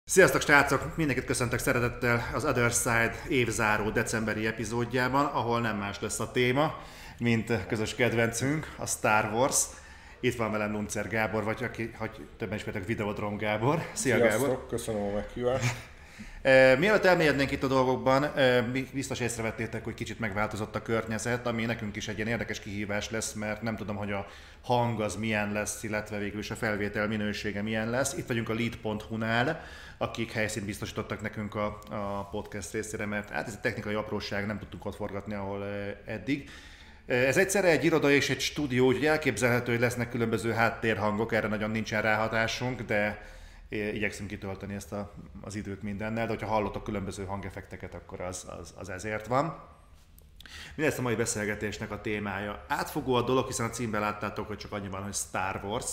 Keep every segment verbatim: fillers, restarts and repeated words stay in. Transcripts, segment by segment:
Sziasztok srácok! Mindenkit köszöntök szeretettel az Other Side évzáró decemberi epizódjában, ahol nem más lesz a téma, mint közös kedvencünk, a Star Wars. Itt van velem Luncer Gábor, vagy aki, hogy többen ismertek, Videodrom Gábor. Szia Sziasztok, Gábor! Köszönöm a meghívást! E, mielőtt elmélyednénk itt a dolgokban, e, biztos észrevettétek, hogy kicsit megváltozott a környezet, ami nekünk is egy ilyen érdekes kihívás lesz, mert nem tudom, hogy a hang az milyen lesz, illetve végül is a felvétel minősége milyen lesz. Itt vagyunk a lead pont hu-nál, akik helyszínt biztosítottak nekünk a, a podcast részére, mert hát ez egy technikai apróság, nem tudtunk ott forgatni, ahol eddig. Ez egyszerre egy iroda és egy stúdió, úgyhogy elképzelhető, hogy lesznek különböző háttérhangok, erre nagyon nincsen ráhatásunk, de igyekszünk kitölteni ezt a, az időt mindennel, de hogyha hallottok különböző hangeffekteket, akkor az, az, az ezért van. Mi lesz a mai beszélgetésnek a témája? Átfogó a dolog, hiszen a címben láttátok, hogy csak annyi van, hogy Star Wars.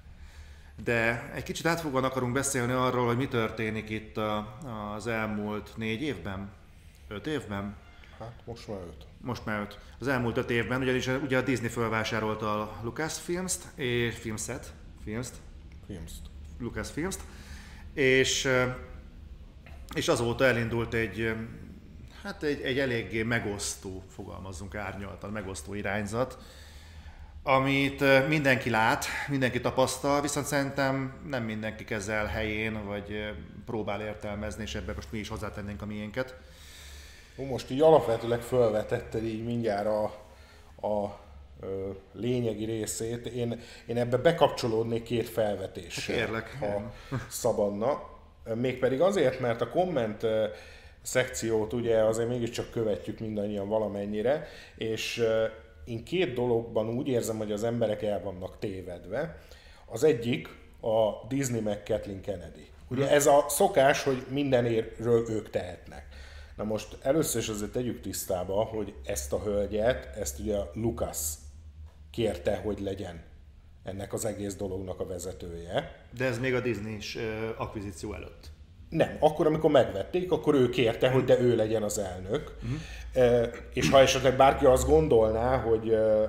De egy kicsit átfogóan akarunk beszélni arról, hogy mi történik itt a, az elmúlt négy évben? Öt évben? Hát most már öt. Most már öt. Az elmúlt öt évben, ugyanis ugye a Disney fölvásárolta a Lucasfilms-t, és Filmset, Films-t, Films-t. Lucasfilms-t, és, és azóta elindult egy, hát egy, egy eléggé megosztó, fogalmazzunk árnyaltan, megosztó irányzat, amit mindenki lát, mindenki tapasztal, viszont szerintem nem mindenki kezel helyén, vagy próbál értelmezni, és ebben most mi is hozzátennénk a miénket. Most így alapvetőleg felvetetted így mindjárt a, a ö, lényegi részét. Én, én ebbe bekapcsolódnék két felvetéssel, Kérlek. ha szabadna. Mégpedig azért, mert a komment szekciót ugye azért mégiscsak követjük mindannyian valamennyire, és én két dologban úgy érzem, hogy az emberek el vannak tévedve. Az egyik a Disney meg Kathleen Kennedy. Ugye ez a szokás, hogy mindenről ők tehetnek. Na most először is azért tegyük tisztába, hogy ezt a hölgyet, ezt ugye Lucas kérte, hogy legyen ennek az egész dolognak a vezetője. De ez még a Disney-s akvizíció előtt. Nem, akkor amikor megvették, akkor ő kérte, hogy de ő legyen az elnök. Uh-huh. E, és ha esetleg bárki azt gondolná, hogy e,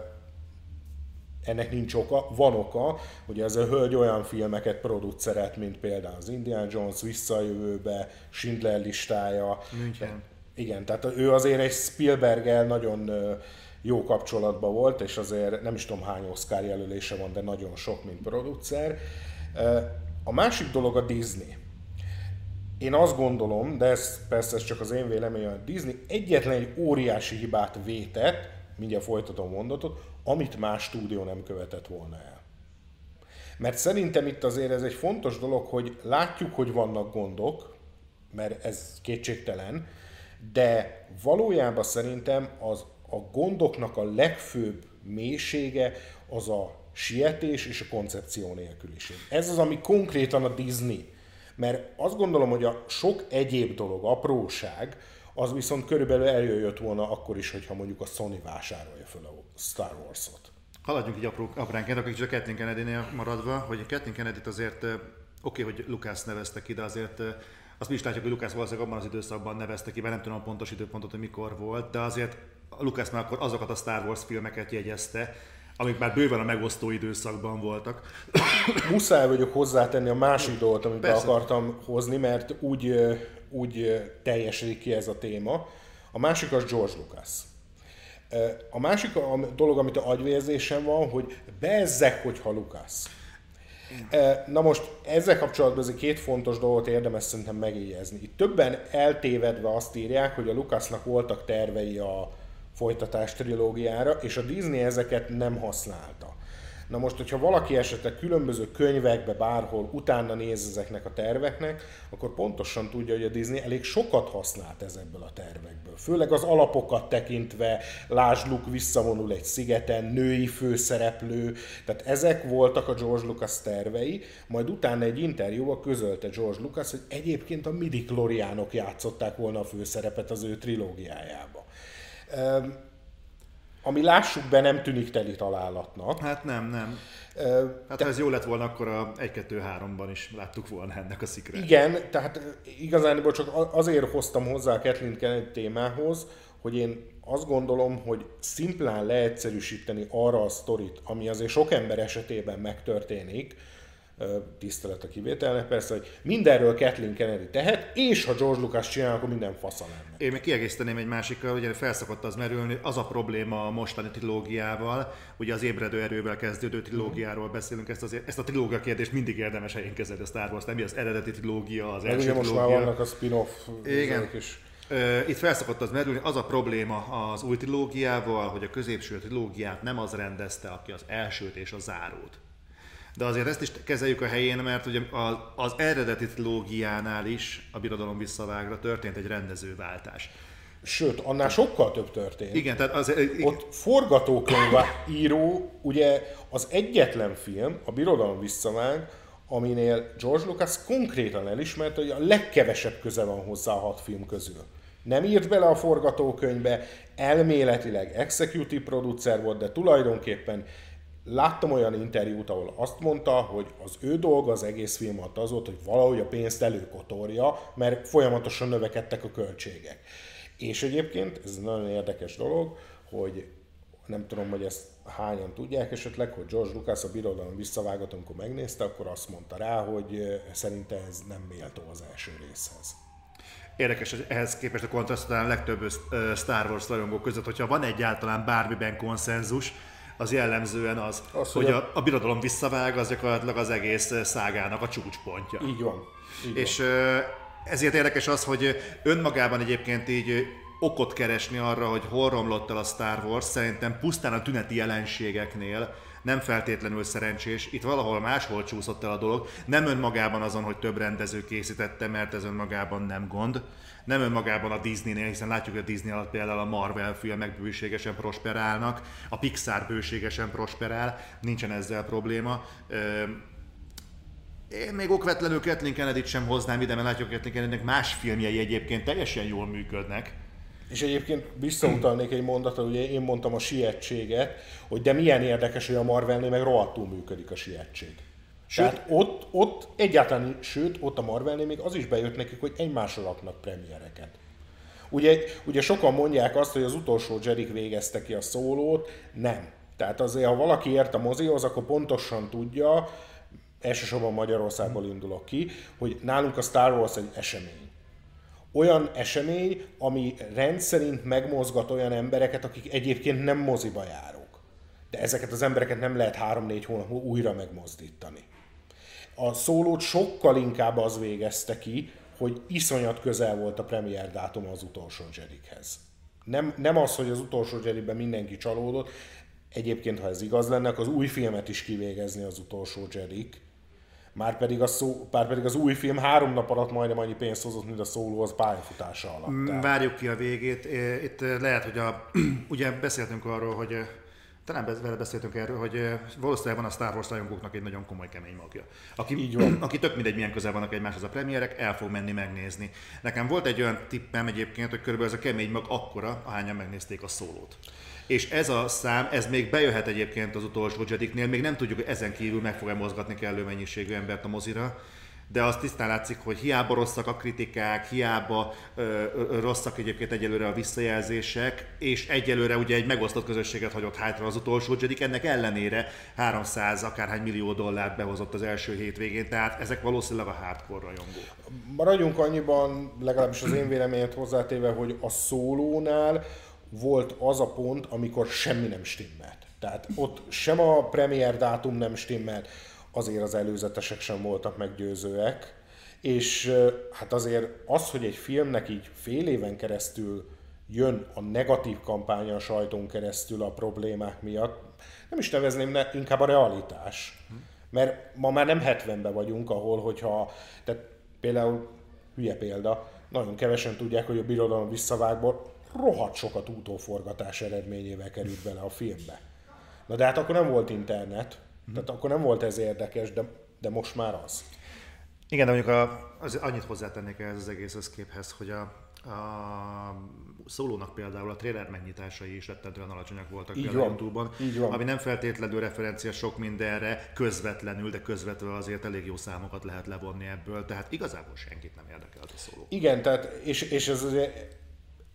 ennek nincs oka, van oka, hogy ez a hölgy olyan filmeket producerelt, mint például az Indiana Jones Vissza a jövőbe, Schindler listája. München. Igen, tehát ő azért egy Spielberggel nagyon jó kapcsolatban volt, és azért nem is tudom hány Oscar jelölése van, de nagyon sok, mint producer. A másik dolog a Disney. Én azt gondolom, de ez persze ez csak az én véleményem, a Disney egyetlen egy óriási hibát vétett, mindjárt folytatom mondatot, amit más stúdió nem követett volna el. Mert szerintem itt azért ez egy fontos dolog, hogy látjuk, hogy vannak gondok, mert ez kétségtelen, de valójában szerintem az, a gondoknak a legfőbb mélysége az a sietés és a koncepció nélküliség. Ez az, ami konkrétan a Disney. Mert azt gondolom, hogy a sok egyéb dolog, apróság, az viszont körülbelül eljöjjött volna akkor is, hogyha mondjuk a Sony vásárolja fel a Star Wars-ot. Haladjunk így apró, apránként, akkor kicsit a Kathleen Kennedy-nél maradva, hogy Kathleen Kennedy-t azért oké, okay, hogy Lucas nevezte ki, de azért azt mi is látjuk, hogy Lucas valószínűleg abban az időszakban nevezte ki, mert nem tudom a pontos időpontot, hogy mikor volt, de azért Lucas már akkor azokat a Star Wars filmeket jegyezte, amik már bőven a megosztó időszakban voltak. Muszáj vagyok hozzátenni a másik dolgot, amit be akartam hozni, mert úgy, úgy teljesedik ki ez a téma. A másik az George Lucas. A másik dolog, amit a agyvérzésem van, hogy bezzek, hogyha Lucas. Na most ezzel kapcsolatban azért két fontos dolgot érdemes szerintem megjegyezni. Itt többen eltévedve azt írják, hogy a Lucasnak voltak tervei a folytatás trilógiára, és a Disney ezeket nem használta. Na most, hogyha valaki esetleg különböző könyvekbe, bárhol utána néz ezeknek a terveknek, akkor pontosan tudja, hogy a Disney elég sokat használt ezekből a tervekből. Főleg az alapokat tekintve, lásd Luke visszavonul egy szigeten, női főszereplő, tehát ezek voltak a George Lucas tervei, majd utána egy interjúban közölte George Lucas, hogy egyébként a midi-kloriánok játszották volna a főszerepet az ő trilógiájába. Ami lássuk be, nem tűnik teli találatnak. Hát nem, nem. Uh, hát te... ha ez jó lett volna, akkor a egy kettő háromban is láttuk volna ennek a szikrát. Igen, tehát igazán csak azért hoztam hozzá a Kathleen Kennedy témához, hogy én azt gondolom, hogy szimplán leegyszerűsíteni arra a sztorit, ami azért sok ember esetében megtörténik, tisztelet a kivételnek persze, hogy mindenről Kathleen Kennedy tehet, és ha George Lucas csinál, akkor minden fasza lenne. Én még kiegészíteném egy másikkal, ugye felszokott az merülni, az a probléma a mostani trilógiával, ugye az ébredő erővel kezdődő trilógiáról beszélünk, ezt, az, ezt a trilógia kérdést mindig érdemes helyén kezelni a Star Wars, nem az eredeti trilógia, az első trilógia. Most már vannak a spin-off. Igen. Itt felszokott az merülni, az a probléma az új trilógiával, hogy a középső trilógiát nem az rendezte, aki az elsőt és a zárót. De azért ezt is kezeljük a helyén, mert ugye az, az eredeti trilógiánál is a Birodalom visszavágra történt egy rendezőváltás. Sőt, annál sokkal több történt. Igen, tehát az... Ott forgatókönyvíró, ugye az egyetlen film, a Birodalom visszavág, aminél George Lucas konkrétan elismerte, hogy a legkevesebb köze van hozzá a hat film közül. Nem írt bele a forgatókönyvbe, elméletileg executive producer volt, de tulajdonképpen láttam olyan interjút, ahol azt mondta, hogy az ő dolga az egész film alatt az volt, hogy valahogy a pénzt előkotorja, mert folyamatosan növekedtek a költségek. És egyébként ez nagyon érdekes dolog, hogy nem tudom, hogy ezt hányan tudják esetleg, hogy George Lucas a Birodalom visszavágat, amikor megnézte, akkor azt mondta rá, hogy szerinte ez nem méltó az első részhez. Érdekes, hogy ehhez képest a kontraszt talán a legtöbb Star Wars rajongó között, hogyha van egyáltalán bármiben konszenzus, az jellemzően az, az hogy a, a Birodalom visszavág, az gyakorlatilag az egész szágának a csúcspontja. Így van. Így És van. ezért érdekes az, hogy önmagában egyébként így okot keresni arra, hogy hol romlott el a Star Wars, szerintem pusztán a tüneti jelenségeknél nem feltétlenül szerencsés, itt valahol máshol csúszott el a dolog, nem önmagában azon, hogy több rendező készítette, mert ez önmagában nem gond, nem önmagában a Disneynél, hiszen látjuk, hogy a Disney alatt például a Marvel filmek bőségesen prosperálnak, a Pixar bőségesen prosperál, nincsen ezzel probléma. Én még okvetlenül Kathleen Kennedyt sem hoznám ide, mert látjuk, hogy Kathleen Kennedynek más filmjei egyébként teljesen jól működnek. És egyébként visszautalnék egy mondatra, ugye én mondtam a sietséget, hogy de milyen érdekes, hogy a Marvelnél meg rohadtul működik a sietség. Sőt, tehát ott, ott egyáltalán, sőt, ott a Marvelnél még az is bejött nekik, hogy egymásra raknak premiereket. Ugye, ugye sokan mondják azt, hogy az utolsó Jedik végezte ki a szólót, nem. Tehát azért, ha valaki ért a mozihoz, akkor pontosan tudja, elsősorban Magyarországból indulok ki, hogy nálunk a Star Wars egy esemény. Olyan esemény, ami rendszerint megmozgat olyan embereket, akik egyébként nem moziba járók. De ezeket az embereket nem lehet három-négy hónap újra megmozdítani. A szólót sokkal inkább az végezte ki, hogy iszonyat közel volt a premier dátuma az utolsó Jedikhez. Nem, nem az, hogy az utolsó Jedikben mindenki csalódott, egyébként ha ez igaz lenne, akkor az új filmet is kivégezni az utolsó Jedik. Márpedig, a szó, márpedig az új film három nap alatt majdnem annyi pénzt hozott, mint a szóló az pályafutása alatt. Tehát. Várjuk ki a végét. Itt lehet, hogy a, ugye beszéltünk arról, hogy talán vele beszéltünk erről, hogy valószínűleg van a Star Wars rajongóknak egy nagyon komoly kemény magja. Aki, Így van. aki tök mindegy milyen közel vannak egymáshoz a premierek, el fog menni megnézni. Nekem volt egy olyan tippem egyébként, hogy körülbelül ez a kemény mag akkora, ahányan megnézték a szólót. És ez a szám, ez még bejöhet egyébként az utolsó Jediknél, még nem tudjuk, hogy ezen kívül meg fog-e mozgatni kellő mennyiségű embert a mozira, de azt tisztán látszik, hogy hiába rosszak a kritikák, hiába ö, ö, rosszak egyébként egyelőre a visszajelzések, és egyelőre ugye egy megosztott közösséget hagyott hátra az utolsó Jedik, ennek ellenére háromszáz akárhány millió dollárt behozott az első hétvégén, tehát ezek valószínűleg a hardcore rajongók. Maradjunk annyiban, legalábbis az én véleményet hozzátéve, hogy a szólónál volt az a pont, amikor semmi nem stimmelt. Tehát ott sem a premier dátum nem stimmelt, azért az előzetesek sem voltak meggyőzőek, és hát azért az, hogy egy filmnek így fél éven keresztül jön a negatív kampánya a sajtón keresztül a problémák miatt, nem is nevezném, ne, inkább a realitás. Mert ma már nem hetvenben vagyunk, ahol, hogyha, tehát például, hülye példa, nagyon kevesen tudják, hogy a Birodalom visszavágból rohadt sokat utóforgatás eredményével került bele a filmbe. Na de hát akkor nem volt internet, tehát akkor nem volt ez érdekes, de, de most már az. Igen, de mondjuk a, az, annyit hozzátennék ehhez az egész összképhez, hogy a, a szólónak például a trailer megnyitásai is rettentően alacsonyak voltak így például YouTube-on, van. ami nem feltétlenül referencia sok mindenre, közvetlenül, de közvetlenül azért elég jó számokat lehet levonni ebből, tehát igazából senkit nem érdekelt a szóló. Igen, tehát és, és ez azért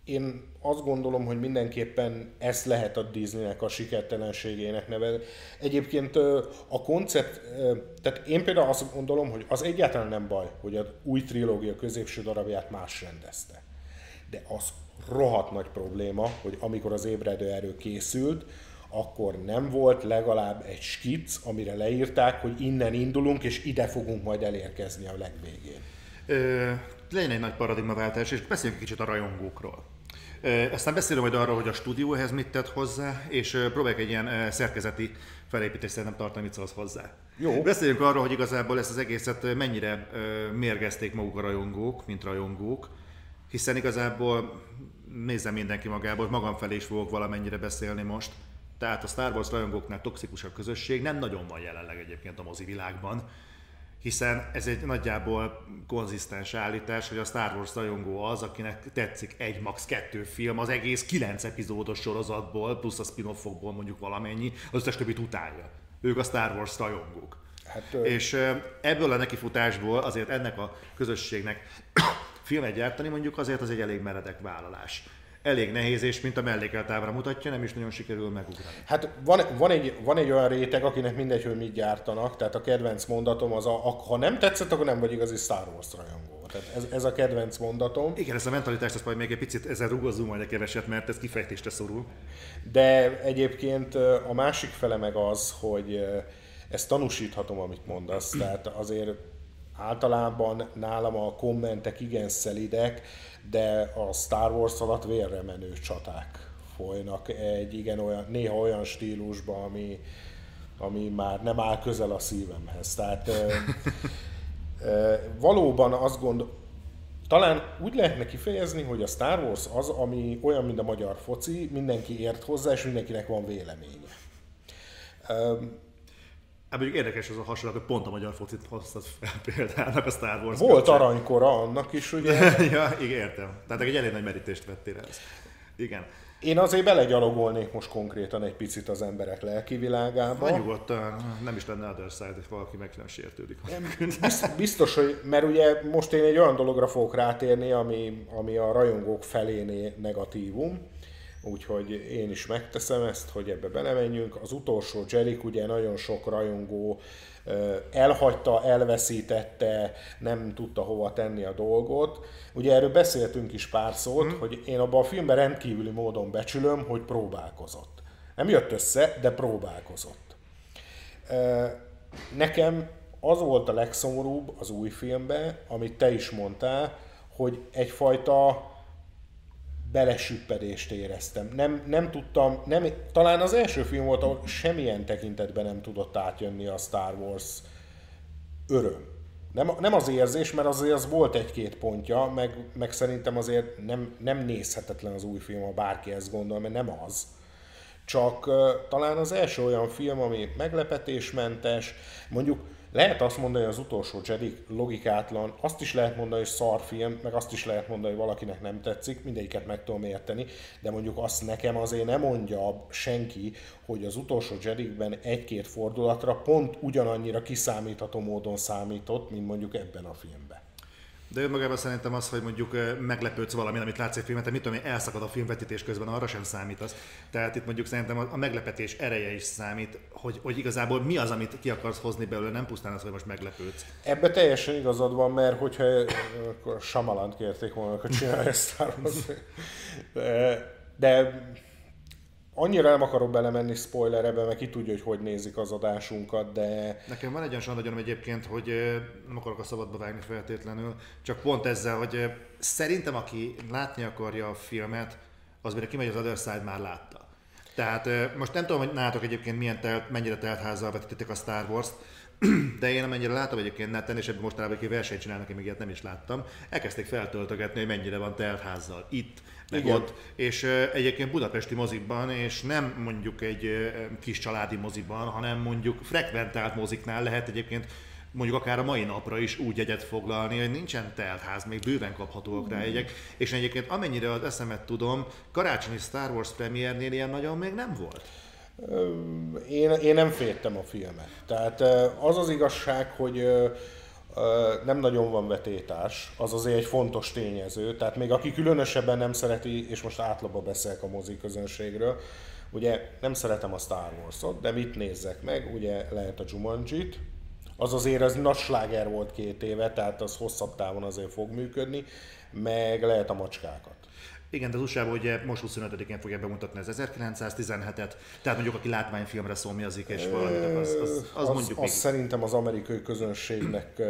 én azt gondolom, hogy mindenképpen ez lehet a Disneynek a sikertelenségének neve. Egyébként a koncept, tehát én például azt gondolom, hogy az egyáltalán nem baj, hogy az új trilógia középső darabját más rendezte. De az rohadt nagy probléma, hogy amikor az ébredő erő készült, akkor nem volt legalább egy skic, amire leírták, hogy innen indulunk, és ide fogunk majd elérkezni a legvégén. Ö, legyen egy nagy paradigmaváltás, és beszéljünk kicsit a rajongókról. Aztán beszélünk majd arról, hogy a stúdió ehhez mit tett hozzá, és próbáljuk egy ilyen szerkezeti felépítést szerintem tartani, mit szólsz hozzá. Jó. Beszéljünk arról, hogy igazából ezt az egészet mennyire mérgezték maguk a rajongók, mint rajongók, hiszen igazából nézzem mindenki magából, magam felé is fogok valamennyire beszélni most. Tehát a Star Wars rajongóknál toxikusabb közösség nem nagyon van jelenleg egyébként a mozivilágban, hiszen ez egy nagyjából konzisztens állítás, hogy a Star Wars rajongó az, akinek tetszik egy, max. kettő film az egész kilenc epizódos sorozatból, plusz a spin-offokból mondjuk valamennyi, az összes többit utálja. Ők a Star Wars rajongók. Hát, és ebből a nekifutásból azért ennek a közösségnek filmet gyártani mondjuk azért az egy elég meredek vállalás. Elég nehéz, és mint a mellékelt ábra mutatja, nem is nagyon sikerül megugrani. Hát van, van, egy, van egy olyan réteg, akinek mindegy, hogy mit gyártanak, tehát a kedvenc mondatom az, a, ha nem tetszett, akkor nem vagy igazi Star Wars rajongó. Tehát ez, ez a kedvenc mondatom. Igen, ezt a mentalitást, azt majd még egy picit ezzel rúgozzunk majd egy keveset, mert ez kifejtésre szorul. De egyébként a másik fele meg az, hogy ezt tanúsíthatom, amit mondasz, tehát azért általában nálam a kommentek igen szelidek, de a Star Wars alatt vérre menő csaták folynak egy igen olyan, néha olyan stílusban, ami, ami már nem áll közel a szívemhez. Tehát e, e, valóban azt gondolom, talán úgy lehetne kifejezni, hogy a Star Wars az, ami olyan, mint a magyar foci, mindenki ért hozzá, és mindenkinek van véleménye. E, Hát mondjuk érdekes az a hasonlat, hogy pont a magyar focit hoztad fel példának a Star Wars Volt kapcsán. Aranykora annak is, ugye? Ja, igen, értem. Tehát egy elég nagy merítést vettél el. Igen. Én azért belegyalogolnék most konkrétan egy picit az emberek lelki világába. Ha nyugodtan, nem is lenne other side, hogy valaki meg nem sértődik. Biztos, hogy, mert ugye most én egy olyan dologra fogok rátérni, ami, ami a rajongók feléné negatívum. Úgyhogy én is megteszem ezt, hogy ebbe belemenjünk. Az utolsó Jedi, ugye nagyon sok rajongó elhagyta, elveszítette, nem tudta hova tenni a dolgot. Ugye erről beszéltünk is pár szót, hmm. hogy én abban a filmben rendkívüli módon becsülöm, hogy próbálkozott. Nem jött össze, de próbálkozott. Nekem az volt a legszomorúbb az új filmben, amit te is mondtál, hogy egyfajta belesüppedést éreztem. Nem, nem tudtam, nem, talán az első film volt, ahol semmilyen tekintetben nem tudott átjönni a Star Wars öröm. Nem, nem az érzés, mert azért az volt egy-két pontja, meg, meg szerintem azért nem, nem nézhetetlen az új film, ha bárki ezt gondol, mert nem az. Csak uh, talán az első olyan film, ami meglepetésmentes, mondjuk lehet azt mondani, hogy az utolsó Jedi logikátlan, azt is lehet mondani, hogy szarfilm, meg azt is lehet mondani, hogy valakinek nem tetszik, mindegyiket meg tudom érteni, de mondjuk azt nekem azért nem mondja senki, hogy az utolsó Jediben egy-két fordulatra pont ugyanannyira kiszámítható módon számított, mint mondjuk ebben a filmben. De önmagában szerintem az, hogy mondjuk meglepődsz valamin, amit látsz egy filmet, mit tudom én, elszakad a filmvetítés közben, arra sem számítasz. Tehát itt mondjuk szerintem a meglepetés ereje is számít, hogy, hogy igazából mi az, amit ki akarsz hozni belőle, nem pusztán az, hogy most meglepődsz. Ebbe teljesen igazad van, mert hogyha akkor Shyamalant kérték volna, hogy csinálja Star Wars. De, de annyira nem akarok belemenni spoilerebe, mert ki tudja, hogy hogy nézik az adásunkat, de... Nekem van egy olyan sandagyanom egyébként, hogy nem akarok a szabadba vágni feltétlenül, csak pont ezzel, hogy szerintem aki látni akarja a filmet, az mire kimegy az Other Side, már látta. Tehát most nem tudom, hogy nálatok egyébként milyen telt, mennyire telt házzal vetítettek a Star Wars-t, de én amennyire látom egyébként neten, és ebben mostanában egy versenyt csinálnak, én még ilyet nem is láttam, elkezdték feltöltögetni, hogy mennyire van telt házzal itt, meg igen. Ott, és uh, egyébként budapesti moziban, és nem mondjuk egy uh, kis családi moziban, hanem mondjuk frekventált moziknál lehet egyébként mondjuk akár a mai napra is úgy jegyet foglalni, hogy nincsen teltház, még bőven kaphatóak rá jegyek, és egyébként amennyire az eszemet tudom, karácsonyi Star Wars premiernél ilyen nagyon még nem volt. Én, én nem féltem a filmet. Tehát az az igazság, hogy Nem nagyon van vetétás, az azért egy fontos tényező, tehát még aki különösebben nem szereti, és most átlagban beszélek a moziközönségről, ugye nem szeretem a Star Wars-ot, de mit nézzek meg, ugye lehet a Jumanjit, az azért az nagy sláger volt két éve, tehát az hosszabb távon azért fog működni, meg lehet a macskákat. Igen, de az u es á-ban ugye most huszonötödikén fogja bemutatni az ezerkilencszáztizenhetet, tehát mondjuk aki látványfilmre szomjazik és valamit, az, az, az, az mondjuk az még... szerintem az amerikai közönségnek,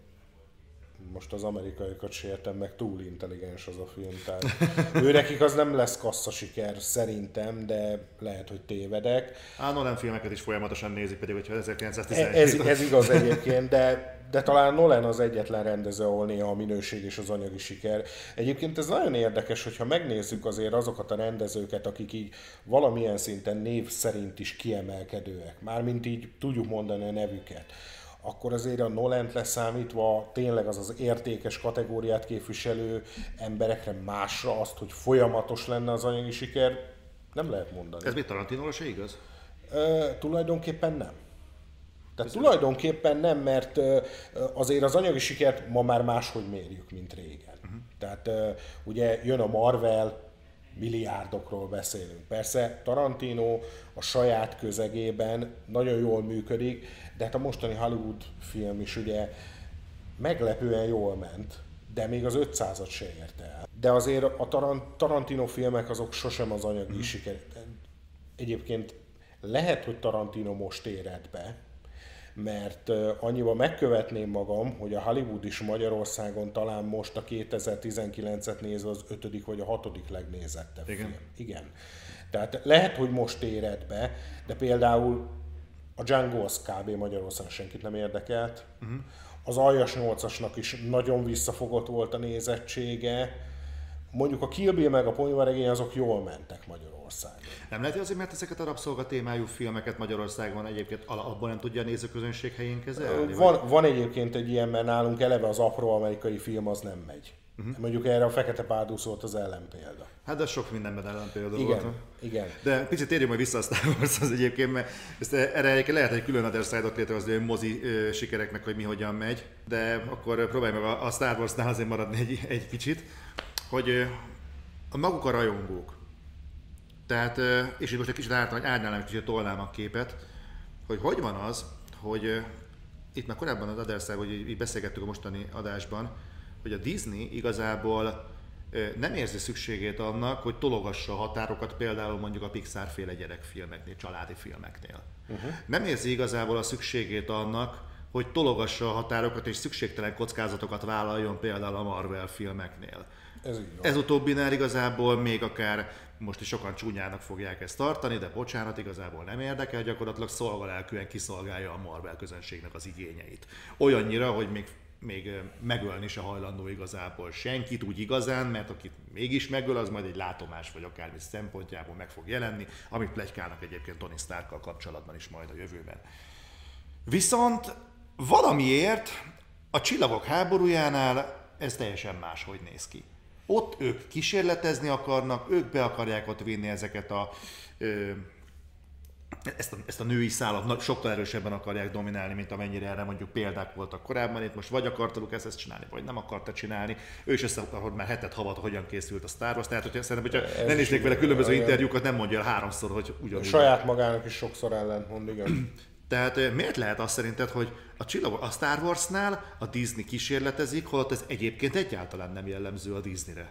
most az amerikaiakat sértem meg, túl intelligens az a film, tehát őrekik az nem lesz kassza siker szerintem, de lehet, hogy tévedek. Á, Nolan filmeket is folyamatosan nézik, pedig hogyha ezerkilencszáztizenhét. Ez, ez igaz egyébként, de De talán Nolan az egyetlen rendező, ahol néha a minőség és az anyagi siker. Egyébként ez nagyon érdekes, hogyha megnézzük azért azokat a rendezőket, akik így valamilyen szinten név szerint is kiemelkedőek, mármint így tudjuk mondani a nevüket, akkor azért a Nolant leszámítva tényleg az az értékes kategóriát képviselő emberekre másra azt, hogy folyamatos lenne az anyagi siker, nem lehet mondani. Ez mit Tarantinóra se igaz? E, tulajdonképpen nem. Tehát tulajdonképpen nem, mert azért az anyagi sikert ma már máshogy mérjük, mint régen. Uh-huh. Tehát ugye jön a Marvel, milliárdokról beszélünk. Persze Tarantino a saját közegében nagyon jól működik, de hát a mostani Hollywood film is ugye meglepően jól ment, de még az ötszázat se érte el. De azért a Tarantino filmek azok sosem az anyagi uh-huh. siker. Egyébként lehet, hogy Tarantino most éred be, mert annyiban megkövetném magam, hogy a Hollywood is Magyarországon talán most a kétezer-tizenkilencet nézve az ötödik vagy a hatodik legnézettebb Igen. film. Igen. Tehát lehet, hogy most éred be, de például a Django az kb. Magyarországon senkit nem érdekelt. Uh-huh. Az Aljas nyolcasnak is nagyon visszafogott volt a nézettsége. Mondjuk a Kill Bill meg a Ponyvaregény azok jól mentek Magyarországon. Nem lehet, hogy azért, mert ezeket a rabszolga témájú filmeket Magyarországon egyébként abban nem tudja a nézőközönség helyén kezelni? Van, van egyébként egy ilyen, mert nálunk eleve az apró amerikai film az nem megy. Uh-huh. Mondjuk erre a Fekete Párduc volt az ellenpélda. Hát de sok mindenben ellenpélda igen, volt. Igen. De picit térjünk majd vissza a Star Warshoz egyébként, mert ezt erre egyébként lehet egy külön other side-ot létrehozni a mozi ö, sikereknek, hogy mi hogyan megy. De akkor próbálj meg a, a Star Warsnál azért maradni egy, egy kicsit, hogy ö, a maguk a rajongók. Tehát, ö, és itt most egy kicsit árnyalnám, egy kicsit tolnám a képet, hogy hogy van az, hogy ö, itt már korábban az other side, hogy így beszélgettük a mostani adásban, hogy a Disney igazából nem érzi szükségét annak, hogy tologassa a határokat például mondjuk a Pixar-féle gyerekfilmeknél, családi filmeknél. Uh-huh. Nem érzi igazából a szükségét annak, hogy tologassa a határokat és szükségtelen kockázatokat vállaljon például a Marvel filmeknél. Ez, Ez utóbbinál igazából még akár most is sokan csúnyának fogják ezt tartani, de bocsánat, igazából nem érdekel, gyakorlatilag szolgalelkűen kiszolgálja a Marvel közönségnek az igényeit. Olyannyira, hogy még még megölni se hajlandó igazából senkit úgy igazán, mert akit mégis megöl, az majd egy látomás vagy akármi szempontjából meg fog jelenni, amit pletykálnak egyébként Tony Starkkal kapcsolatban is majd a jövőben. Viszont valamiért a Csillagok háborújánál ez teljesen máshogy néz ki. Ott ők kísérletezni akarnak, ők be akarják ott vinni ezeket a... Ö, Ezt a, ezt a női szálat sokkal erősebben akarják dominálni, mint amennyire erre mondjuk példák voltak korábban. Itt most vagy akartak ezt, ezt csinálni, vagy nem akarta csinálni. Ő is összeakar, hogy már hetet havat, hogyan készült a Star Wars. Tehát, hogyha szerintem, hogyha ne néznék vele különböző olyan interjúkat, nem mondja el háromszor, hogy ugyanúgy. Saját magának is sokszor ellentmond, igen. Tehát miért lehet azt szerinted, hogy a, csillag, a Star Warsnál a Disney kísérletezik, holott ez egyébként egyáltalán nem jellemző a Disneyre?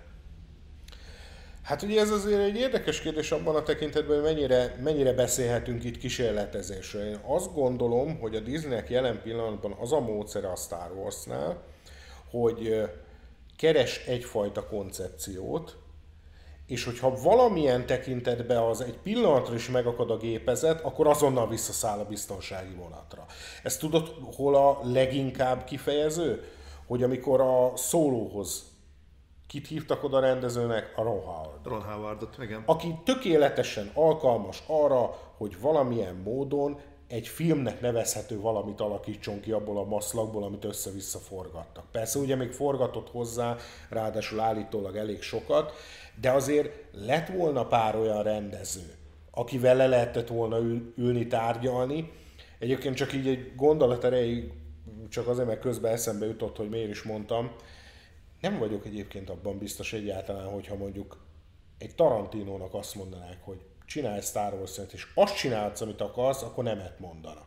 Hát ugye ez azért egy érdekes kérdés abban a tekintetben, hogy mennyire, mennyire beszélhetünk itt kísérletezésről. Én azt gondolom, hogy a Disneynek jelen pillanatban az a módszere a Star Warsnál, hogy keres egyfajta koncepciót, és hogyha valamilyen tekintetben az egy pillanatra is megakad a gépezet, akkor azonnal visszaszáll a biztonsági vonatra. Ezt tudod, hol a leginkább kifejező? Hogy amikor a Szólóhoz kit hívtak oda rendezőnek? A Ron Howard. Ron Howardot, igen. Aki tökéletesen alkalmas arra, hogy valamilyen módon egy filmnek nevezhető valamit alakítson ki abból a maszlakból, amit össze-vissza forgattak. Persze ugye még forgatott hozzá, ráadásul állítólag elég sokat, de azért lett volna pár olyan rendező, akivel le lehetett volna ül, ülni, tárgyalni. Egyébként csak így egy gondolat erejéig csak azért, mert közben eszembe jutott, hogy miért is mondtam. Nem vagyok egyébként abban biztos egyáltalán, hogyha mondjuk egy Tarantinónak azt mondanák, hogy csinálj Star Wars-et, és azt csinálsz, amit akarsz, akkor nemet mondana.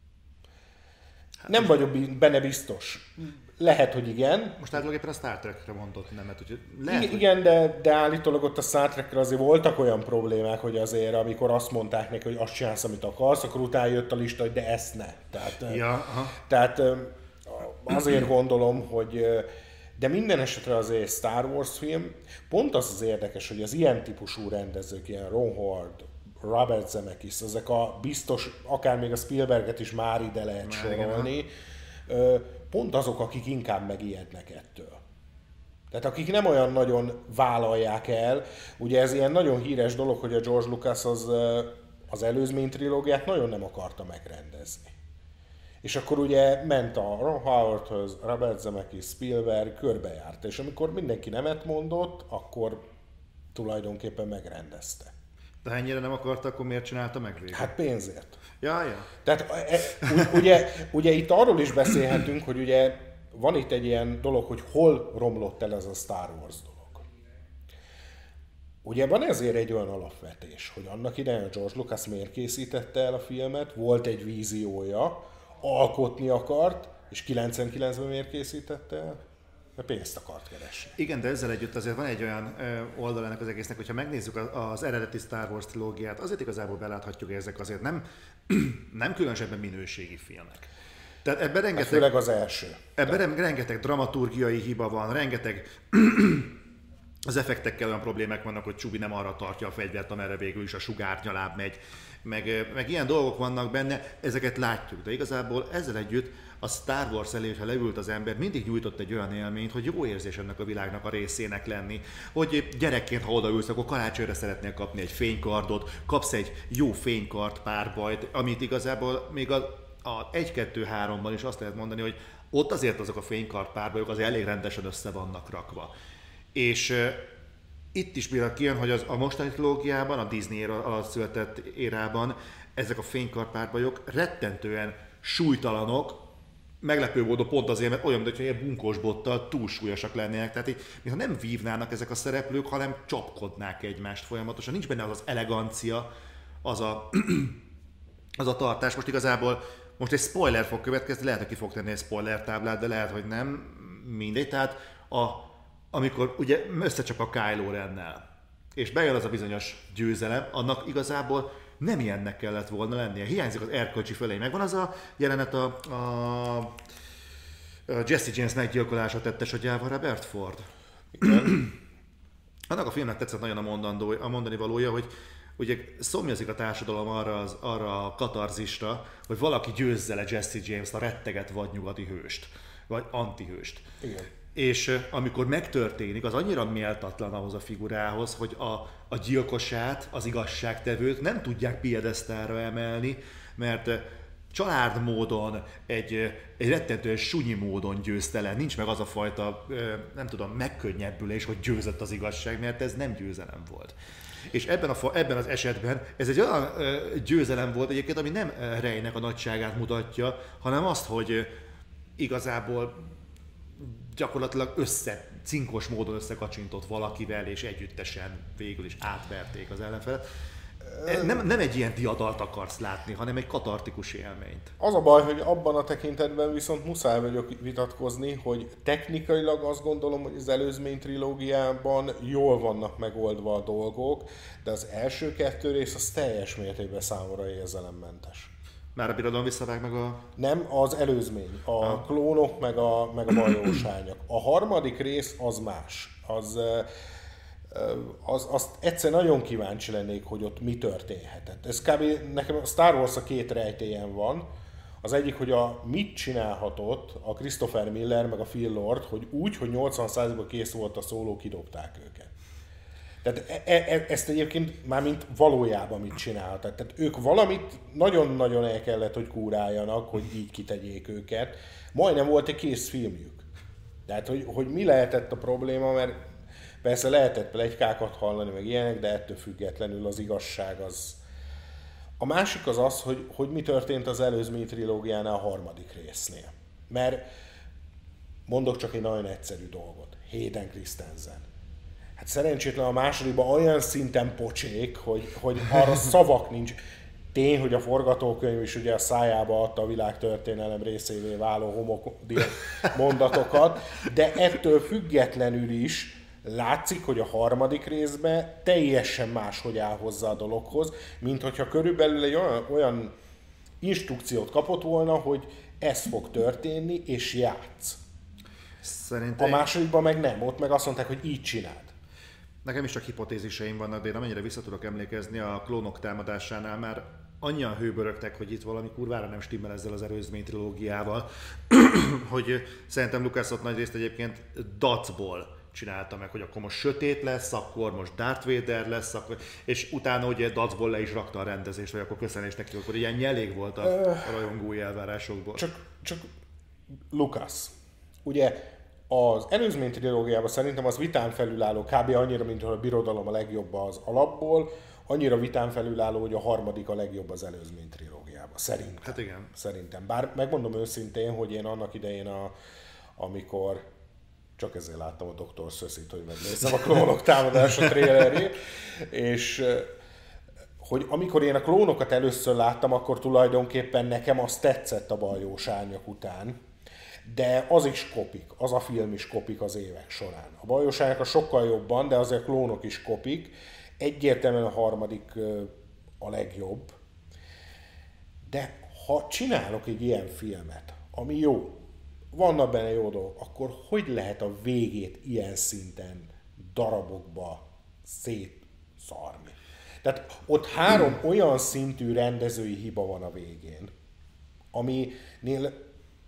Hát nem vagyok benne biztos. Lehet, hogy igen. Most tulajdonképpen a Star Trekre mondott nemet, úgyhogy lehet, igen, hogy... igen, de, de állítólag ott a Star Trekre azért voltak olyan problémák, hogy azért, amikor azt mondták neki, hogy azt csinálsz, amit akarsz, akkor utána jött a lista, hogy de ezt ne. Tehát, ja, aha. tehát azért gondolom, hogy de minden esetre azért Star Wars film, pont az az érdekes, hogy az ilyen típusú rendezők, ilyen Ron Howard, Robert Zemeckis, ezek a biztos, akár még a Spielberget is már ide lehet már sorolni, igen. Pont azok, akik inkább megijednek ettől. Tehát akik nem olyan nagyon vállalják el, ugye ez ilyen nagyon híres dolog, hogy a George Lucas az, az előzmény trilógiát nagyon nem akarta megrendezni. És akkor ugye ment a Ron Howardhoz, Robert Zemeckis, Spielberg, körbejárta, és amikor mindenki nemet mondott, akkor tulajdonképpen megrendezte. De ha ennyire nem akarta, akkor miért csinálta meg végül? Hát pénzért. Ja, ja. Tehát ugye, ugye itt arról is beszélhetünk, hogy ugye van itt egy ilyen dolog, hogy hol romlott el ez a Star Wars dolog. Ugye van ezért egy olyan alapvetés, hogy annak idején a George Lucas miért készítette el a filmet, volt egy víziója, alkotni akart, és kilencvenkilencben miért készítette el? Mert pénzt akart keresni. Igen, de ezzel együtt azért van egy olyan oldal ennek az egésznek, hogyha megnézzük az eredeti Star Wars trilógiát, azért igazából beláthatjuk, hogy ezek azért nem, nem különösebben minőségi filmek. Tehát ebben rengeteg, hát főleg az első. Ebben Tehát. rengeteg dramaturgiai hiba van, rengeteg az effektekkel olyan problémák vannak, hogy Csubi nem arra tartja a fegyvert, amerre végül is a sugárnyaláb megy, meg, meg ilyen dolgok vannak benne, ezeket látjuk, de igazából ezzel együtt a Star Wars elé, ha leült az ember, mindig nyújtott egy olyan élményt, hogy jó érzés ennek a világnak a részének lenni. Hogy gyerekként, ha odaülsz, akkor karácsonyra szeretnél kapni egy fénykardot, kapsz egy jó fénykard párbajt, amit igazából még a, a egy kettő háromban is azt lehet mondani, hogy ott azért azok a fénykard párbajok azért elég rendesen össze vannak rakva. És uh, itt is például kijön, hogy az, a mostani trilógiában, a Disney alatt született érában ezek a fénykardpárbajok rettentően súlytalanok, meglepő módon pont azért, mert olyan, mintha ilyen bunkós bottal túlsúlyosak lennének, tehát így, mintha nem vívnának ezek a szereplők, hanem csapkodnák egymást folyamatosan. Nincs benne az az elegancia, az a, az a tartás. Most igazából most egy spoiler fog következni, lehet, hogy ki fog tenni egy spoiler táblát, de lehet, hogy nem, mindegy. Tehát a, amikor ugye összecsap a Kylo Rennel, és bejön az a bizonyos győzelem, annak igazából nem ilyennek kellett volna lennie. Hiányzik az erkölcsi fölé. Megvan az a jelenet a, a Jesse James meggyilkolása tettes agyával Robert Ford. Annak a filmnek tetszett nagyon a, mondandó, a mondani valója, hogy ugye szomjazik a társadalom arra, az, arra a katarzisra, hogy valaki győzze le Jesse James-t, a retteget vadnyugati hőst, vagy antihőst. Igen. És amikor megtörténik, az annyira méltatlan ahhoz a figurához, hogy a, a gyilkosát, az igazságtevőt nem tudják piedesztálra emelni, mert családmódon, egy, egy rettentően sunyi módon győzte le. Nincs meg az a fajta, nem tudom, megkönnyebbülés, hogy győzött az igazság, mert ez nem győzelem volt. És ebben, a, ebben az esetben ez egy olyan győzelem volt egyébként, ami nem Reynek a nagyságát mutatja, hanem azt, hogy igazából gyakorlatilag össze, cinkos módon összekacsintott valakivel, és együttesen végül is átverték az ellenfelet. Nem, nem egy ilyen diadalt akarsz látni, hanem egy katartikus élményt. Az a baj, hogy abban a tekintetben viszont muszáj vagyok vitatkozni, hogy technikailag azt gondolom, hogy az előzmény trilógiában jól vannak megoldva a dolgok, de az első kettő rész az teljes mértékben számomra érzelemmentes. Már a birodalom visszavág meg a... Nem, az előzmény. A ha. klónok meg a, meg a bajósányok. A harmadik rész az más. Az, az, azt egyszer nagyon kíváncsi lennék, hogy ott mi történhetett. Ez kb. Nekem a Star Wars a két rejtélyen van. Az egyik, hogy a mit csinálhatott a Christopher Miller meg a Phil Lord, hogy úgy, hogy nyolcvan százalékban kész volt a szóló, kidobták őket. Tehát e- e- ezt egyébként már mint valójában mit csináltak. Tehát ők valamit nagyon-nagyon el kellett, hogy kúráljanak, hogy így kitegyék őket. Majdnem volt egy kész filmjük. Tehát, hogy, hogy mi lehetett a probléma, mert persze lehetett pletykákat hallani, meg ilyenek, de ettől függetlenül az igazság az... A másik az az, hogy, hogy mi történt az előzmény trilógiánál a harmadik résznél. Mert mondok csak egy nagyon egyszerű dolgot. Hayden Christensen. Hát szerencsétlen a másodikban olyan szinten pocsék, hogy, hogy arra szavak nincs. Tény, hogy a forgatókönyv is ugye a szájába adta a világtörténelem részévé váló homofób mondatokat, de ettől függetlenül is látszik, hogy a harmadik részben teljesen máshogy áll hozzá a dologhoz, mint hogyha körülbelül egy olyan, olyan instrukciót kapott volna, hogy ez fog történni, és játsz. Szerintem... A másodikban meg nem, ott meg azt mondták, hogy így csináld. Nekem is csak hipotéziseim vannak, de én amennyire vissza tudok emlékezni, a klónok támadásánál már annyian hőbörögtek, hogy itt valami kurvára nem stimmel ezzel az előzmény trilógiával, hogy szerintem Lucas ott nagy részt egyébként dacból csinálta meg, hogy akkor most sötét lesz, akkor most Darth Vader lesz, akkor... és utána ugye dacból le is rakta a rendezést, vagy akkor köszönés neki, akkor ilyen nyelég volt a, a rajongói elvárásokból. Csak, csak Lucas, ugye az előzmény trilógiában szerintem az vitán felülálló, kb. Annyira, mint hogy a Birodalom a legjobb az alapból, annyira vitán felülálló, hogy a harmadik a legjobb az előzmény trilógiában. Szerintem. Hát igen. Szerintem. Bár megmondom őszintén, hogy én annak idején, a, amikor csak ezért láttam a doktor Szöszit, hogy megnézzem a Klónok támadása trailerét, és hogy amikor én a klónokat először láttam, akkor tulajdonképpen nekem az tetszett a Baljós árnyak után. De az is kopik, az a film is kopik az évek során. A Baljós árnyak a sokkal jobban, de azért a klónok is kopik. Egyértelműen a harmadik a legjobb. De ha csinálok egy ilyen filmet, ami jó, vannak benne jó dolgok, akkor hogy lehet a végét ilyen szinten darabokba szétszarni? Tehát ott három olyan szintű rendezői hiba van a végén, aminél...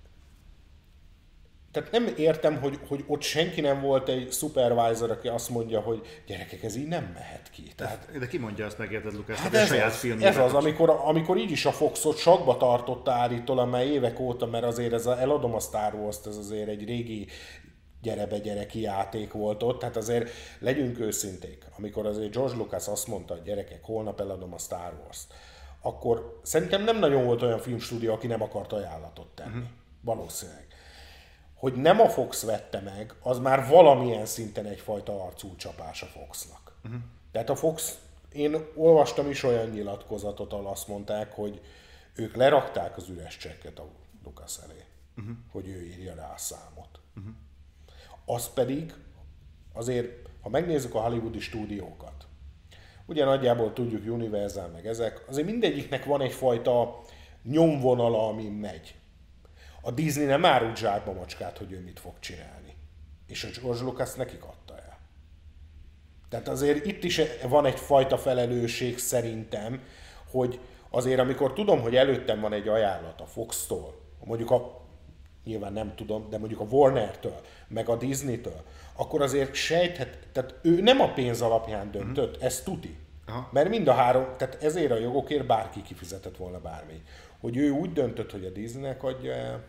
Tehát nem értem, hogy, hogy ott senki nem volt egy supervisor, aki azt mondja, hogy gyerekek, ez így nem mehet ki. Tehát... De ki mondja azt, megérted, Lukács? Hát ez, saját az, ez az, amikor, amikor így is a Foxot sakba tartotta állítólag már évek óta, mert azért ez a, eladom a Star Wars-t, ez azért egy régi gyerebe-gyereki játék volt ott, tehát azért legyünk őszinték. Amikor azért George Lucas azt mondta, hogy gyerekek, holnap eladom a Star Wars-t, akkor szerintem nem nagyon volt olyan filmstúdió, aki nem akart ajánlatot tenni. Uh-huh. Valószínűleg. Hogy nem a Fox vette meg, az már valamilyen szinten egyfajta arcúcsapás a Foxnak. Uh-huh. Tehát a Fox, én olvastam is olyan nyilatkozatot, ahol azt mondták, hogy ők lerakták az üres csekket a Lucas elé, uh-huh. hogy ő írja rá a számot. Uh-huh. Az pedig azért, ha megnézzük a hollywoodi stúdiókat, ugye nagyjából tudjuk, Universal meg ezek, azért mindegyiknek van egyfajta nyomvonala, amin megy. A Disney nem árult zsákba macskát, hogy ő mit fog csinálni. És a George Lucas nekik adta el. Tehát azért itt is van egyfajta felelősség szerintem, hogy azért amikor tudom, hogy előttem van egy ajánlat a Fox-tól, mondjuk a, nyilván nem tudom, de mondjuk a Warner-től, meg a Disney-től, akkor azért sejthet, tehát ő nem a pénz alapján döntött, uh-huh. ez tuti. Aha. Mert mind a három, tehát ezért a jogokért bárki kifizetett volna bármi. Hogy ő úgy döntött, hogy a Disneynek adja el.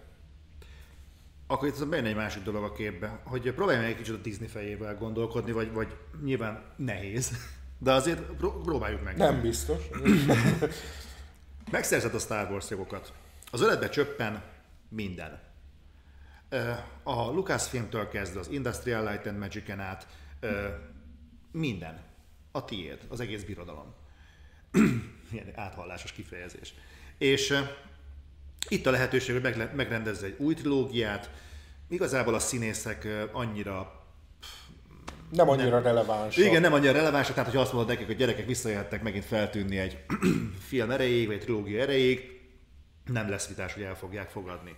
Akkor itt benne egy másik dolog a képbe, hogy próbálj meg egy kicsit a Disney fejével gondolkodni, vagy, vagy nyilván nehéz, de azért próbáljuk meg. Nem biztos. Megszerzett a Star Wars jogokat. Az öletbe csöppen minden. A Lucasfilmtől kezdve az Industrial Light and Magic-en át minden. A tiéd, az egész birodalom. Ilyen áthallásos kifejezés. És uh, itt a lehetőség, hogy megle- megrendezze egy új trilógiát. Igazából a színészek uh, annyira... Pff, nem annyira nem, relevánsak. Igen, nem annyira relevánsak, tehát hogy azt mondod nekik, hogy gyerekek visszajöhettek megint feltűnni egy film erejéig, vagy egy trilógia erejéig, nem lesz vitás, hogy el fogják fogadni.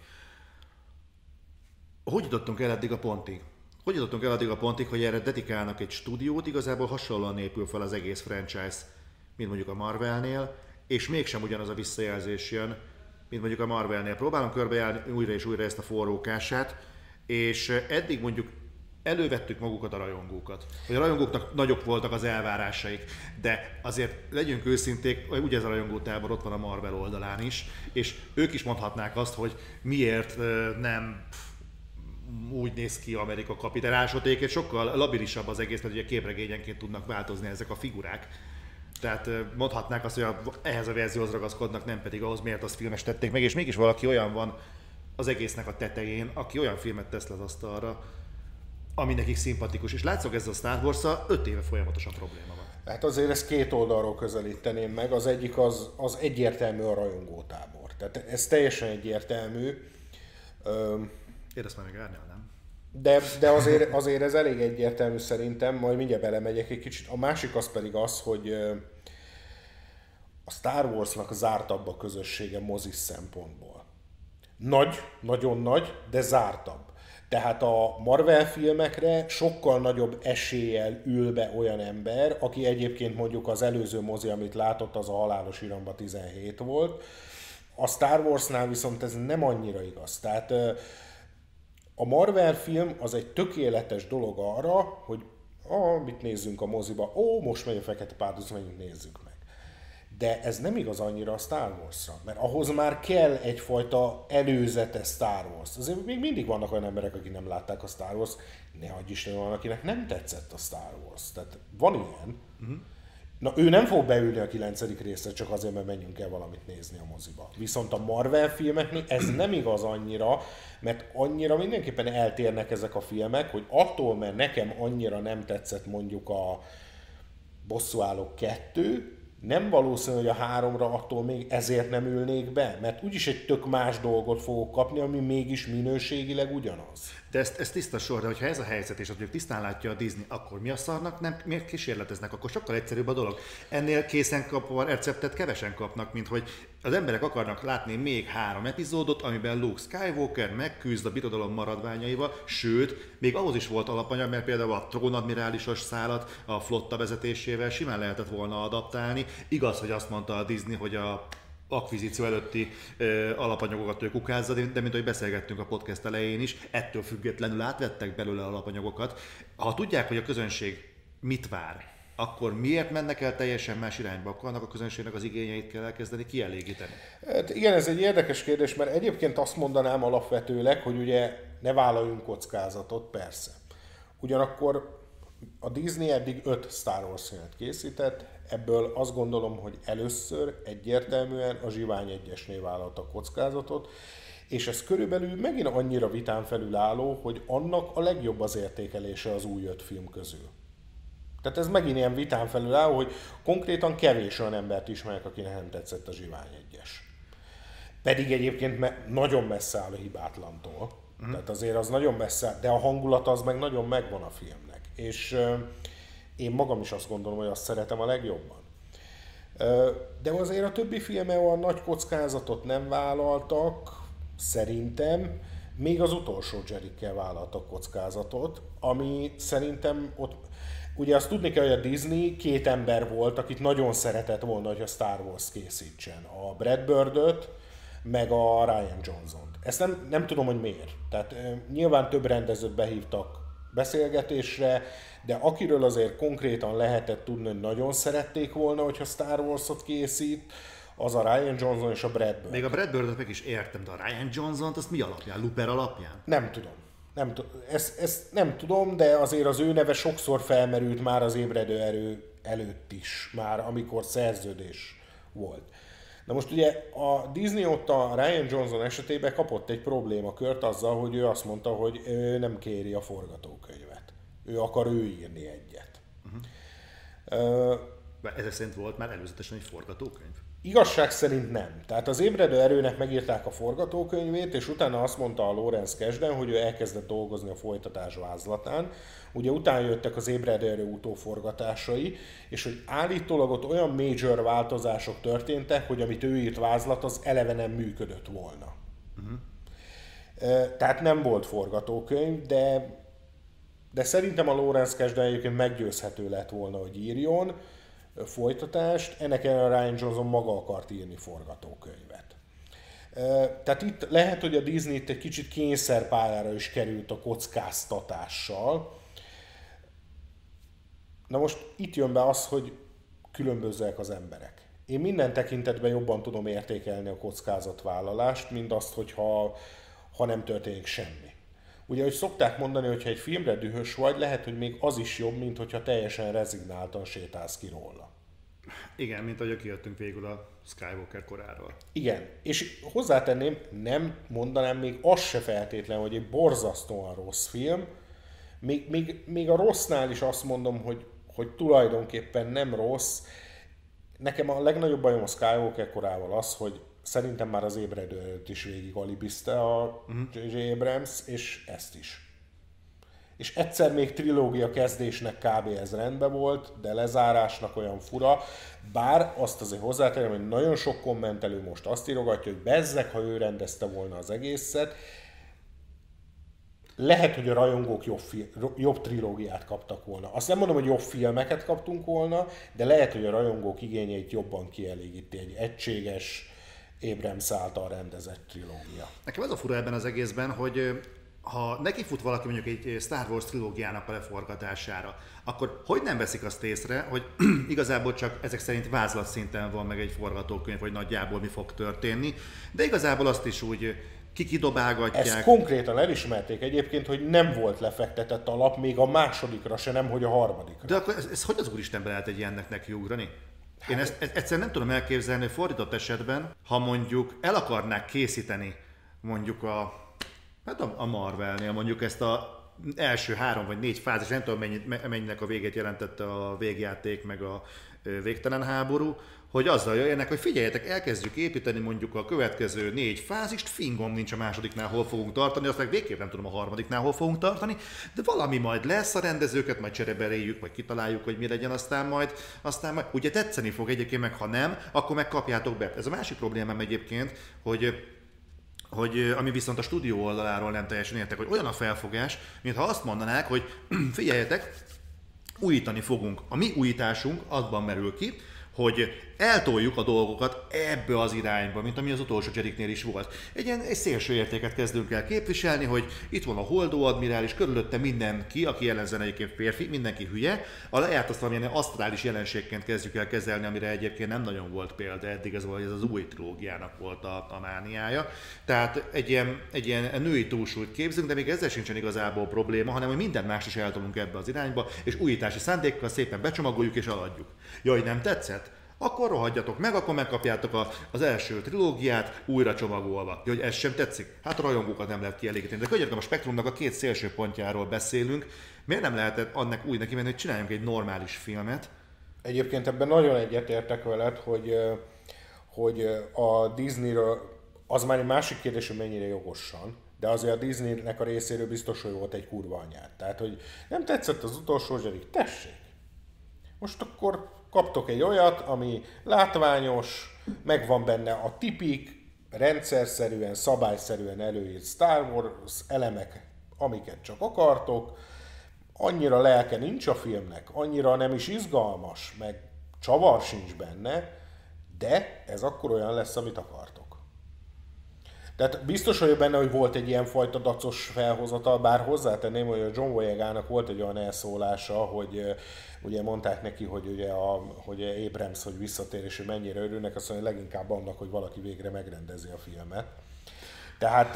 Hogy jutottunk el eddig a pontig? Hogy jutottunk el addig a pontig, hogy erre dedikálnak egy stúdiót, igazából hasonlóan épül fel az egész franchise, mint mondjuk a Marvelnél, és mégsem ugyanaz a visszajelzés jön, mint mondjuk a Marvelnél. Próbálom körbejárni újra és újra ezt a forrókását, és eddig mondjuk elővettük magukat a rajongókat. Hogy a rajongóknak nagyobb voltak az elvárásaik, de azért legyünk őszinték, hogy ugye ez a rajongótábor ott van a Marvel oldalán is, és ők is mondhatnák azt, hogy miért nem úgy néz ki Amerika kapitálásodék, egy sokkal labilisabb az egész, mert ugye képregényenként tudnak változni ezek a figurák. Tehát mondhatnák azt, hogy a, ehhez a verzióhoz ragaszkodnak, nem pedig ahhoz, miért azt filmesítették meg, és mégis valaki olyan van az egésznek a tetején, aki olyan filmet tesz le az asztalra, ami nekik szimpatikus. És látszok, ez a Star Wars-szal öt éve folyamatosan probléma van. Hát azért ezt két oldalról közelíteném meg. Az egyik az, az egyértelmű a rajongótábor. Tehát ez teljesen egyértelmű. Én ezt már meg árnyalnám. De, de azért, azért ez elég egyértelmű szerintem, majd mindjárt belemegyek egy kicsit. A másik az pedig az, hogy a Star Warsnak zártabb a közössége mozis szempontból. Nagy, nagyon nagy, de zártabb. Tehát a Marvel filmekre sokkal nagyobb eséllyel ül be olyan ember, aki egyébként mondjuk az előző mozi, amit látott, az a Halálos Iramba tizenhét volt. A Star Warsnál viszont ez nem annyira igaz. Tehát a Marvel film az egy tökéletes dolog arra, hogy ah, mit nézzünk a moziba, ó, most megy a Fekete Párduc, menjünk nézzük meg. De ez nem igaz annyira a Star Wars-ra, mert ahhoz már kell egyfajta előzete Star Wars. Azért még mindig vannak olyan emberek, akik nem látták a Star Wars, ne adj Isten, van, akinek nem tetszett a Star Wars. Tehát van ilyen. Uh-huh. Na, ő nem fog beülni a kilencedik részre csak azért, mert menjünk el valamit nézni a moziba. Viszont a Marvel filmeknél ez nem igaz annyira, mert annyira mindenképpen eltérnek ezek a filmek, hogy attól, mert nekem annyira nem tetszett mondjuk a Bosszúállók kettő, nem valószínű, hogy a háromra attól még ezért nem ülnék be, mert úgyis egy tök más dolgot fogok kapni, ami mégis minőségileg ugyanaz. De ezt, ezt tiszta sor, de hogyha ez a helyzet, és azt tisztán látja a Disney, akkor mi a szarnak, nem, miért kísérleteznek, akkor sokkal egyszerűbb a dolog. Ennél készen kapva receptet kevesen kapnak, mint hogy az emberek akarnak látni még három epizódot, amiben Luke Skywalker megküzd a birodalom maradványaival, sőt, még ahhoz is volt alapanyag, mert például a trónadmirálisos szálat a flotta vezetésével simán lehetett volna adaptálni. Igaz, hogy azt mondta a Disney, hogy a akvizíció előtti ö, alapanyagokat ő kukázza, de mint ahogy beszélgettünk a podcast elején is, ettől függetlenül átvettek belőle alapanyagokat. Ha tudják, hogy a közönség mit vár, akkor miért mennek el teljesen más irányba? Akkor annak a közönségnek az igényeit kell elkezdeni kielégíteni? Hát igen, ez egy érdekes kérdés, mert egyébként azt mondanám alapvetőleg, hogy ugye ne vállaljunk kockázatot, persze. Ugyanakkor a Disney eddig öt Star Wars filmet készített, ebből azt gondolom, hogy először egyértelműen a Zsivány egyesnél vállalta a kockázatot, és ez körülbelül megint annyira vitán felülálló, hogy annak a legjobb az értékelése az új öt film közül. Tehát ez megint ilyen vitán felülálló, hogy konkrétan kevés olyan embert ismerek, akinek nem tetszett a Zsivány egyes. Pedig egyébként me- nagyon messze áll a hibátlantól. Mm. Tehát azért az nagyon messze, de a hangulat az meg nagyon megvan a filmnek. És euh, én magam is azt gondolom, hogy azt szeretem a legjobban. Euh, de azért a többi filme olyan nagy kockázatot nem vállaltak, szerintem, még az utolsó Jedi-kkel vállaltak kockázatot, ami szerintem ott, ugye azt tudni kell, hogy a Disney két ember volt, akit nagyon szeretett volna, hogy a Star Wars készítsen. A Brad Birdöt, meg a Rian Johnson-t. Ezt nem, nem tudom, hogy miért. Tehát e, nyilván több rendezőt behívtak beszélgetésre, de akiről azért konkrétan lehetett tudni, hogy nagyon szerették volna, hogyha Star Wars-ot készít, az a Rian Johnson és a Brad Bird. Még a Brad Birdot meg is értem, de a Rian Johnson-t azt mi alapján? Looper alapján? Nem tudom. Nem t- ezt, ezt nem tudom, de azért az ő neve sokszor felmerült már az Ébredő erő előtt is, már amikor szerződés volt. Na most ugye a Disney ott a Rian Johnson esetében kapott egy problémakört azzal, hogy ő azt mondta, hogy ő nem kéri a forgatókönyvet. Ő akar ő írni egyet. Uh-huh. Uh, Ezek szerint volt már előzetesen egy forgatókönyv? Igazság szerint nem. Tehát az Ébredő erőnek megírták a forgatókönyvét, és utána azt mondta a Lawrence Kasdan, hogy ő elkezdett dolgozni a folytatás vázlatán. Ugye utána jöttek az Ébredő erő utóforgatásai, és hogy állítólag ott olyan major változások történtek, hogy amit ő írt vázlat, az eleve nem működött volna. Uh-huh. Tehát nem volt forgatókönyv, de, de szerintem a Lawrence Kasdan egyébként meggyőzhető lett volna, hogy írjon folytatást, ennek a Rian Johnson maga akart írni forgatókönyvet. Tehát itt lehet, hogy a Disney itt egy kicsit kényszerpályára is került a kockáztatással. Na most itt jön be az, hogy különbözőek az emberek. Én minden tekintetben jobban tudom értékelni a kockázatvállalást, mint azt, hogyha ha nem történik semmi. Ugye, hogy szokták mondani, hogy ha egy filmre dühös vagy, lehet, hogy még az is jobb, mint hogyha teljesen rezignáltan sétálsz ki róla. Igen, mint ahogy kijöttünk végül a Skywalker koráról. Igen, és hozzátenném, nem mondanám még azt se feltétlen, hogy egy borzasztóan rossz film. Még, még, még a rossznál is azt mondom, hogy, hogy tulajdonképpen nem rossz. Nekem a legnagyobb bajom a Skywalker korával az, hogy szerintem már az ébredő előtt is végig alibizte a jé jé Abrams, és ezt is. És egyszer még trilógia kezdésnek kb. Ez rendben volt, de lezárásnak olyan fura. Bár azt azért hozzátenem, hogy nagyon sok kommentelő most azt írogatja, hogy bezzeg, ha ő rendezte volna az egészet. Lehet, hogy a rajongók jobb, fi- jobb trilógiát kaptak volna. Azt nem mondom, hogy jobb filmeket kaptunk volna, de lehet, hogy a rajongók igényeit jobban kielégíti egy egységes, Abrams által rendezett trilógia. Nekem az a fura ebben az egészben, hogy ha nekifut valaki mondjuk egy Star Wars trilógiának a leforgatására, akkor hogy nem veszik azt észre, hogy igazából csak ezek szerint vázlatszinten van meg egy forgatókönyv, hogy nagyjából mi fog történni, de igazából azt is úgy kikidobálgatják. Ezt konkrétan elismerték egyébként, hogy nem volt lefektetett alap még a másodikra se, nem hogy a harmadikra. De akkor ez, ez hogy az Úristenben lehet egy ilyennek nekiugrani? Én ezt, ezt egyszerűen nem tudom elképzelni, hogy fordított esetben, ha mondjuk el akarnák készíteni mondjuk a, hát a Marvelnél mondjuk ezt a első három vagy négy fázis, nem tudom mennyi, mennyinek a végét jelentette a végjáték meg a végtelen háború, hogy azzal jöjjenek, hogy figyeljetek, elkezdjük építeni mondjuk a következő négy fázist, fingom nincs a másodiknál, hol fogunk tartani, azt meg végképp nem tudom a harmadiknál, hol fogunk tartani, de valami majd lesz, a rendezőket majd csereberéljük, vagy kitaláljuk, hogy mi legyen, aztán majd, aztán majd, ugye tetszeni fog egyébként, meg ha nem, akkor meg kapjátok be. Ez a másik problémám egyébként, hogy hogy ami viszont a stúdió oldaláról nem teljesen értek, hogy olyan a felfogás, mintha azt mondanák, hogy figyeljetek, újítani fogunk. A mi újításunk abban merül ki, hogy eltoljuk a dolgokat ebbe az irányba, mint ami az utolsó Jediknél is volt. Egy ilyen egy szélső értéket kezdünk el képviselni, hogy itt van a Holdó admirális, körülötte mindenki, aki jelenzen egyébként férfi, mindenki hülye. A lejárt azt valamilyen asztrális jelenségként kezdjük el kezelni, amire egyébként nem nagyon volt példa eddig, ez, ez az új trilógiának volt a, a mániája. Tehát egy ilyen, egy ilyen női túlsúlyt képzünk, de még ezzel sincsen igazából probléma, hanem hogy minden más is eltolunk ebbe az irányba, és újítási szándékkal szépen becsomagoljuk és eladjuk. Jaj, nem tetszett? Akkor rohadjatok meg, akkor megkapjátok a, az első trilógiát újra csomagolva. Hogy ez sem tetszik? Hát a rajongókat nem lehet kielégíteni. De könyörgöm, a spektrumnak a két szélső pontjáról beszélünk. Miért nem lehetett annak úgy neki menni, hogy csináljunk egy normális filmet? Egyébként ebben nagyon egyetértek veled, hogy, hogy a Disneyről, az már egy másik kérdés, hogy mennyire jogosan, de azért a Disneynek a részéről biztos, hogy volt egy kurva anyát. Tehát, hogy nem tetszett az utolsó Jedi, tessék! Most akkor kaptok egy olyat, ami látványos, megvan benne a tipik, rendszerszerűen, szabályszerűen előírt Star Wars elemek, amiket csak akartok, annyira lelke nincs a filmnek, annyira nem is izgalmas, meg csavar sincs benne, de ez akkor olyan lesz, amit akartok. Tehát biztos vagyok benne, hogy volt egy ilyen fajta dacos felhozatal, bár hozzátenném, hogy a John Boyega-nak volt egy olyan elszólása, hogy ugye mondták neki, hogy, ugye a, hogy Abrams, hogy visszatér, és hogy mennyire örülnek, azt mondja, leginkább annak, hogy valaki végre megrendezi a filmet. Tehát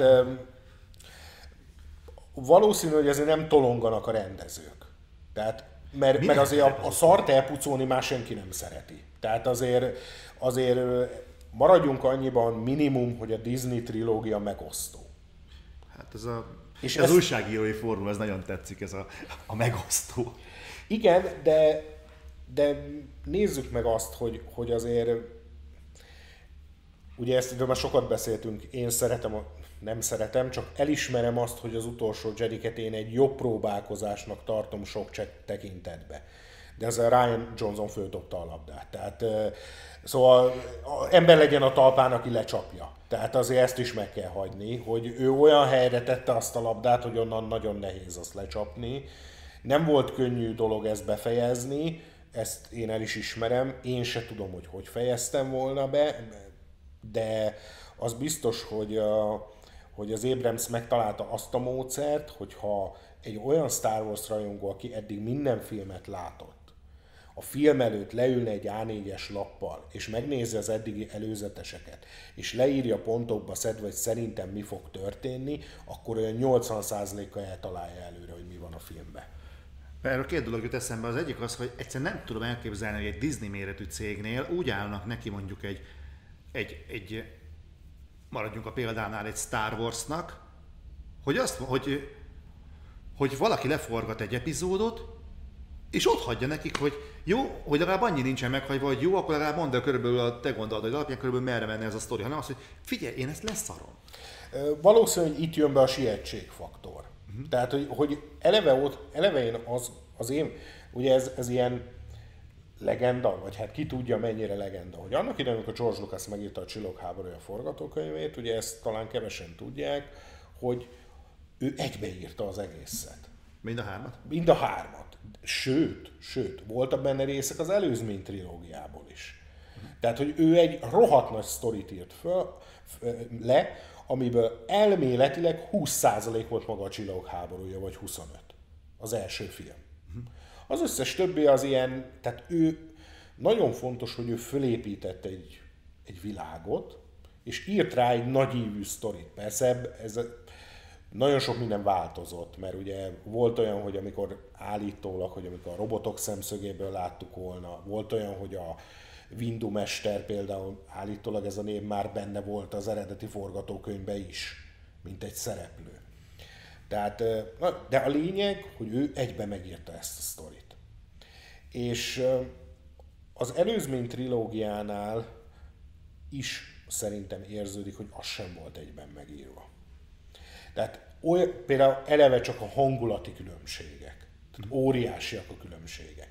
valószínű, hogy ezért nem tolonganak a rendezők. Tehát, mert, mert azért a, a szart elpucolni már senki nem szereti. Tehát azért, azért maradjunk annyiban minimum, hogy a Disney trilógia megosztó. Hát ez a, és az ez... újságírói formula, ez nagyon tetszik, ez a, a megosztó. Igen, de, de nézzük meg azt, hogy, hogy azért, ugye ezt már sokat beszéltünk, én szeretem, nem szeretem, csak elismerem azt, hogy az utolsó Jediket én egy jobb próbálkozásnak tartom sok tekintetbe. De ezzel Ryan Johnson föltopta a labdát. Tehát, szóval ember legyen a talpán, aki lecsapja. Tehát azért ezt is meg kell hagyni, hogy ő olyan helyre tette azt a labdát, hogy onnan nagyon nehéz azt lecsapni. Nem volt könnyű dolog ezt befejezni, ezt én el is ismerem, én se tudom, hogy hogy fejeztem volna be, de az biztos, hogy, hogy az Abrams megtalálta azt a módszert, hogyha egy olyan Star Wars rajongó, aki eddig minden filmet látott, a film előtt leülne egy á négyes lappal, és megnézi az eddigi előzeteseket, és leírja pontokba szedve, hogy szerintem mi fog történni, akkor olyan nyolcvan százaléka eltalálja előre, hogy mi van a filmben. Erről két dolog jut eszembe. Az egyik az, hogy egyszerűen nem tudom elképzelni, hogy egy Disney méretű cégnél úgy állnak neki mondjuk egy, egy, egy maradjunk a példánál, egy Star Warsnak, hogy, azt, hogy, hogy valaki leforgat egy epizódot, és ott hagyja nekik, hogy jó, hogy legalább annyi nincsen meghagyva, hogy jó, akkor legalább mondd el körülbelül a te gondolatod alapján körülbelül merre menne ez a sztori, hanem az, hogy figyelj, én ezt leszarom. Valószínűleg itt jön be a sietségfaktor. Uh-huh. Tehát, hogy, hogy eleve, ott, eleve én az, az én, ugye ez, ez ilyen legenda, vagy hát ki tudja mennyire legenda, hogy annak idején, amikor George Lucas megírta a Csillagok háborúja forgatókönyvét, ugye ezt talán kevesen tudják, hogy ő egybeírta az egészet. Mind a hármat? Mind a hármat. Sőt, sőt, voltak benne részek az előzmény trilógiából is. Uh-huh. Tehát, hogy ő egy rohadt nagy sztorit írt föl, le, amiből elméletileg húsz százalék volt maga a Csillagok háborúja, vagy huszonöt. Az első film. Uh-huh. Az összes többi az ilyen, tehát ő nagyon fontos, hogy ő fölépített egy, egy világot, és írt rá egy nagyívű sztorit. Persze ez nagyon sok minden változott, mert ugye volt olyan, hogy amikor állítólag, hogy amikor a robotok szemszögéből láttuk volna, volt olyan, hogy a Windu mester például állítólag ez a név már benne volt az eredeti forgatókönyvben is, mint egy szereplő. Tehát, de a lényeg, hogy ő egyben megírta ezt a sztorit. És az előzmény trilógiánál is szerintem érződik, hogy az sem volt egyben megírva. Tehát olyan, például eleve csak a hangulati különbségek. Tehát óriásiak a különbségek.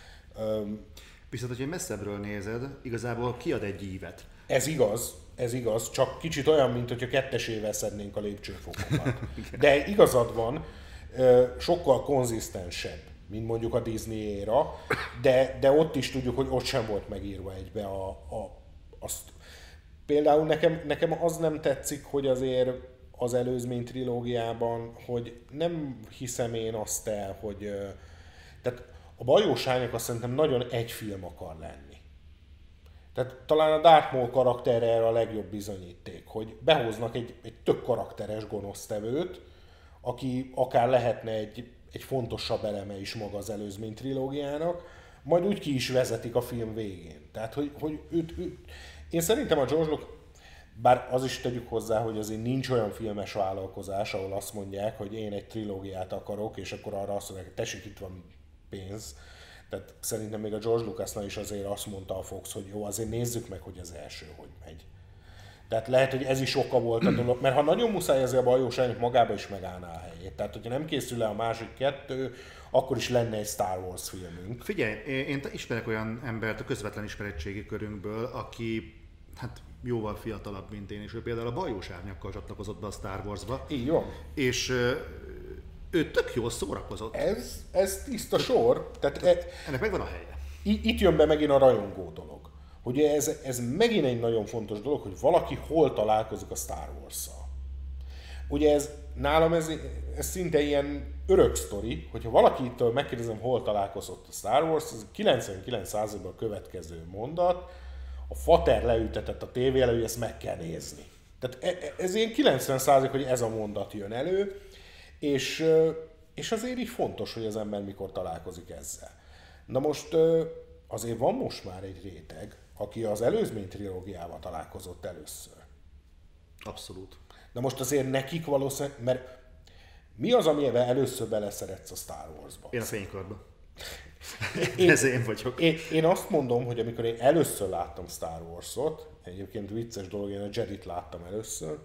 Viszont, hogyha messzebbről nézed, igazából kiad egy ívet. Ez igaz, ez igaz, csak kicsit olyan, mint hogyha kettesével szednénk a lépcsőfokokat. De igazad van, sokkal konzisztensebb, mint mondjuk a Disney éra, de, de ott is tudjuk, hogy ott sem volt megírva egybe a, a, azt. Például nekem, nekem az nem tetszik, hogy azért az előzmény trilógiában, hogy nem hiszem én azt el, hogy... Tehát a bajósányok azt szerintem nagyon egy film akar lenni. Tehát talán a Darth Maul karakterre erre a legjobb bizonyíték, hogy behoznak egy, egy tök karakteres gonosztevőt, aki akár lehetne egy, egy fontosabb eleme is maga az előzmény trilógiának, majd úgy ki is vezetik a film végén. Tehát, hogy, hogy őt, őt, én szerintem a George Lucas, bár az is tegyük hozzá, hogy azért nincs olyan filmes vállalkozás, ahol azt mondják, hogy én egy trilógiát akarok, és akkor arra azt mondják, hogy tessék, itt van pénz. Tehát szerintem még a George Lucasnál is azért azt mondta a Fox, hogy jó, azért nézzük meg, hogy az első hogy megy. Tehát lehet, hogy ez is oka volt a dolog, mert ha nagyon muszáj, ezért a bajósányok magába is megállná a helyét. Tehát, hogyha nem készül le a másik kettő, akkor is lenne egy Star Wars filmünk. Figyelj, én ismerek olyan embert a közvetlen ismeretségi körünkből, aki hát jóval fiatalabb, mint én, és ő például a Bajós Árnyakkal csatlakozott be a Star Warsba. Így van. És ő tök jól szórakozott. Ez, ez tiszta sor. Tehát e, ennek megvan a helye. Itt jön be megint a rajongó dolog. Hogy ez, ez megint egy nagyon fontos dolog, hogy valaki hol találkozik a Star Wars-szal. Ugye ez nálam ez, ez szinte ilyen örök sztori, hogyha valakitől megkérdezem, hol találkozott a Star Wars, ez kilencvenkilenc százalékban a következő mondat, a fater leültetett a tévé elő, hogy ezt meg kell nézni. Tehát ez ilyen kilencven százalék, hogy ez a mondat jön elő, és, és azért így fontos, hogy az ember mikor találkozik ezzel. Na most azért van most már egy réteg, aki az előzmény trilógiával találkozott először. Abszolút. Na most azért nekik valószínűleg, mert mi az, amivel először beleszeretsz a Star Wars-ba? Én a fénykorba. Én, Ez én vagyok. Én, én azt mondom, hogy amikor én először láttam Star Wars-ot, egyébként vicces dolog, én a Jedit láttam először,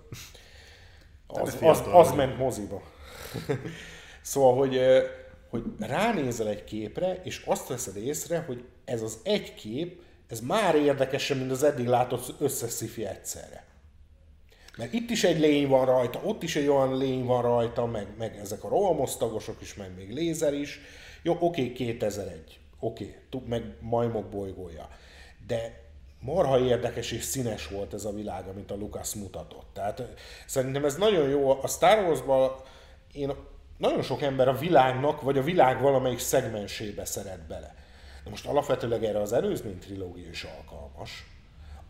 az, az, az ment moziba. Szóval, hogy, hogy ránézel egy képre, és azt veszed észre, hogy ez az egy kép, ez már érdekesebb, mint az eddig látott összes sci-fi egyszerre. Mert itt is egy lény van rajta, ott is egy olyan lény van rajta, meg, meg ezek a rohamosztagosok is, meg még lézer is. Jó, oké, okay, kétezer-egy, oké, okay, meg majmok bolygója. De marha érdekes és színes volt ez a világ, amit a Lucas mutatott. Tehát szerintem ez nagyon jó. A Star Wars-ban én nagyon sok ember a világnak, vagy a világ valamelyik szegmensébe szeret bele. De most alapvetőleg erre az előzmény trilógia is alkalmas.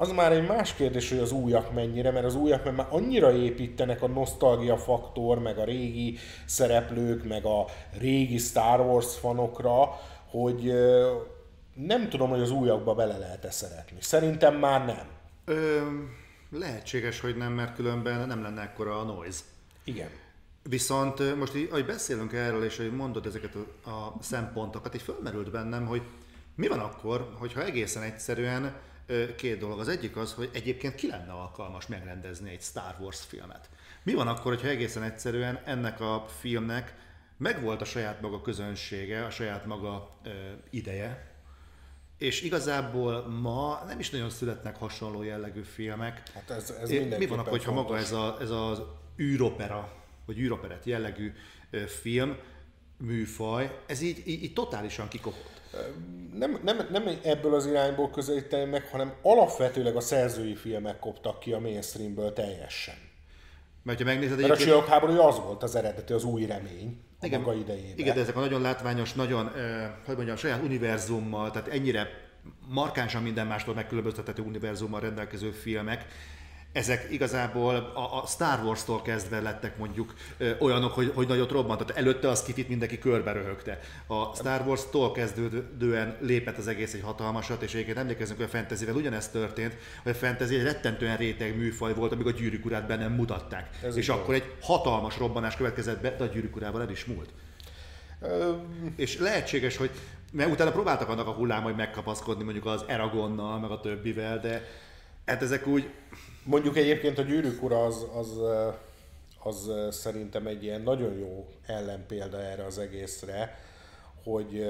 Az már egy más kérdés, hogy az újak mennyire, mert az újak mert már annyira építenek a nosztalgia faktor, meg a régi szereplők, meg a régi Star Wars fanokra, hogy nem tudom, hogy az újakba bele lehet-e szeretni. Szerintem már nem. Ö, lehetséges, hogy nem, mert különben nem lenne ekkora a noise. Igen. Viszont most így, ahogy beszélünk erről, és hogy mondod ezeket a, a szempontokat, így fölmerült bennem, hogy mi van akkor, hogyha egészen egyszerűen két dolog. Az egyik az, hogy egyébként ki lenne alkalmas megrendezni egy Star Wars filmet. Mi van akkor, hogyha egészen egyszerűen ennek a filmnek megvolt a saját maga közönsége, a saját maga ö, ideje, és igazából ma nem is nagyon születnek hasonló jellegű filmek. Hát ez, ez Mi van akkor, hogyha maga ez, a, ez az űropera, vagy űroperett jellegű ö, film, műfaj, ez így, így, így totálisan kikopott? Nem, nem, nem ebből az irányból közelíteni meg, hanem alapvetőleg a szerzői filmek koptak ki a mainstreamből teljesen. Mert, ha megnézed, Mert a csillagháború az volt az eredeti, az új remény a igen, maga idejében. Igen, de ezek a nagyon látványos, nagyon, eh, hogy mondjam, saját univerzummal, tehát ennyire markánsan minden mástól megkülönböztethető univerzummal rendelkező filmek, ezek igazából a, a Star Wars-tól kezdve lettek mondjuk ö, olyanok, hogy, hogy nagyot robbant. Tehát előtte az kifit mindenki körbe röhögte. A Star Wars-tól kezdődően lépett az egész egy hatalmasat, és egyébként emlékezzünk, hogy a fantasyvel ugyanezt történt, hogy a fantasy egy rettentően réteg műfaj volt, amíg a Gyűrűk urát be nem mutatták. Ez és akkor egy hatalmas robbanás következett be, de a Gyűrűk urával el is múlt. Um... És lehetséges, hogy mert utána próbáltak annak a hullám, hogy megkapaszkodni mondjuk az Aragonnal, meg a többivel, de hát ezek úgy... Mondjuk egyébként a Gyűrűk ura az, az, az szerintem egy ilyen nagyon jó ellenpélda erre az egészre, hogy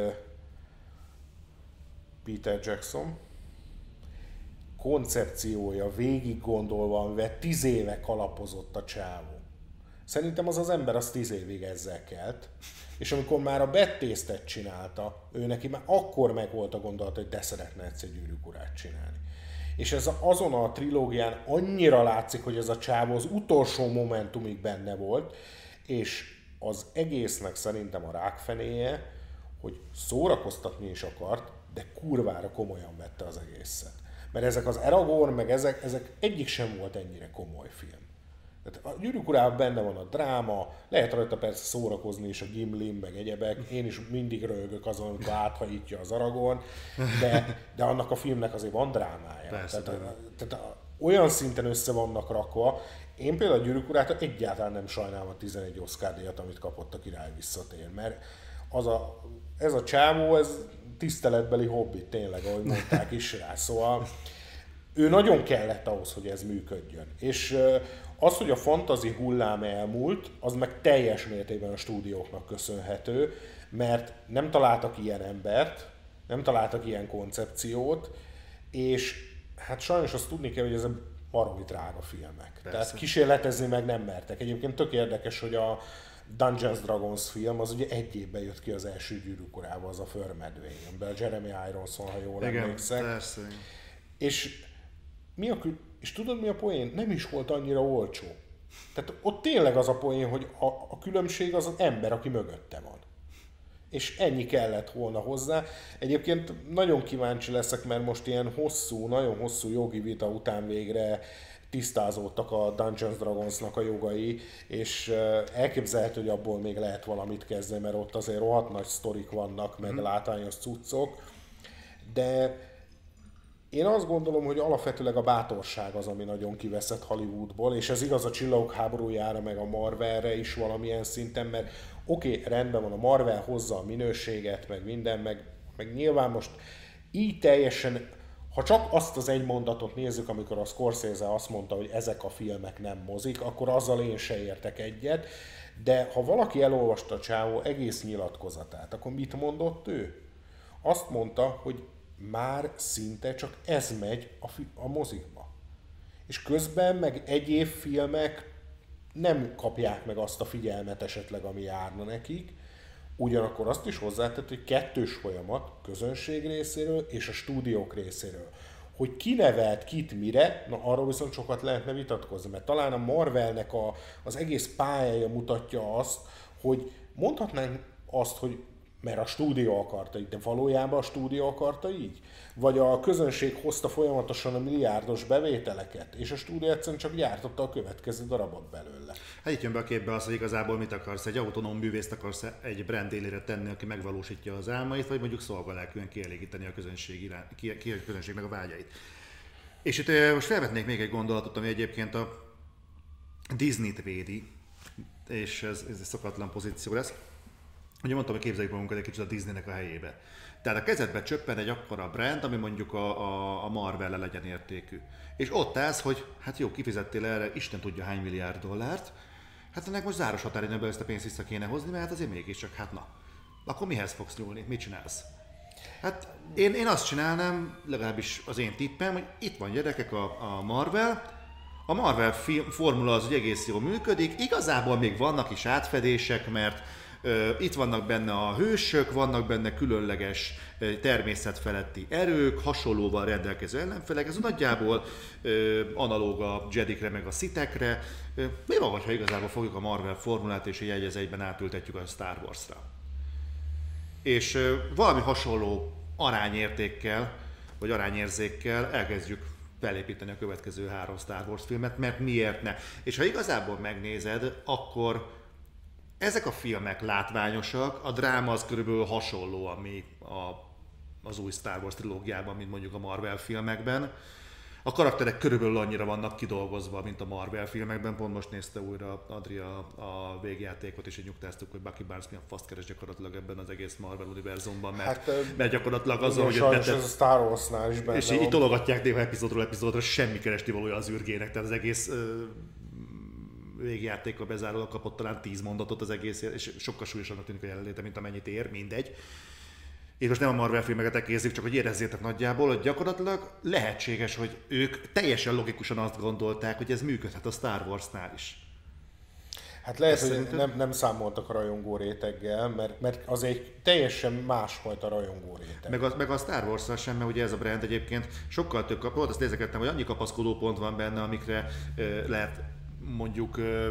Peter Jackson koncepciója végig gondolva, amivel tíz éve kalapozott a csávó. Szerintem az az ember az tíz évig ezzel kelt, és amikor már a Bad Taste-et csinálta, ő neki már akkor meg volt a gondolat, hogy de szeretne egyszer Gyűrűk urát csinálni. És ez azon a trilógián annyira látszik, hogy ez a csávó az utolsó momentumig benne volt, és az egésznek szerintem a rákfenéje, hogy szórakoztatni is akart, de kurvára komolyan vette az egészet. Mert ezek az Aragorn, meg ezek, ezek egyik sem volt ennyire komoly film. Tehát a Gyűrűk urában benne van a dráma, lehet rajta persze szórakozni is a Gimli, meg egyebek. Én is mindig röhögök azon, amikor áthajítja az Aragorn, de, de annak a filmnek azért van drámája. Persze, tehát, a, tehát a, olyan szinten össze vannak rakva. Én például a Gyűrűk urát egyáltalán nem sajnálom a tizenegy Oscar-díjat, amit kapott a Király visszatér, mert az a, ez a csávó, ez tiszteletbeli hobbi, tényleg, ahogy mondták is rá. Szóval ő nagyon kellett ahhoz, hogy ez működjön. És az, hogy a fantasy hullám elmúlt, az meg teljes mértékben a stúdióknak köszönhető, mert nem találtak ilyen embert, nem találtak ilyen koncepciót, és hát sajnos azt tudni kell, hogy ez a baromi drága filmek. Persze. Tehát kísérletezni meg nem mertek. Egyébként tök érdekes, hogy a Dungeons Dragons film az ugye egy évben jött ki az első Gyűrűk urával, az a Förmedvény, amiben a Jeremy Ironson, ha jól igen, emlékszek. Persze. És mi a kül- És tudod mi a poén? Nem is volt annyira olcsó. Tehát ott tényleg az a poén, hogy a, a különbség az az ember, aki mögötte van. És ennyi kellett volna hozzá. Egyébként nagyon kíváncsi leszek, mert most ilyen hosszú, nagyon hosszú jogi vita után végre tisztázódtak a Dungeons Dragonsnak a jogai, és elképzelhető, hogy abból még lehet valamit kezdeni, mert ott azért rohadt nagy sztorik vannak, meg mm. látványos cuccok. De én azt gondolom, hogy alapvetőleg a bátorság az, ami nagyon kiveszett Hollywoodból, és ez igaz a Csillagok háborújára, meg a Marvelre is valamilyen szinten, mert oké, okay, rendben van, a Marvel hozza a minőséget, meg minden, meg, meg nyilván most így teljesen, ha csak azt az egy mondatot nézzük, amikor a Scorsese azt mondta, hogy ezek a filmek nem mozik, akkor azzal én se értek egyet, de ha valaki elolvasta a csávó egész nyilatkozatát, akkor mit mondott ő? Azt mondta, hogy már szinte csak ez megy a, fi- a mozikba. És közben meg egyéb filmek nem kapják meg azt a figyelmet esetleg, ami járna nekik. Ugyanakkor azt is hozzátett, hogy kettős folyamat közönség részéről és a stúdiók részéről. Hogy ki nevelt kit mire, na arról viszont sokat lehetne vitatkozni, mert talán a Marvelnek a, az egész pályája mutatja azt, hogy mondhatnánk azt, hogy mert a stúdió akarta így, de valójában a stúdió akarta így? Vagy a közönség hozta folyamatosan a milliárdos bevételeket, és a stúdió egyszerűen csak gyártotta a következő darabot belőle? Hát itt jön be a képbe az, hogy igazából mit akarsz, egy autonóm művészt akarsz egy brand élére tenni, aki megvalósítja az álmait, vagy mondjuk szolgalelkűen kielégíteni a közönség irán, ki, a közönségnek a vágyait. És itt most felvetnék még egy gondolatot, ami egyébként a Disneyt védi, és ez, ez egy szokatlan pozíció lesz. Ugye mondtam, hogy képzeljük magunkat egy kicsit a Disneynek a helyébe. Tehát a kezedbe csöppen egy akkora brand, ami mondjuk a, a, a Marvel-le legyen értékű. És ott állsz, hogy hát jó, kifizettél erre Isten tudja hány milliárd dollárt, hát ennek most záros határidőben ezt a pénzt vissza kéne hozni, mert hát azért mégiscsak, hát na. Akkor mihez fogsz nyúlni? Mit csinálsz? Hát én, én azt csinálnám, legalábbis az én tippem, hogy itt van gyerekek a, a Marvel, a Marvel film, formula az, hogy egész jól működik, igazából még vannak is átfedések, mert uh, itt vannak benne a hősök, vannak benne különleges uh, természetfeletti erők, hasonlóval rendelkező ellenfelek, ez nagyjából uh, analóg a Jedikre meg a Sithekre. Uh, mi van, ha igazából fogjuk a Marvel formulát és egy egy egyben átültetjük a Star Wars-ra? És uh, valami hasonló arányértékkel, vagy arányérzékkel elkezdjük felépíteni a következő három Star Wars filmet, mert miért ne? És ha igazából megnézed, akkor ezek a filmek látványosak, a dráma az körülbelül hasonló, ami a, az új Star Wars trilógiában, mint mondjuk a Marvel filmekben. A karakterek körülbelül annyira vannak kidolgozva, mint a Marvel filmekben. Pont most nézte újra Adria a végjátékot, és így nyugtáztuk, hogy Bucky Barnes mi a faszt keres gyakorlatilag ebben az egész Marvel univerzumban, mert, hát, mert gyakorlatilag azzal, hogy sajnos ez a Star Warsnál is benne és így, így tologatják néha epizódról epizódra, semmi keresnivalója az űrgének, tehát az egész uh, végjátékkal bezárólag kapott talán tíz mondatot az egész, és sokkal súlyosabbnak tűnik a jelenléte, mint amennyit ér, mindegy. És most nem a Marvel filmeket elkézzük, csak hogy érezzétek nagyjából, hogy gyakorlatilag lehetséges, hogy ők teljesen logikusan azt gondolták, hogy ez működhet a Star Warsnál is. Hát lehet, ezt hogy szerintem... nem, nem számoltak a rajongó réteggel, mert, mert az egy teljesen másfajta rajongó réteg. Meg a, meg a Star Wars-szal sem, mert ugye ez a brand egyébként sokkal több kapott, azt nézegettem, hogy annyi kapaszkodó pont van benne, amikre uh, lehet mondjuk uh,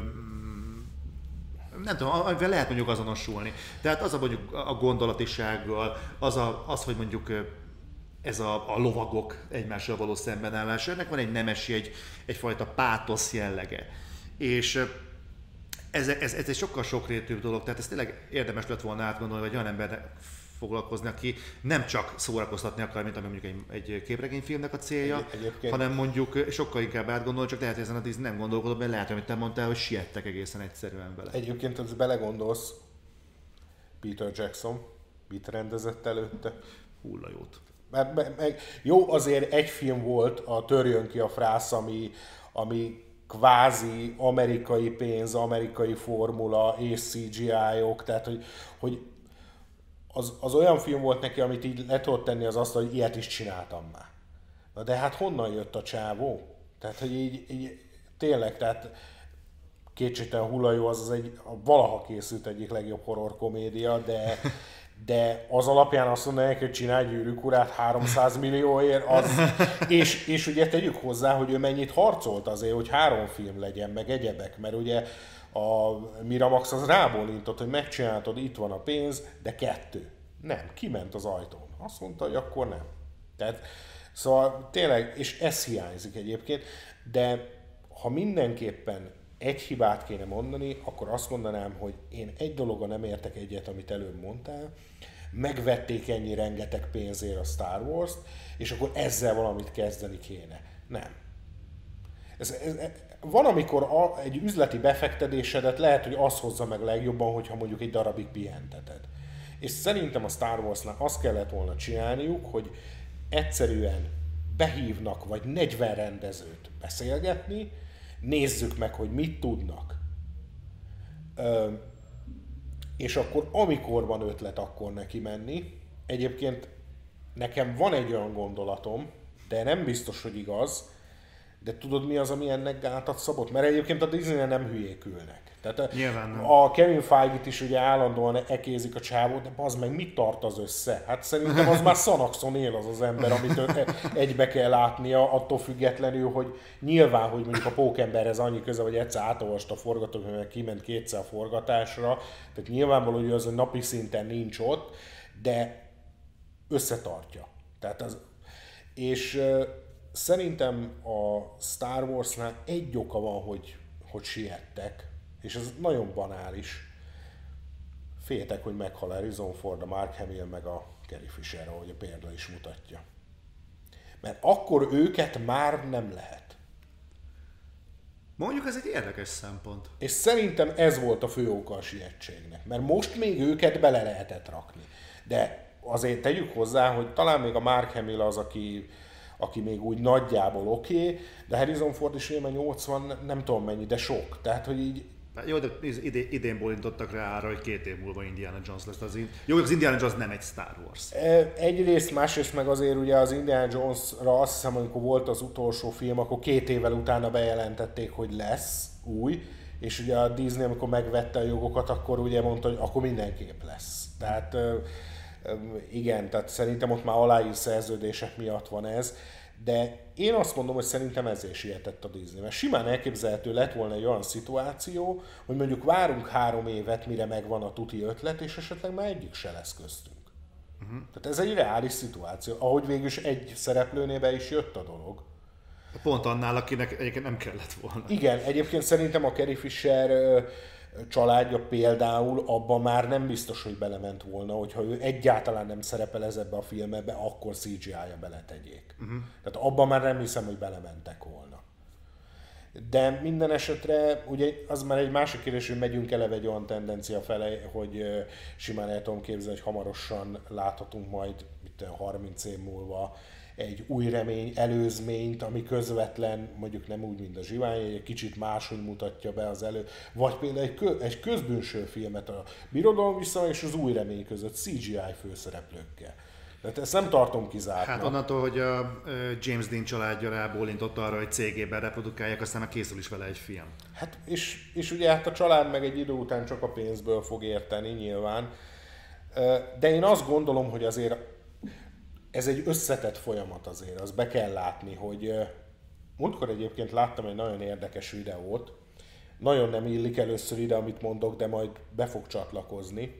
nem tudom, amivel lehet mondjuk azonosulni. Tehát az a mondjuk a gondolatisággal, az, a, az hogy mondjuk ez a, a lovagok egymással való szembenállása, ennek van egy nemesi, egy, egyfajta pátosz jellege. És ez, ez, ez egy sokkal sokrétűbb dolog, tehát ez tényleg érdemes lett volna átgondolni, vagy olyan embernek foglalkozni, aki nem csak szórakoztatni akar, mint ami mondjuk egy, egy képregényfilmnek a célja, egy, hanem mondjuk sokkal inkább átgondolni, csak lehet, hogy ezen a Disney nem gondolkodott, mert lehet, amit te mondtál, hogy siettek egészen egyszerűen vele. Egyébként, ha belegondolsz, Peter Jackson mit rendezett előtte? Hullajót. Mert meg, meg, jó, azért egy film volt, a Törjön ki a frász, ami, ami kvázi amerikai pénz, amerikai formula és cé gé í-ok, tehát hogy, hogy Az, az olyan film volt neki, amit így le tudott tenni az asztal, hogy ilyet is csináltam már. Na de hát honnan jött a csávó? Tehát, hogy így, így tényleg, tehát kétségtelen Hullajó az, az egy a valaha készült egyik legjobb horror komédia, de, de az alapján azt mondanak, hogy csinálj Gyűrűk urát háromszáz millióért, az, és, és ugye tegyük hozzá, hogy ő mennyit harcolt azért, hogy három film legyen, meg egyebek, mert ugye a Miramax az rábólintott, hogy megcsináltad, itt van a pénz, de kettő. Nem, kiment az ajtón. Azt mondta, hogy akkor nem. Tehát, szóval tényleg, és ez hiányzik egyébként, de ha mindenképpen egy hibát kéne mondani, akkor azt mondanám, hogy én egy dologa nem értek egyet, amit előbb mondtál, megvették ennyi rengeteg pénzért a Star Wars-t, és akkor ezzel valamit kezdeni kéne. Nem. Ez, ez, van, amikor a, egy üzleti befektetésedet lehet, hogy az hozza meg legjobban, hogyha mondjuk egy darabig pihenteted. És szerintem a Star Warsnál azt kellett volna csinálniuk, hogy egyszerűen behívnak vagy negyven rendezőt beszélgetni, nézzük meg, hogy mit tudnak. Ö, és akkor amikor van ötlet, akkor neki menni. Egyébként nekem van egy olyan gondolatom, de nem biztos, hogy igaz, de tudod mi az, ami ennek gátat szabott? Mert egyébként a Disney nem hülyék ülnek. Tehát Nyilván nem. A Kevin Feige-t is ugye állandóan ekézik a csávót, de az meg mit tart az össze? Hát szerintem az már szanaxon él az az ember, amit egybe kell látnia, attól függetlenül, hogy nyilván, hogy mondjuk a Pókemberhez annyi köze, hogy egyszer átolvast a forgatókönyvet, kiment kétszer a forgatásra, tehát nyilvánvaló, hogy az a napi szinten nincs ott, de összetartja. Tehát az, és uh, szerintem a Star Warsnál egy oka van, hogy, hogy siettek, és ez nagyon banális. Féltek, hogy meghal Harrison Ford, a Mark Hamill meg a Carrie Fisher, ahogy a példa is mutatja. Mert akkor őket már nem lehet. Mondjuk ez egy érdekes szempont. És szerintem ez volt a fő oka a sietségnek. Mert most még őket bele lehetett rakni. De azért tegyük hozzá, hogy talán még a Mark Hamill az, aki, aki még úgy nagyjából oké, okay, de Harrison Ford is ugye nyolcvan, nem tudom mennyi, de sok. Tehát, hogy így... Jó, de idén, idén bólintottak rá arra, hogy két év múlva Indiana Jones lesz. Az in... Jó, az Indiana Jones nem egy Star Wars. Egyrészt, másrészt meg azért ugye az Indiana Jones-ra azt hiszem, amikor volt az utolsó film, akkor két évvel utána bejelentették, hogy lesz új, és ugye a Disney, amikor megvette a jogokat, akkor ugye mondta, hogy akkor mindenképp lesz. Tehát igen, tehát szerintem ott már aláír szerződések miatt van ez, de én azt mondom, hogy szerintem ezért sietett a Disney, mert simán elképzelhető lett volna egy olyan szituáció, hogy mondjuk várunk három évet, mire megvan a tuti ötlet, és esetleg már egyik se lesz köztünk. Uh-huh. Tehát ez egy reális szituáció, ahogy végülis egy szereplőnél be is jött a dolog. Pont annál, akinek egyébként nem kellett volna. Igen, egyébként szerintem a Carrie Fisher családja például abban már nem biztos, hogy belement volna, hogyha ő egyáltalán nem szerepel ezekbe a filmekbe, akkor cé gé í-ja beletegyék. Uh-huh. Tehát abban már nem hiszem, hogy belementek volna. De minden esetre, ugye az már egy másik kérdés, hogy megyünk eleve egy olyan tendencia fele, hogy simán el tudom képzelni, hogy hamarosan láthatunk majd itt harminc év múlva egy új remény, előzményt, ami közvetlen, mondjuk nem úgy, mint a Zsivány, egy kicsit máshogy mutatja be az elő, vagy például egy, kö, egy közbűnső filmet a Birodalom vissza és az új remény között cé gé í főszereplőkkel. Tehát ezt nem tartom kizártnak. Hát onnantól, hogy a James Dean családja rábólintott arra, hogy cé gé-ben reprodukálják, aztán a készül is vele egy film. Hát és, és ugye hát a család meg egy idő után csak a pénzből fog érteni nyilván. De én azt gondolom, hogy azért ez egy összetett folyamat azért, azt be kell látni, hogy múltkor egyébként láttam egy nagyon érdekes videót, nagyon nem illik először ide, amit mondok, de majd be fog csatlakozni.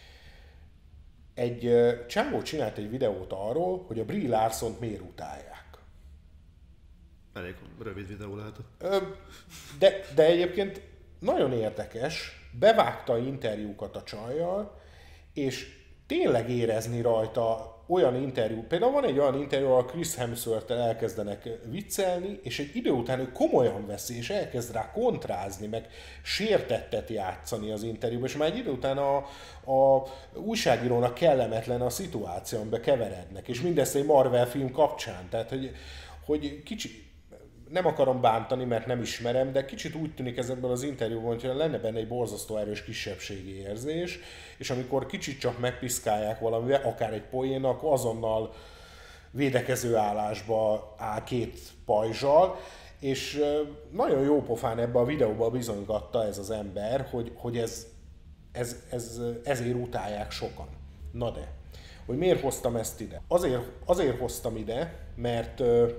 Egy csávó csinált egy videót arról, hogy a Brie Larsont miért utálják. Elég rövid videó lehetett. De, de egyébként nagyon érdekes, bevágta interjúkat a csajjal, és tényleg érezni rajta olyan interjú, például van egy olyan interjú, ahol Chris Hemsworth-tel elkezdenek viccelni, és egy idő után ő komolyan veszi, és elkezd rá kontrázni, meg sértettet játszani az interjúban, és már egy idő után a, a újságírónak kellemetlen a szituáció, amiben keverednek, és mindezt egy Marvel film kapcsán, tehát hogy, hogy kicsi, nem akarom bántani, mert nem ismerem, de kicsit úgy tűnik ezekből az interjúban, hogy lenne benne egy borzasztó erős kisebbségi érzés, és amikor kicsit csak megpiszkálják valamivel, akár egy poénnak, akkor azonnal védekező állásba áll két pajzsal, és nagyon jó pofán ebbe a videóban bizonygatta ez az ember, hogy, hogy ez, ez, ez, ezért utálják sokan. Na de, hogy miért hoztam ezt ide? Azért, azért hoztam ide, mert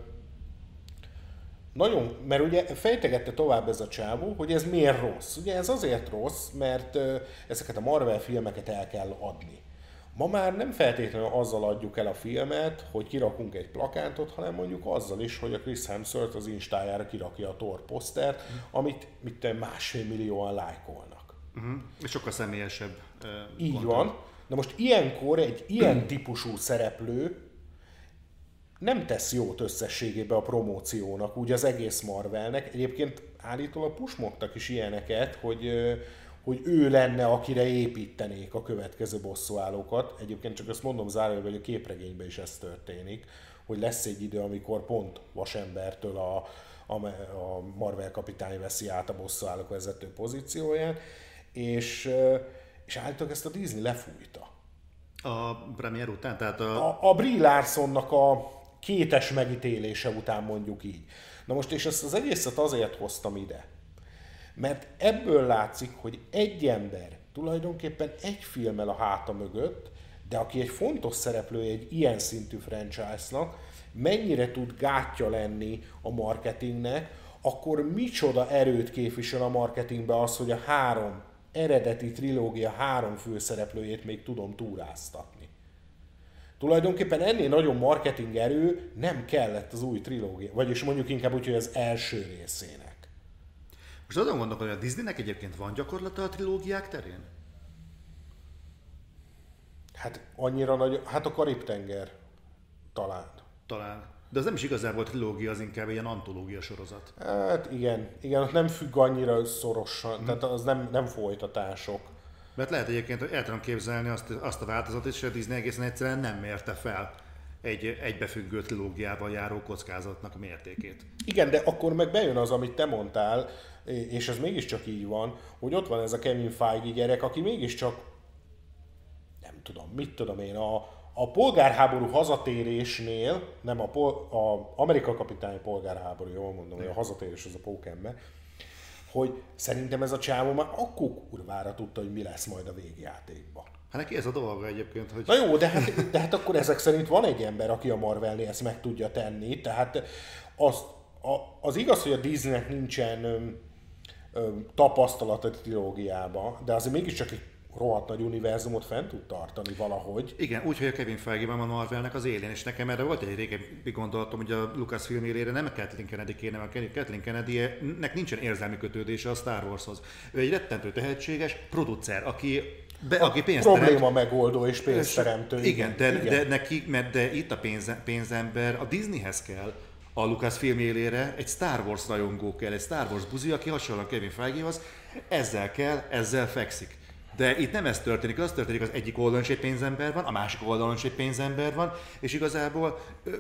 nagyon, mert ugye fejtegette tovább ez a csávó, hogy ez miért rossz. Ugye ez azért rossz, mert ezeket a Marvel filmeket el kell adni. Ma már nem feltétlenül azzal adjuk el a filmet, hogy kirakunk egy plakátot, hanem mondjuk azzal is, hogy a Chris Hemsworth az Instájára kirakja a Thor posztert, amit mit másfél millióan lájkolnak. Uh-huh. És sokkal személyesebb. Uh, Így content. Van. De most ilyenkor egy ilyen típusú szereplő nem tesz jót összességében a promóciónak, úgy az egész Marvelnek. Egyébként állítólag pusmogtak is ilyeneket, hogy, hogy ő lenne, akire építenék a következő bosszúállókat. Egyébként csak azt mondom zárójelben, hogy a képregényben is ez történik, hogy lesz egy idő, amikor pont Vasembertől a, a, a Marvel kapitány veszi át a bosszúállók vezető pozícióján, és, és állítólag ezt a Disney lefújta. A premier után? Tehát a... A, a Brie Larsonnak a kétes megítélése után, mondjuk így. Na most, és ezt az egészet azért hoztam ide, Mert ebből látszik, hogy egy ember tulajdonképpen egy filmmel a háta mögött, de aki egy fontos szereplője egy ilyen szintű franchise-nak, mennyire tud gátja lenni a marketingnek, akkor micsoda erőt képvisel a marketingbe az, hogy a három eredeti trilógia három főszereplőjét még tudom túráztatni. Tulajdonképpen ennél nagyon marketing erő nem kellett az új trilógia, vagyis mondjuk inkább úgy, hogy az első részének. Most azon gondolkodom, hogy a Disneynek egyébként van gyakorlata a trilógiák terén? Hát annyira nagy, hát a Karib-tenger talán. Talán. De az nem is igazából trilógia, az inkább egy ilyen antológia sorozat. Hát igen, igen, ott nem függ annyira szorosan, hmm. tehát az nem, nem folytatások. Mert lehet egyébként, hogy el tudom képzelni azt, azt a változatot, és a Disney egészen egyszerűen nem mérte fel egy egybefüggő trilógiával járó kockázatnak mértékét. Igen, de akkor meg bejön az, amit te mondtál, és ez mégiscsak így van, hogy ott van ez a Kevin Feige gyerek, aki mégiscsak, nem tudom, mit tudom én, a, a polgárháború hazatérésnél, nem a, pol, a Amerika kapitány polgárháború, jól mondom, hogy a hazatérés az a pókember, hogy szerintem ez a csávó már akkor kurvára tudta, hogy mi lesz majd a végjátékban. Hát neki ez a dolga egyébként, hogy... Na jó, de hát, de hát akkor ezek szerint van egy ember, aki a Marvelnél ezt meg tudja tenni, tehát az, a, az igaz, hogy a Disneynek nincsen ö, ö, tapasztalat a trilógiába, de azért mégiscsak egy rohadt nagy univerzumot fent tud tartani valahogy. Igen, úgyhogy a Kevin Feige van a Marvelnek az élén, és nekem erre volt egy régebbi gondolatom, hogy a Lucasfilm élére nem a Kathleen Kennedy kéne, mert a Kathleen Kennedynek nincsen érzelmi kötődése a Star Warshoz. Ő egy rettentő tehetséges producer, aki Be, aki pénzt probléma teremt, megoldó és pénzteremtő. Igen, de, igen. De, neki, mert de itt a pénz, pénzember, a Disneyhez kell, a Lucasfilm élére egy Star Wars rajongó kell, egy Star Wars buzi, aki hasonlóan Kevin Feigehoz, ezzel kell, ezzel fekszik. De itt nem ez történik, az történik, az egyik oldalon is egy pénzember van, a másik oldalon is egy pénzember van, és igazából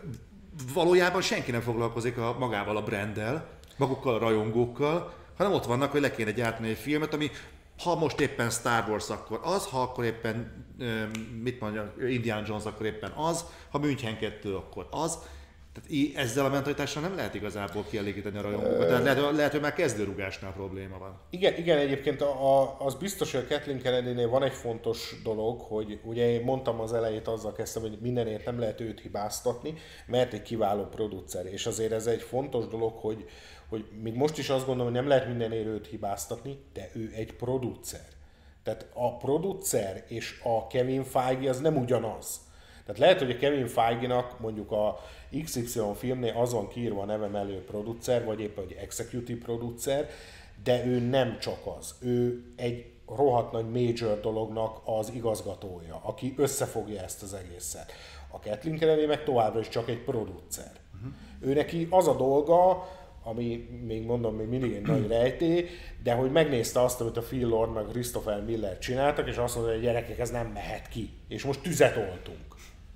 valójában senki nem foglalkozik a, magával a branddel, magukkal a rajongókkal, hanem ott vannak, hogy le kéne gyártani egy filmet, ami ha most éppen Star Wars, akkor az, ha akkor éppen, mit mondja, Indiana Jones, akkor éppen az, ha München kettő, akkor az. Tehát ezzel a mentalitással nem lehet igazából kielégíteni a rajongókat. Tehát lehet, lehet, hogy már kezdőrugásnál probléma van. Igen, igen, egyébként a, a, az biztos, hogy a Kathleen Kennedynél van egy fontos dolog, hogy ugye én mondtam az elejét, azzal kezdtem, hogy mindenért nem lehet őt hibáztatni, mert egy kiváló producer. És azért ez egy fontos dolog, hogy hogy még most is azt gondolom, hogy nem lehet mindenért őt hibáztatni, de ő egy producer. Tehát a producer és a Kevin Feige az nem ugyanaz. Tehát lehet, hogy a Kevin Feige-nak mondjuk a iksz ipszilon filmnél az van kiírva a neve mellé producer, vagy éppen egy executive producer, de ő nem csak az. Ő egy rohadt nagy major dolognak az igazgatója, aki összefogja ezt az egészet. A Kathleen Kennedy meg továbbra is csak egy producer. Uh-huh. Ő neki az a dolga, ami még mondom, még mindig egy nagy rejtély, de hogy megnézte azt, amit a Phil Lord meg Christopher Miller csináltak, és azt mondta, hogy a gyerekek, ez nem mehet ki. És most tüzet oltunk.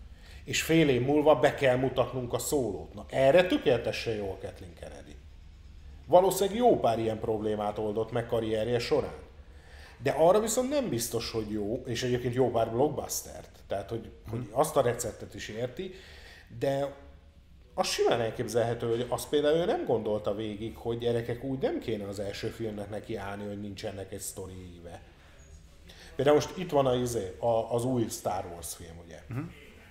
És fél év múlva be kell mutatnunk a szólót. Na, erre tökéletesen jó a Kathleen Kennedy. Valószínűleg jó pár ilyen problémát oldott meg karrierje során. De arra viszont nem biztos, hogy jó, és egyébként jó pár blockbustert. Tehát, hogy, hogy azt a receptet is érti, de az simán elképzelhető, hogy azt például ő nem gondolta végig, hogy gyerekek úgy nem kéne az első filmnek neki állni, hogy nincsenek egy sztori íve. Például most itt van a, az új Star Wars film, ugye? Uh-huh.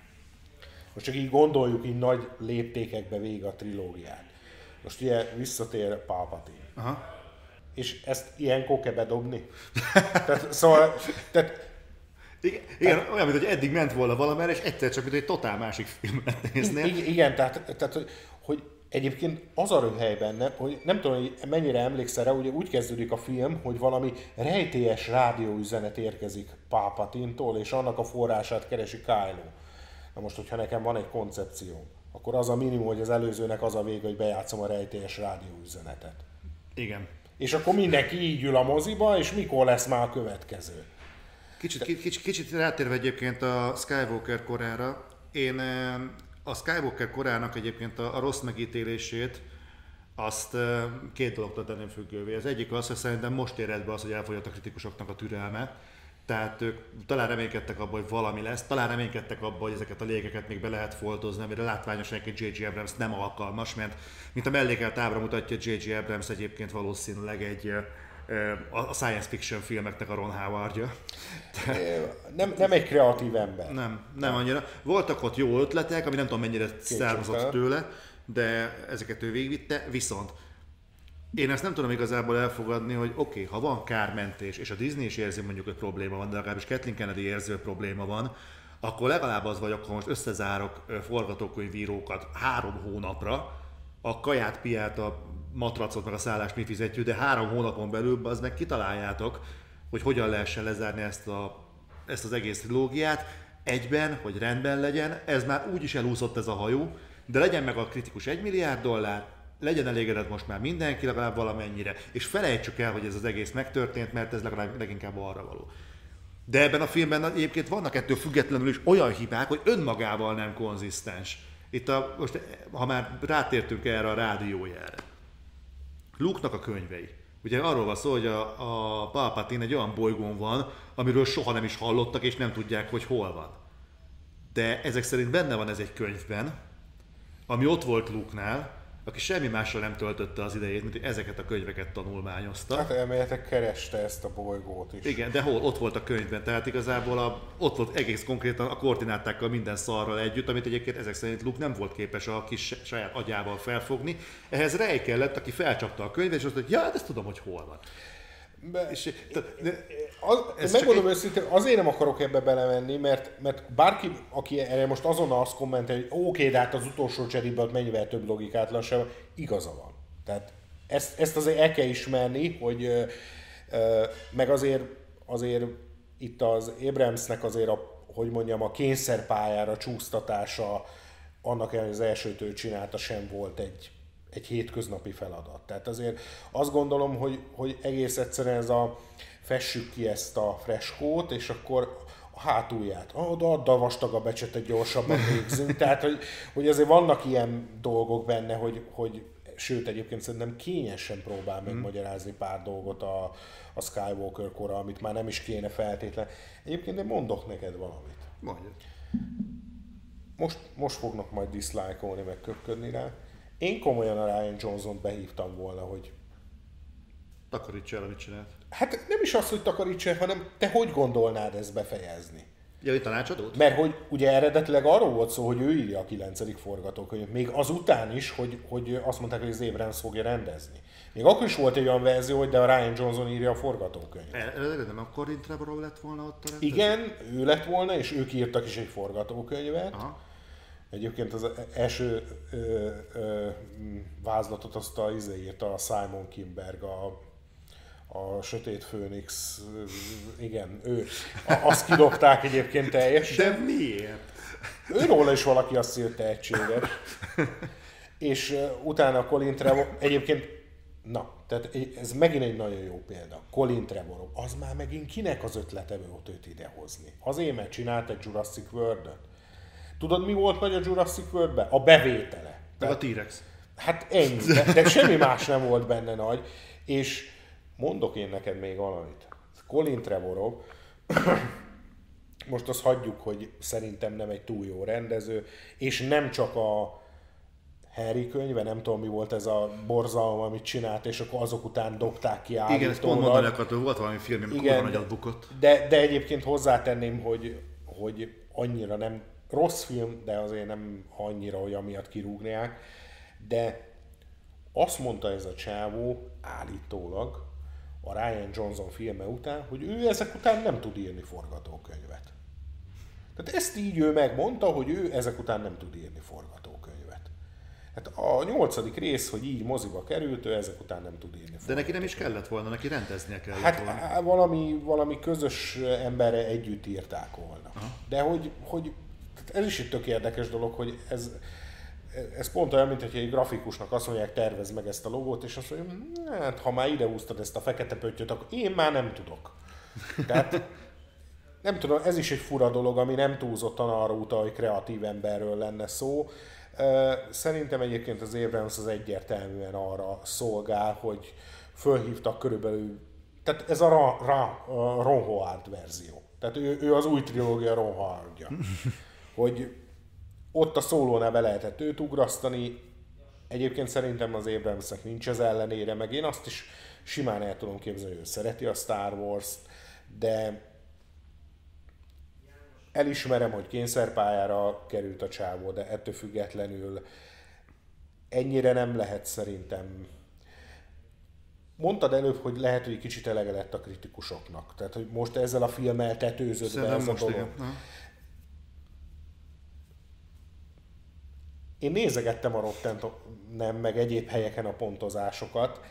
Most csak így gondoljuk így nagy léptékekbe végig a trilógiát. Most ugye visszatér Palpatine. Aha. És ezt ilyenkor kell bedobni? tehát, szóval... Tehát, igen, igen, olyan, mint hogy eddig ment volna valamerre, és egyszer csak, mint egy totál másik filmet néznél. Igen, tehát, tehát hogy, hogy egyébként az a röhely benne, hogy nem tudom, hogy mennyire emlékszel rá, ugye úgy kezdődik a film, hogy valami rejtélyes rádióüzenet érkezik Palpatine-tól, és annak a forrását keresi Kylo. Na most, hogyha nekem van egy koncepcióm, akkor az a minimum, hogy az előzőnek az a vége, hogy bejátszom a rejtélyes rádióüzenetet. Igen. És akkor mindenki így ül a moziba, és mikor lesz már a következő. Kicsit, kicsit, kicsit rátérve egyébként a Skywalker korára, én a Skywalker korának egyébként a, a rossz megítélését azt két dologtól tenném függővé. Az egyik az, hogy szerintem most érett be az, hogy elfogyott a kritikusoknak a türelme. Tehát ők talán reménykedtek abban, hogy valami lesz, talán reménykedtek abban, hogy ezeket a légeket még be lehet foltozni, amire látványosan egy dzsé dzsé Abrams nem alkalmas, mert mint a mellékelt ábra mutatja, dzsé dzsé Abrams egyébként valószínűleg egy a science fiction filmeknek a Ron Howardja. Nem, nem egy kreatív ember. Nem, nem annyira. Voltak ott jó ötletek, ami nem tudom mennyire származott tőle, de ezeket ő végigvitte, viszont én ezt nem tudom igazából elfogadni, hogy oké, okay, ha van kármentés, és a Disney is érzi mondjuk, hogy probléma van, de legalábbis Kathleen Kennedy érzi, hogy probléma van, akkor legalább az vagy, akkor most összezárok forgatókönyvírókat három hónapra, a kaját, piát, a matracot, meg a szállást mi fizetjük, de három hónapon belül az meg kitaláljátok, hogy hogyan lehessen lezárni ezt, a, ezt az egész trilógiát egyben, hogy rendben legyen. Ez már úgy is elúszott ez a hajó, de legyen meg a kritikus egy milliárd dollár, legyen elégedett most már mindenki legalább valamennyire, és felejtsük el, hogy ez az egész megtörtént, mert ez legalább leginkább arra való. De ebben a filmben egyébként vannak ettől függetlenül is olyan hibák, hogy önmagával nem konzisztens. Itt a, most, ha már rátértünk erre a rádiójára. Luke-nak a könyvei. Ugye arról van szó, hogy a, a Palpatine egy olyan bolygón van, amiről soha nem is hallottak, és nem tudják, hogy hol van. De ezek szerint benne van ez egy könyvben, ami ott volt Luke-nál, aki semmi mással nem töltötte az idejét, mint hogy ezeket a könyveket tanulmányozta. Hát elméletek kereste ezt a bolygót is. Igen, de hol? Ott volt a könyvben, tehát igazából a, ott volt egész konkrétan a koordinátákkal minden szarral együtt, amit egyébként ezek szerint Luke nem volt képes a kis saját agyával felfogni. Ehhez Rey kellett, aki felcsapta a könyvet, és azt mondta, hogy ja, hát ezt tudom, hogy hol van. Be, és, de, az, megmondom egy... őszintén, azért nem akarok ebbe belemenni, mert, mert bárki, aki erre most azonnal azt kommentel, hogy oké, okay, de hát az utolsó Jediben mennyivel több logikát lassan, igaza van. Tehát ezt, ezt azért el kell ismerni, hogy ö, ö, meg azért, azért itt az Abramsnek azért a, hogy mondjam, a kényszerpályára csúsztatása annak ellenére, hogy az elsőtől csinálta, sem volt egy egy hétköznapi feladat. Tehát azért azt gondolom, hogy, hogy egész egyszerűen ez a fessük ki ezt a freskót, és akkor a hátulját, oda add a vastagabb ecsetet, gyorsabban végzünk. Tehát, hogy, hogy azért vannak ilyen dolgok benne, hogy, hogy sőt, egyébként szerintem kényesen próbál megmagyarázni pár dolgot a, a Skywalker kora, amit már nem is kéne feltétlen. Egyébként én mondok neked valamit. Mondjad. Most, most fognak majd diszlájkolni, meg köpködni rá. Én komolyan a Rian Johnson-t behívtam volna, hogy... Takaríts el, amit csinált. Hát nem is az, hogy takaríts el, hanem te hogy gondolnád ezt befejezni? Ja, itt tanácsadót? Mert hogy ugye eredetileg arról volt szó, hogy ő írja a kilencedik forgatókönyvet. Még azután is, hogy, hogy azt mondták, hogy az Abrams fogja rendezni. Még akkor is volt egy olyan verzió, hogy de a Rian Johnson írja a forgatókönyvet. Eredetileg nem a Colin Trevorrow lett volna ott a rendező? Igen, ő lett volna, és ők írtak is egy forgatókönyvet. Aha. Egyébként az első ö, ö, vázlatot azt a, izé írta a Simon Kinberg, a, a Sötét Főnix, igen, ő. A, azt kidobták egyébként teljesen. De miért? Őróla is valaki azt írt tehetséges. És uh, utána Colin Trevorrow, egyébként, na, tehát ez megint egy nagyon jó példa. Colin Trevorrow, az már megint kinek az ötlete volt őt idehozni? Azért, mert csinált egy Jurassic World-öt. Tudod, mi volt nagy a Jurassic World-ben? A bevétele. Meg a T-Rex. Hát ennyi, de, de semmi más nem volt benne nagy. És mondok én neked még valamit. Colin Trevorrow, most azt hagyjuk, hogy szerintem nem egy túl jó rendező, és nem csak a Harry könyve, nem tudom mi volt ez a borzalom, amit csinált, és akkor azok után dobták ki állítólag. Igen, ezt pont mondani akartam, volt valami film, amikor kurva nagyot bukott. De, de egyébként hozzátenném, hogy, hogy annyira nem rossz film, de azért nem annyira, hogy amiatt kirúgják. De azt mondta ez a csávó állítólag a Rian Johnson filme után, hogy ő ezek után nem tud írni forgatókönyvet. Tehát ezt így ő megmondta, hogy ő ezek után nem tud írni forgatókönyvet. Hát a nyolcadik rész, hogy így moziba került, ő ezek után nem tud írni forgatókönyvet. De neki nem is kellett volna, neki rendeznie kellett hát volna. Hát valami, valami közös emberre együtt írták volna. Aha. De hogy, hogy ez is egy tök érdekes dolog, hogy ez, ez pont olyan, mint hogy egy grafikusnak azt mondják, tervezd meg ezt a logót, és azt mondja, hát ha már idehúztad ezt a fekete pöttyöt, akkor én már nem tudok. Tehát nem tudom, ez is egy fura dolog, ami nem túlzottan arra utal, hogy kreatív emberről lenne szó. Szerintem egyébként az Abrams az egyértelműen arra szolgál, hogy fölhívtak körülbelül, tehát ez a, Ra, Ra, a Ron Howard verzió. Tehát ő, ő az új trilógia Ron Howardja. Hogy ott a szólónál be lehetett őt ugrasztani, Egyébként szerintem az Abramsnek nincs az ellenére, meg én azt is simán el tudom képzelni, hogy ő szereti a Star Wars-t, de elismerem, hogy kényszerpályára került a csávó, de ettől függetlenül ennyire nem lehet szerintem. Mondtad előbb, hogy lehet, hogy kicsit elege lett a kritikusoknak. Tehát, hogy most ezzel a filmmel tetőződve ez a dolog. Én nézegettem a Rotten, nem, meg egyéb helyeken a pontozásokat.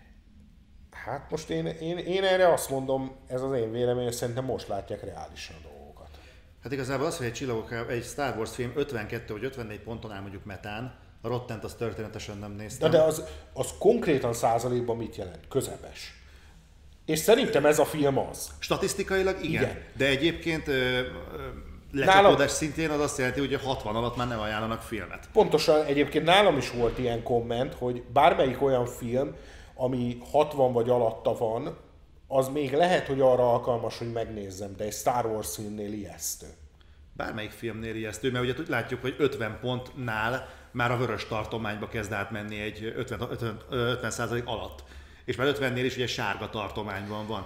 Hát most én, én, én erre azt mondom, ez az én véleményem, szerintem most látják reálisan a dolgokat. Hát igazából az, hogy egy csillagok, egy Star Wars film ötvenkettő vagy ötvennégy ponton áll mondjuk metán, a Rottent azt történetesen nem néztem. De, de az, az konkrétan százalékban mit jelent? Közepes. És szerintem ez a film az. Statisztikailag igen, igen. De egyébként ö, ö, lecsapódás nálam... szintén az azt jelenti, hogy hatvan alatt már nem ajánlanak filmet. Pontosan, egyébként nálam is volt ilyen komment, hogy bármelyik olyan film, ami hatvan vagy alatta van, az még lehet, hogy arra alkalmas, hogy megnézzem, de egy Star Wars filmnél ijesztő. Bármelyik filmnél ijesztő, mert ugye látjuk, hogy ötven pontnál már a vörös tartományba kezd átmenni egy ötven százalék alatt. És már ötvennél is ugye sárga tartományban van.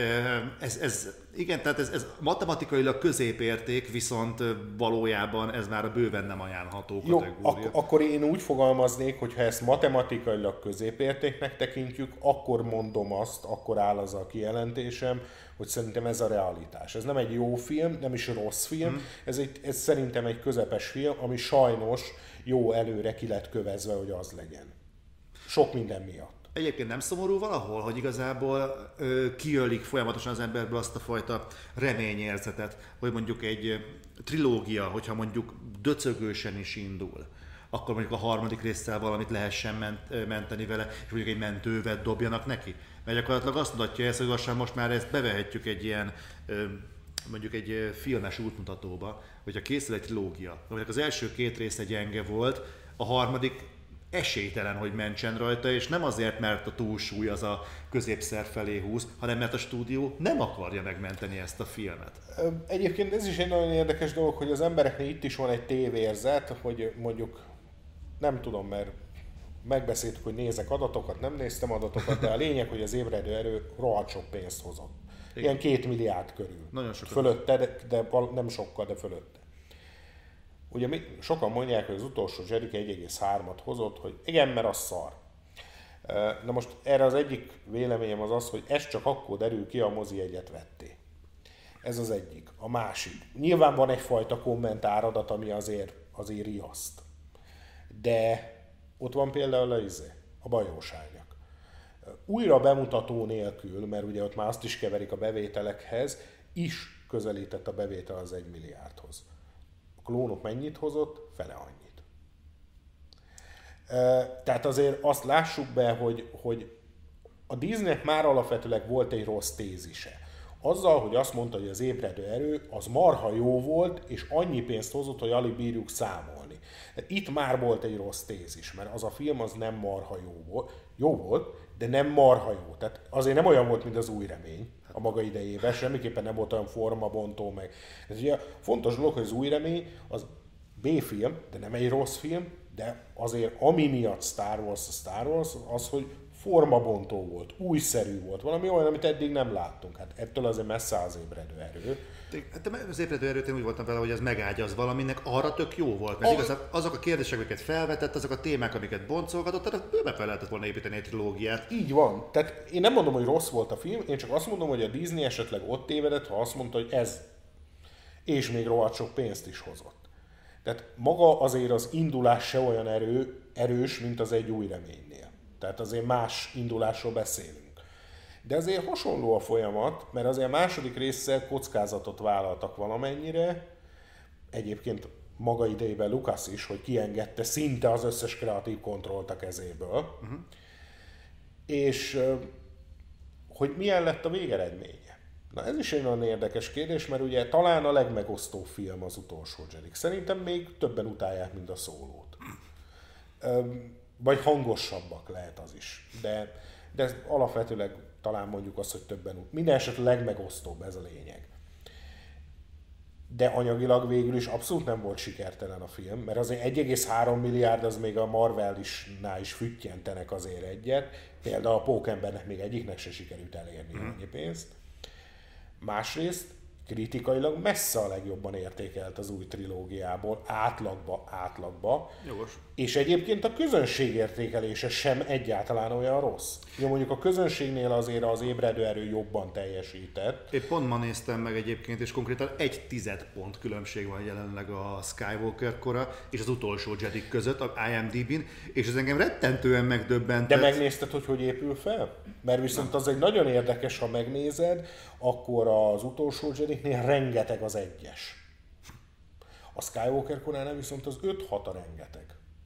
Ez, ez, igen, tehát ez, ez matematikailag középérték, viszont valójában ez már a bőven nem ajánlható kategória. Jó, ak- akkor én úgy fogalmaznék, hogy ha ezt matematikailag középértéknek tekintjük, akkor mondom azt, akkor áll az a kijelentésem, hogy szerintem ez a realitás. Ez nem egy jó film, nem is rossz film, hmm. ez, egy, ez szerintem egy közepes film, ami sajnos jó előre ki lett kövezve, hogy az legyen. Sok minden miatt. Egyébként nem szomorú valahol, hogy igazából ö, kiölik folyamatosan az emberből azt a fajta reményérzetet, hogy mondjuk egy trilógia, hogyha mondjuk döcögősen is indul, akkor mondjuk a harmadik résszel valamit lehessen ment, menteni vele, és mondjuk egy mentővet dobjanak neki. Mert gyakorlatilag azt mutatja ezt, hogy lassan most már ezt bevehetjük egy ilyen, ö, mondjuk egy filmes útmutatóba, hogyha készül egy trilógia, aminek az első két része gyenge volt, a harmadik esélytelen, hogy mentsen rajta, és nem azért, mert a túlsúly az a középszer felé húz, hanem mert a stúdió nem akarja megmenteni ezt a filmet. Egyébként ez is egy nagyon érdekes dolog, hogy az embereknél itt is van egy tévérzet, hogy mondjuk nem tudom, mert megbeszéltük, hogy nézek adatokat, nem néztem adatokat, de a lényeg, hogy az ébredő erő rohadt sok pénzt hozott. Igen. Ilyen két milliárd körül. Nagyon sokat. Fölötte, de, de nem sokkal, de fölötte. Ugye mi, sokan mondják, hogy az utolsó Jedi egy egész hármat hozott, hogy igen, mert az szar. Na most erre az egyik véleményem az az, hogy ez csak akkor derül ki, a mozi egyet vetté. Ez az egyik. A másik. Nyilván van egyfajta kommentáradat, ami azért, azért riaszt. De ott van például a, a bajóságnak. Újra bemutató nélkül, mert ugye ott már azt is keverik a bevételekhez, is közelített a bevétel az egy milliárdhoz. A klónok mennyit hozott? Fele annyit. Tehát azért azt lássuk be, hogy, hogy a Disneynek már alapvetőleg volt egy rossz tézise. Azzal, hogy azt mondta, hogy az ébredő erő az marha jó volt, és annyi pénzt hozott, hogy alig bírjuk számolni. Itt már volt egy rossz tézis, mert az a film az nem marha jó volt. Jó volt, de nem marha jó. Tehát azért nem olyan volt, mint az Új Remény a maga idejében, semmiképpen nem volt olyan formabontó meg. Ez ugye fontos dolog, hogy az Új Remény az B-film, de nem egy rossz film, de azért ami miatt Star Wars a Star Wars, az, hogy formabontó volt, újszerű volt, valami olyan, amit eddig nem láttunk. Hát ettől azért messze az ébredő erő. Hát az ébredő erőt én úgy voltam vele, hogy ez megágyaz valaminek, arra tök jó volt. Mert a... igaz, azok a kérdések, amiket felvetett, azok a témák, amiket boncolgatott, tehát bőven fel lehetett volna építeni egy trilógiát. Így van. Tehát én nem mondom, hogy rossz volt a film, én csak azt mondom, hogy a Disney esetleg ott tévedett, ha azt mondta, hogy ez. És még rohadt sok pénzt is hozott. Tehát maga azért az indulás se olyan erő, erős, mint az Egy új reménynél. Tehát azért más indulásról beszélünk. De azért hasonló a folyamat, mert azért a második résszel kockázatot vállaltak valamennyire. Egyébként maga idejében Lucas is, hogy kiengedte szinte az összes kreatív kontrollt a kezéből. Uh-huh. És hogy milyen lett a végeredménye? Na ez is egy nagyon érdekes kérdés, mert ugye talán a legmegosztóbb film az utolsó Jedi. Szerintem még többen utálják, mint a Szólót. Vagy hangosabbak lehet az is. De, de alapvetőleg talán mondjuk azt, hogy többen ut. Minden esetben legmegosztóbb, ez a lényeg. de anyagilag végül is abszolút nem volt sikertelen a film, mert azért egy egész három milliárd az még a Marvel-nál is füttyentenek azért egyet, például a Pókembernek még egyiknek se sikerült elérni mm. ennyi pénzt. Másrészt kritikailag messze a legjobban értékelt az új trilógiából, átlagba, átlagba. Jogos. És egyébként a közönség értékelése sem egyáltalán olyan rossz. Jó, mondjuk a közönségnél azért az ébredő erő jobban teljesített. Én pont ma néztem meg egyébként, és konkrétan egy tized pont különbség van jelenleg a Skywalker kora és az utolsó Jedi között a I M D B-n, és ez engem rettentően megdöbbentett. De megnézted, hogy hogy épül fel? Mert viszont az egy nagyon érdekes, ha megnézed, akkor az utolsó Jedi-nél rengeteg az egyes. A Skywalker koránál viszont az öt hat a rengeteg.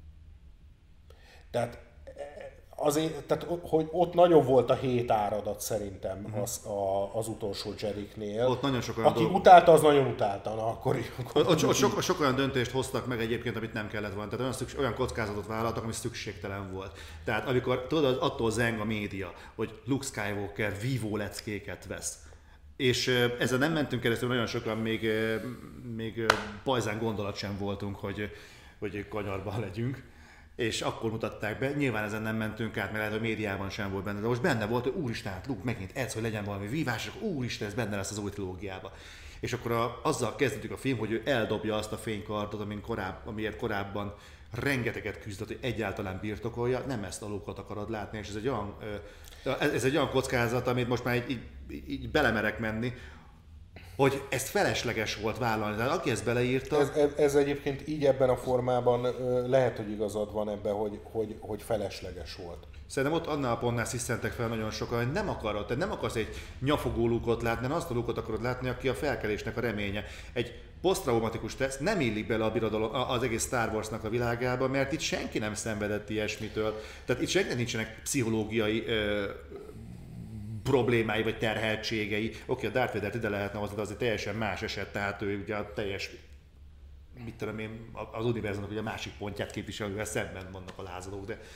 Tehát, azért, tehát hogy ott nagyobb volt a hét áradat szerintem uh-huh. az, a, az utolsó Jedi-nél. Ott nagyon sokan Aki dolg... utálta, az nagyon utálta. Na, akkor, akkor ott, ott sok, sok olyan döntést hoztak meg egyébként, amit nem kellett volna. Tehát olyan, szükség, olyan kockázatot vállaltak, ami szükségtelen volt. Tehát amikor tudod, attól zeng a média, hogy Luke Skywalker vívó leckéket vesz. És ezzel nem mentünk keresztül, nagyon sokan még, még pajzán gondolat sem voltunk, hogy, hogy kanyarban legyünk. És akkor mutatták be, nyilván ezen nem mentünk át, mert lehet, hogy a médiában sem volt benne, de most benne volt, hogy úristen, hát Luke megint ez, hogy legyen valami vívás, és úristen, ez benne lesz az új trilógiában. És akkor a, azzal kezdődik a film, hogy ő eldobja azt a fénykardot, amin korább, amiért korábban rengeteget küzdött, hogy egyáltalán birtokolja, nem ezt a Luke-ot akarod látni, és ez egy olyan, ez egy olyan kockázat, amit most már így, így, így belemerek menni, hogy ezt felesleges volt vállalni. Tehát aki ezt beleírta... Ez, ez, ez egyébként így ebben a formában lehet, hogy igazad van ebben, hogy, hogy, hogy felesleges volt. Szerintem ott annál a pontnál sziszentek fel nagyon sokan, hogy nem akarod, tehát nem akarsz egy nyafogó Luke-ot látni, hanem azt a Luke-ot akarod látni, aki a felkelésnek a reménye. Egy posztraumatikus teszt nem illik bele a birodalom, az egész Star Wars-nak a világába, mert itt senki nem szenvedett ilyesmitől. Tehát itt senkinek nincsenek pszichológiai ö, problémái vagy terheltségei. Oké, a Darth Vader-t ide lehetne hozni, de az egy teljesen más eset, tehát ő ugye a teljes, mit tudom én, az univerzumnak ugye a másik pontját képvisel, amivel szemben vannak a lázadók, de,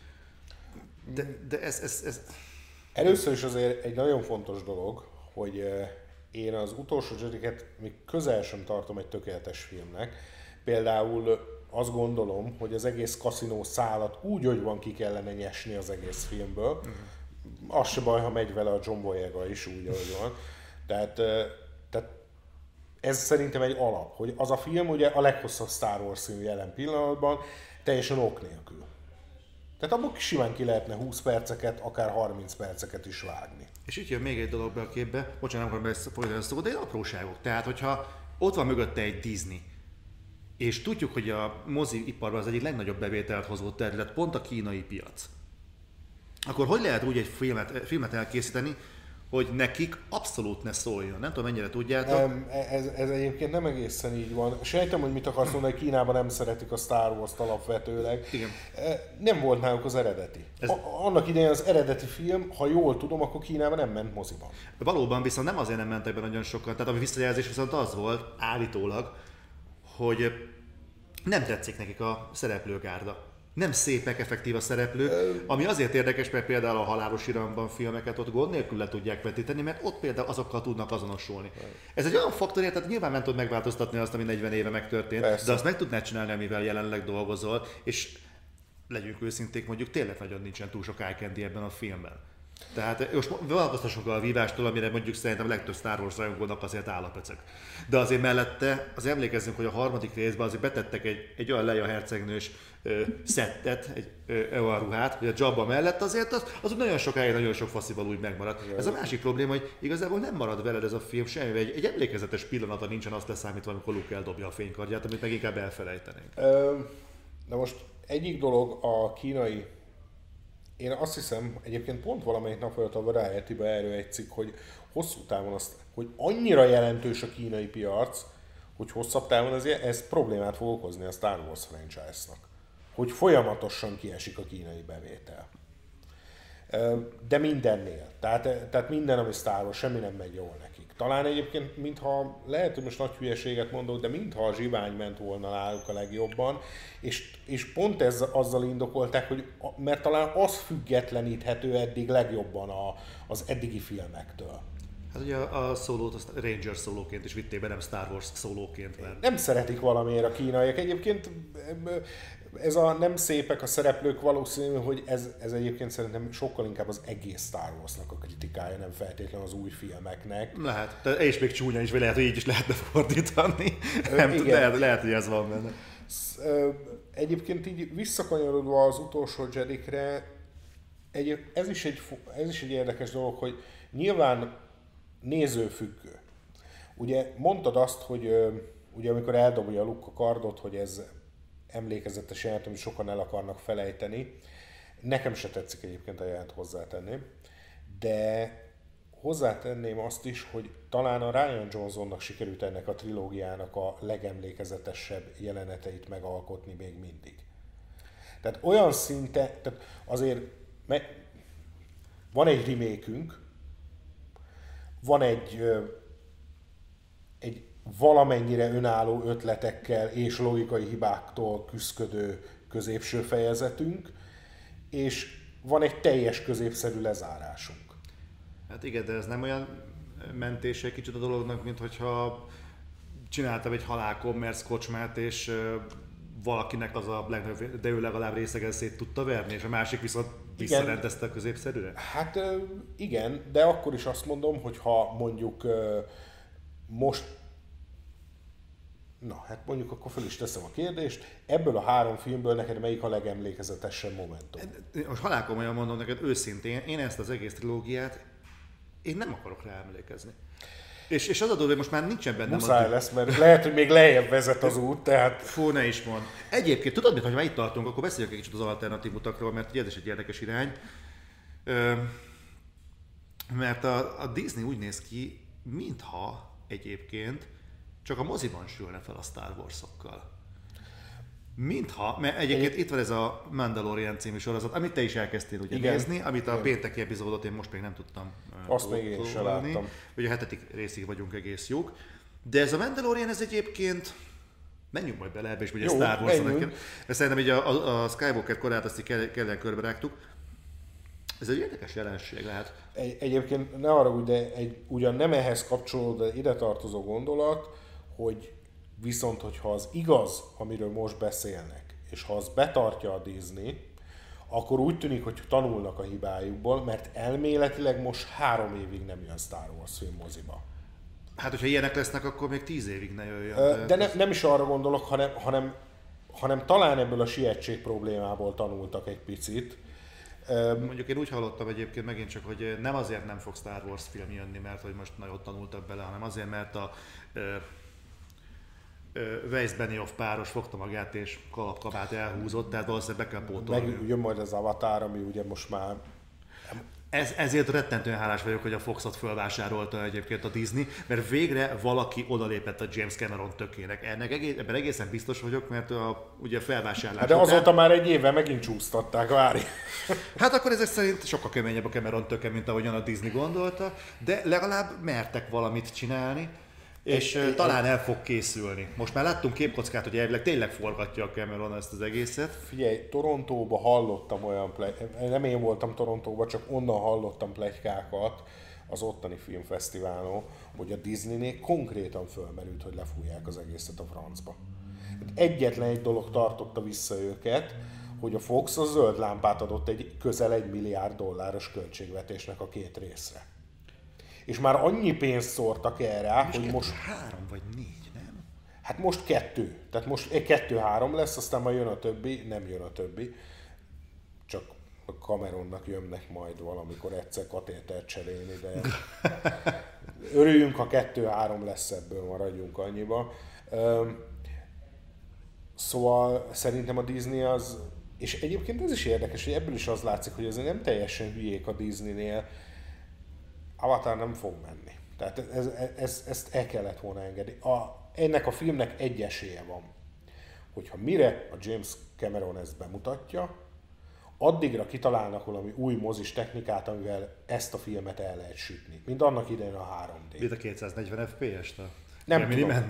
de, de ez, ez, ez... Először is azért egy nagyon fontos dolog, hogy én az utolsó Jediket még közel sem tartom egy tökéletes filmnek. Például azt gondolom, hogy az egész kaszinó szálat úgy, hogy van, ki kellene nyesni az egész filmből. Uh-huh. Az se baj, ha megy vele a John Boyega is úgy, ahogy van. Tehát, tehát ez szerintem egy alap, hogy az a film ugye a leghosszabb Star Wars film jelen pillanatban, teljesen ok nélkül. Tehát abból simán ki lehetne húsz perceket, akár harminc perceket is vágni. És itt jön még egy dolog be a képbe, bocsánat, nem akarom folytatni a szót, de egy apróságok. Tehát, hogyha ott van mögötte egy Disney, és tudjuk, hogy a mozi iparban az egyik legnagyobb bevételt hozó terület pont a kínai piac, akkor hogy lehet úgy egy filmet, filmet elkészíteni, hogy nekik abszolút ne szóljon? Nem tudom, mennyire tudjátok. Nem, ez, ez egyébként nem egészen így van. Sejtem, hogy mit akarsz mondani, hogy Kínában nem szeretik a Star Wars-t alapvetőleg. Igen. Nem volt náluk az eredeti. Ez... A, annak idején az eredeti film, ha jól tudom, akkor Kínában nem ment moziban. Valóban, viszont nem azért nem mentek be nagyon sokan. Tehát a visszajelzés viszont az volt, állítólag, hogy nem tetszik nekik a szereplőgárda. Nem szépek effektív a szereplők, ami azért érdekes, mert például a Halálos Iramban filmeket ott gond nélkül le tudják vetíteni, mert ott például azokkal tudnak azonosulni. Ez egy olyan faktor, tehát nyilván nem tud megváltoztatni azt, ami negyven éve megtörtént, Persze. de azt meg tudnád csinálni, amivel jelenleg dolgozol, és legyünk őszinték, mondjuk tényleg nagyon nincsen túl sok eye candy ebben a filmben. Tehát most változtassunk a vívástól, amire mondjuk szerintem a legtöbb Star Wars rajongónak azért áll a pecek. De azért mellette, az emlékezzünk, hogy a harmadik részben azért betettek egy, egy olyan Leia hercegnős ö, szettet, egy olyan ruhát, hogy a Jabba mellett azért az, az úgy nagyon sokáig, nagyon sok faszival úgy megmaradt. Ez a másik probléma, hogy igazából nem marad veled ez a film semmi, egy, egy emlékezetes pillanata nincsen, azt leszámítva, amikor Luke eldobja a fénykardját, amit meg inkább elfelejtenénk. Na most egyik dolog a kínai. Én azt hiszem, egyébként pont valamelyik nap volt a Variety-be erről egy cikk, hogy hosszú távon azt, hogy annyira jelentős a kínai piac, hogy hosszabb távon azért ez problémát fog okozni a Star Wars franchise-nak. Hogy folyamatosan kiesik a kínai bevétel. De mindennél. Tehát, tehát minden, ami Star Wars, semmi nem megy jól nekik. Talán egyébként, mintha, lehet, hogy most nagy hülyeséget mondok, de mintha a zsivány ment volna náluk a legjobban, és, és pont ez, azzal indokolták, hogy mert talán az függetleníthető eddig legjobban a, az eddigi filmektől. Hát ugye a, a szólót, azt Ranger szólóként is vitték be, nem Star Wars szólóként. Mert... Nem szeretik valamiért a kínaiak. Egyébként ez a nem szépek a szereplők, valószínű, hogy ez, ez egyébként szerintem sokkal inkább az egész Star Warsnak a kritikája, nem feltétlenül az új filmeknek. Lehet, de és még csúnya is, vagy lehet, hogy így is lehetne fordítani. Nem tudom, lehet, lehet, hogy ez van benne. Egyébként így visszakanyarodva az utolsó Jedikre, egy, ez, is egy, ez is egy érdekes dolog, hogy nyilván nézőfüggő. Ugye mondtad azt, hogy ugye amikor eldobja Luke a kardot, hogy ez emlékezetes jelent, amit sokan el akarnak felejteni. Nekem se tetszik egyébként a jelent hozzátenni, de hozzátenném azt is, hogy talán a Rian Johnsonnak sikerült ennek a trilógiának a legemlékezetesebb jeleneteit megalkotni még mindig. Tehát olyan szinte, tehát azért me, van egy remake-ünk, van egy, egy valamennyire önálló ötletekkel és logikai hibáktól küszködő középső fejezetünk, és van egy teljes középszerű lezárásunk. Hát igen, de ez nem olyan mentés egy kicsit a dolognak, mint hogyha csináltam egy halálkommerc kocsmát, és valakinek az a legnagyobb, de ő legalább részegen szét tudta verni, és a másik viszont visszarendezte a középszerűre? Hát igen, de akkor is azt mondom, hogy ha mondjuk most, na hát mondjuk akkor föl is teszem a kérdést, ebből a három filmből neked melyik a legemlékezetesebb momentum? Most halálkomolyan mondom neked őszintén, én ezt az egész trilógiát, én nem akarok rá emlékezni. És, és az a dolog, hogy most már nincsen bennem muszáj az... lesz, mert lehet, hogy még lejjebb vezet az út, tehát... Fú, ne is mond. Egyébként tudod mit, ha már itt tartunk, akkor beszéljük egy kicsit az alternatív utakról, mert ugye ez is egy érdekes irány. Ö, mert a, a Disney úgy néz ki, mintha egyébként csak a moziban sülne fel a Star Wars-okkal. Mintha, mert egyébként itt van ez a Mandalorian című sorozat, amit te is elkezdtél ugye igen, nézni, amit a igen. pénteki epizódot én most még nem tudtam azt még én sem láttam. Ugye a hetedik részig vagyunk egész jók. De ez a Mandalorian, ez egyébként, menjünk majd bele ebbe is, hogy a Star Wars nekem. Szerintem így a, a, a Skywalker korát azt így kellene körbe rágtuk. Ez egy érdekes jelenség lehet. Egy, egyébként ne arra, de egy ugyan nem ehhez kapcsolódó, de ide tartozó gondolat, hogy viszont, hogyha az igaz, amiről most beszélnek, és ha az betartja a Disney, akkor úgy tűnik, hogy tanulnak a hibájukból, mert elméletileg most három évig nem jön Star Wars film moziba. Hát, hogyha ilyenek lesznek, akkor még tíz évig ne jöjjön. De, de ne, nem is arra gondolok, hanem, hanem, hanem talán ebből a sietség problémából tanultak egy picit. Mondjuk én úgy hallottam egyébként megint csak, hogy nem azért nem fog Star Wars film jönni, mert hogy most nagyon tanultak bele, hanem azért, mert a Weiss Benioff páros fogta magát és kalapkabát elhúzott, tehát valószínűleg be kell pótolni. Meg jön majd az Avatar, ami ugye most már... Ez, ezért rettentően hálás vagyok, hogy a Foxot fölvásárolta egyébként a Disney, mert végre valaki odalépett a James Cameron tökének. Ennek egész, ebben egészen biztos vagyok, mert a, ugye a felvásárlás hát de azóta után... már egy éve megint csúsztatták, várj. Hát akkor ezek szerint sokkal keményebb a Cameron töke, mint ahogyan a Disney gondolta, de legalább mertek valamit csinálni. És é, talán el fog készülni. Most már láttunk képkockát, hogy elvileg tényleg forgatja a Cameron ezt az egészet. Figyelj, Torontóba hallottam olyan pletykákat, nem én voltam Torontóba, csak onnan hallottam pletykákat az ottani filmfesztiválon, hogy a Disneynél konkrétan fölmerült, hogy lefújják az egészet a francba. Egyetlen egy dolog tartotta vissza őket, hogy a Fox a zöld lámpát adott egy közel egy milliárd dolláros költségvetésnek a két részre. És már annyi pénzt szórtak erre, most hogy most... három vagy négy, nem? Hát most kettő. Tehát most kettő-három lesz, aztán majd jön a többi, nem jön a többi. Csak a Cameronnak jönnek majd valamikor egyszer katétert cserélni, de örüljünk, ha kettő-három lesz, ebből maradjunk annyiba. Szóval szerintem a Disney az... És egyébként ez is érdekes, hogy ebből is az látszik, hogy azért nem teljesen hülyék a Disneynél. Avatar nem fog menni. Tehát ez, ez, ezt el kellett volna engedni. A, ennek a filmnek egy esélye van, hogyha mire a James Cameron ezt bemutatja, addigra kitalálnak valami új mozis technikát, amivel ezt a filmet el lehet sütni. Mint annak idején a három dé. Mint a kétszáznegyven ef pé es-t? Nem nem tudom.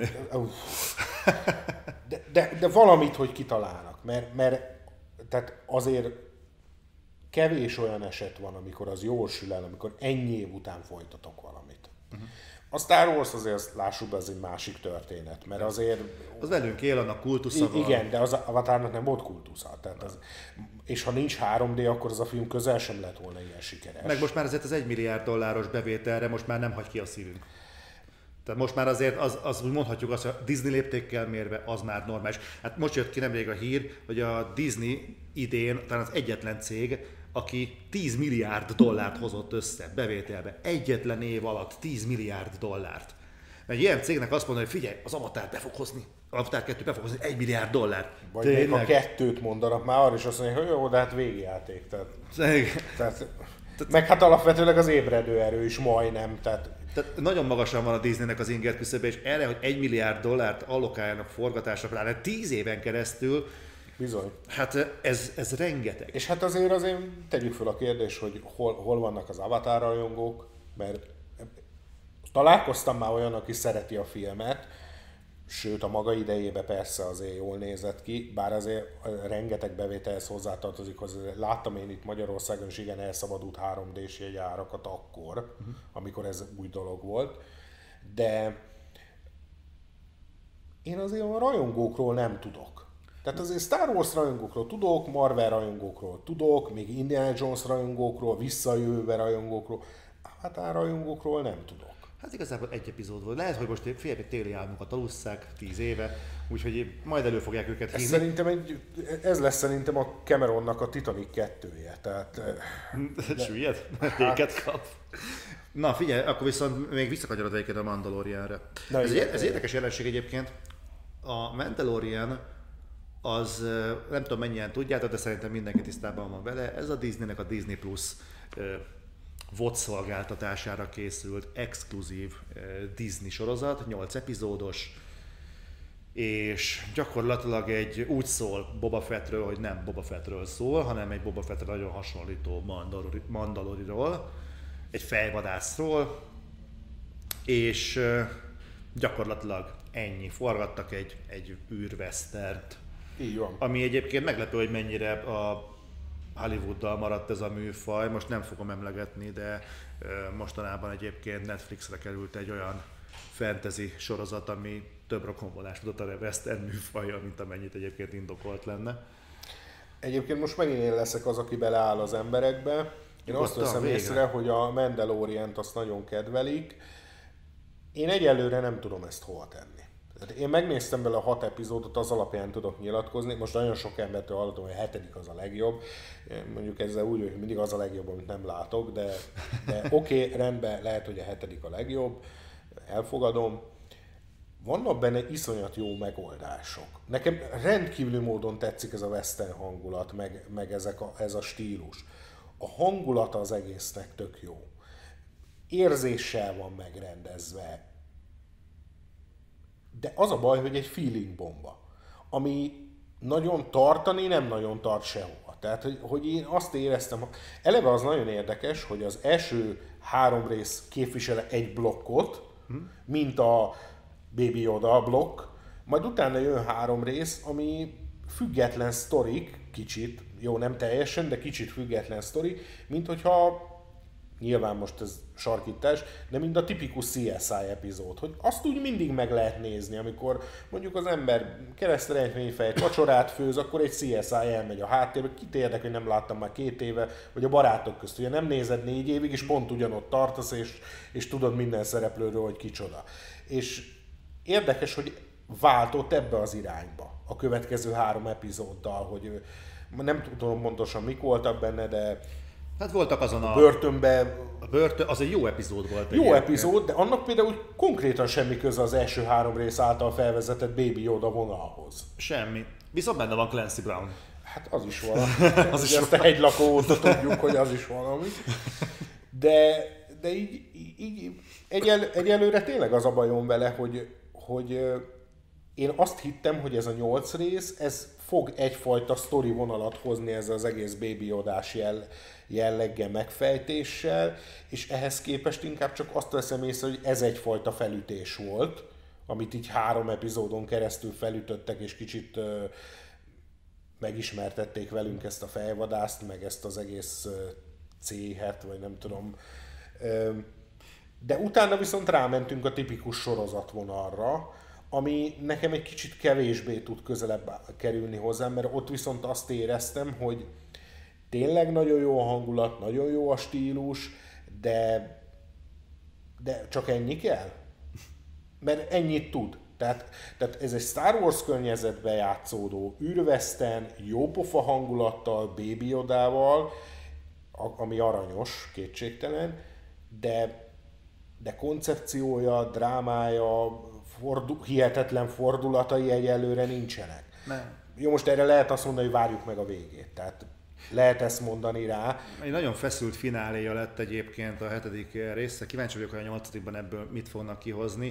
De, de, de valamit, hogy kitalálnak. Mert, mert tehát azért kevés olyan eset van, amikor az jól sül el, amikor ennyi év után folytatok valamit. Uh-huh. A Star Wars azért, azt lássuk be, az egy másik történet, mert azért... Az velünk él, annak kultusza van. Igen, de az Avatarnak nem volt kultusza. Tehát az, és ha nincs három dé, akkor az a film közel sem lett volna ilyen sikeres. Meg most már azért az egy milliárd dolláros bevételre most már nem hagy ki a szívünk. Tehát most már azért az, az úgy mondhatjuk azt, hogy a Disney léptékkel mérve az már normális. Hát most jött ki nemrég a hír, hogy a Disney idén talán az egyetlen cég, aki tíz milliárd dollárt hozott össze bevételbe. Egyetlen év alatt tíz milliárd dollárt. Mert ilyen cégnek azt mondani, hogy figyelj, az Avatar be fog hozni, Avatar kettő be fog hozni egy milliárd dollárt. Vagy még a kettőt mondanak, már arra is azt mondják, hogy jó, de hát végjáték. Tehát, tehát, meg hát alapvetőleg az ébredő erő is majdnem. Tehát, Tehát nagyon magasan van a Disneynek az inger küszöbe, és erre, hogy egy milliárd dollárt allokáljanak forgatásra, pláne tíz éven keresztül, bizony. Hát ez, ez rengeteg. És hát azért azért tegyük fel a kérdést, hogy hol, hol vannak az Avatar rajongók, mert találkoztam már olyan, aki szereti a filmet, sőt a maga idejében persze azért jól nézett ki, bár azért rengeteg bevételhez hozzátartozik, hogy láttam én itt Magyarországon is igen elszabadult három dés jegyárakat akkor, uh-huh. amikor ez új dolog volt, de én azért a rajongókról nem tudok. Tehát azért Star Wars rajongókról tudok, Marvel rajongókról tudok, még Indiana Jones rajongókról, visszajövőbe rajongókról, Avatar rajongókról nem tudok. Hát igazából egy epizód volt. Lehet, hogy most félbe téli álmokat alusszák tíz éve, úgyhogy majd elő fogják őket hívni. Ez, szerintem egy, ez lesz szerintem a Cameronnak a Titanic kettője. Tehát, süllyed? Téket kap. Na figyelj, akkor viszont még visszakanyarodva egyébként a Mandalorianre. Na, ez, ez érdekes jelenség egyébként. A Mandalorian az, nem tudom mennyien tudjátok, de szerintem mindenki tisztában van vele, ez a Disneynek a Disney Plus vé o dé szolgáltatására készült exkluzív Disney sorozat, nyolc epizódos, és gyakorlatilag egy úgy szól Boba Fettről, hogy nem Boba Fettről szól, hanem egy Boba Fettre nagyon hasonlító Mandalori, Mandaloriról, egy fejvadászról, és gyakorlatilag ennyi. Forgattak egy, egy űrvesztert. Így van. Ami egyébként meglepő, hogy mennyire a Hollywooddal maradt ez a műfaj, most nem fogom emlegetni, de mostanában egyébként Netflixre került egy olyan fantasy sorozat, ami több rokonvonást mutat a western műfajja, mint amennyit egyébként indokolt lenne. Egyébként most megint én leszek az, aki beleáll az emberekbe. Én azt veszem észre, hogy a Mandalorient azt nagyon kedvelik. Én egyelőre nem tudom ezt hova tenni. Én megnéztem bele a hat epizódot, az alapján tudok nyilatkozni. Most nagyon sok embertől hallottam, hogy a hetedik az a legjobb. Mondjuk ezzel úgy, hogy mindig az a legjobb, amit nem látok, de, de oké, okay, rendben, lehet, hogy a hetedik a legjobb, elfogadom. Vannak benne iszonyat jó megoldások. Nekem rendkívüli módon tetszik ez a western hangulat, meg, meg ezek a, ez a stílus. A hangulata az egésznek tök jó. Érzéssel van megrendezve. De az a baj, hogy egy feeling bomba, ami nagyon tartani nem nagyon tart sehova. Tehát, hogy, hogy én azt éreztem, eleve az nagyon érdekes, hogy az első három rész képvisel egy blokkot, hmm. mint a Baby Yoda blokk, majd utána jön három rész, ami független sztorik, kicsit, jó, nem teljesen, de kicsit független sztori, mint hogyha nyilván most ez sarkítás, de mind a tipikus cé es i epizód, hogy azt úgy mindig meg lehet nézni, amikor mondjuk az ember keresztrejtvényfejt vacsorát főz, akkor egy cé es i elmegy a háttérbe, kit érdekel, hogy nem láttam már két éve, vagy a barátok közt, ugye nem nézed négy évig, és pont ugyanott tartasz, és, és tudod minden szereplőről, hogy kicsoda. És érdekes, hogy váltott ebbe az irányba a következő három epizóddal, hogy nem tudom pontosan mik voltak benne, de hát voltak azon a... börtönbe... A börtön, az egy jó epizód volt. Jó epizód, de annak például konkrétan semmi köze az első három rész által felvezetett Baby Yoda vonalhoz. Semmi. Viszont benne van Clancy Brown. Hát az is valami. az is ezt a hegylakó óta tudjuk, hogy az is valami. De, de így, így egyel, egyelőre tényleg az a bajom vele, hogy, hogy én azt hittem, hogy ez a nyolc rész, ez fog egyfajta sztori vonalat hozni ezzel az egész Baby Yodás jell, jelleggel, megfejtéssel, és ehhez képest inkább csak azt veszem észre, hogy ez egyfajta felütés volt, amit így három epizódon keresztül felütöttek, és kicsit ö, megismertették velünk ezt a fejvadászt, meg ezt az egész ö, céhet, vagy nem tudom. Ö, De utána viszont rámentünk a tipikus sorozatvonalra, ami nekem egy kicsit kevésbé tud közelebb kerülni hozzám, mert ott viszont azt éreztem, hogy tényleg nagyon jó a hangulat, nagyon jó a stílus, de, de csak ennyi kell? Mert ennyit tud. Tehát, tehát ez egy Star Wars környezetben játszódó űrveszten, jópofa hangulattal, Baby Yodával, ami aranyos, kétségtelen, de, de koncepciója, drámája, fordu, hihetetlen fordulatai egyelőre nincsenek. Nem. Jó, most erre lehet azt mondani, hogy várjuk meg a végét. Tehát lehet ezt mondani rá. Egy nagyon feszült fináléja lett egyébként a hetedik része. Kíváncsi vagyok, hogy a nyolcadikban ebből mit fognak kihozni.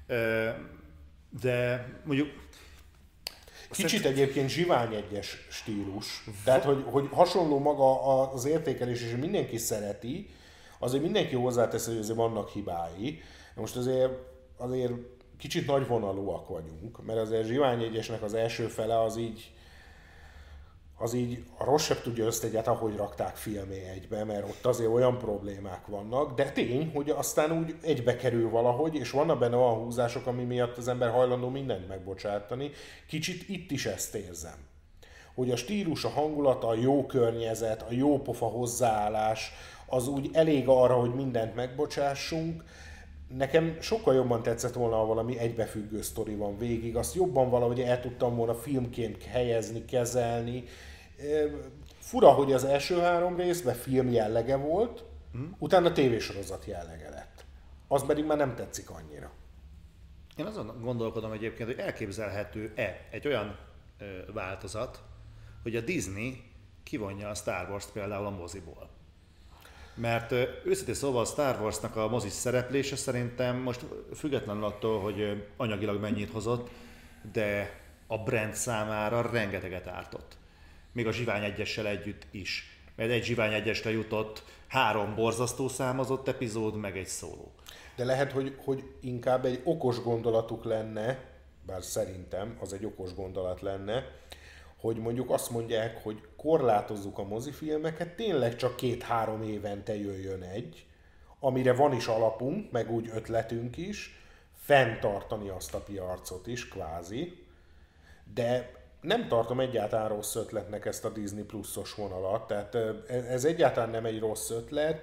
De mondjuk... Kicsit szerint... egyébként zsivány egyes stílus. Tehát, hogy, hogy hasonló maga az értékelés, és mindenki szereti, azért mindenki hozzátesz, hogy azért vannak hibái. Most azért, azért kicsit nagyvonalúak vagyunk, mert azért zsivány egyesnek az első fele az így az így a rossz sem tudja össze egyáltalán, ahogy rakták filmé egybe, mert ott azért olyan problémák vannak, de tény, hogy aztán úgy egybe kerül valahogy, és vannak benne olyan húzások, ami miatt az ember hajlandó mindent megbocsátani. Kicsit itt is ezt érzem. Hogy a stílus, a hangulata, a jó környezet, a jó pofa hozzáállás, az úgy elég arra, hogy mindent megbocsássunk. Nekem sokkal jobban tetszett volna, ha valami egybefüggő sztori van végig, azt jobban valahogy el tudtam volna filmként helyezni, kezelni. Fura, hogy az első három részben film jellege volt, hmm. utána tévésorozat jellege lett. Az pedig már nem tetszik annyira. Én azon gondolkodom egyébként, hogy elképzelhető-e egy olyan ö, változat, hogy a Disney kivonja a Star Wars-t például a moziból. Mert őszintén szóval a Star Warsnak a mozis szereplése szerintem most függetlenül attól, hogy anyagilag mennyit hozott, de a brand számára rengeteget ártott. Még a Zsivány egyessel együtt is. Mert egy Zsivány egyesre jutott három borzasztó számozott epizód, meg egy szóló. De lehet, hogy, hogy inkább egy okos gondolatuk lenne, bár szerintem az egy okos gondolat lenne, hogy mondjuk azt mondják, hogy korlátozzuk a mozifilmeket, tényleg csak két-három évente jöjjön egy, amire van is alapunk, meg úgy ötletünk is, fenntartani azt a piacot is, kvázi, de nem tartom egyáltalán rossz ötletnek ezt a Disney pluszos vonalat, tehát ez egyáltalán nem egy rossz ötlet.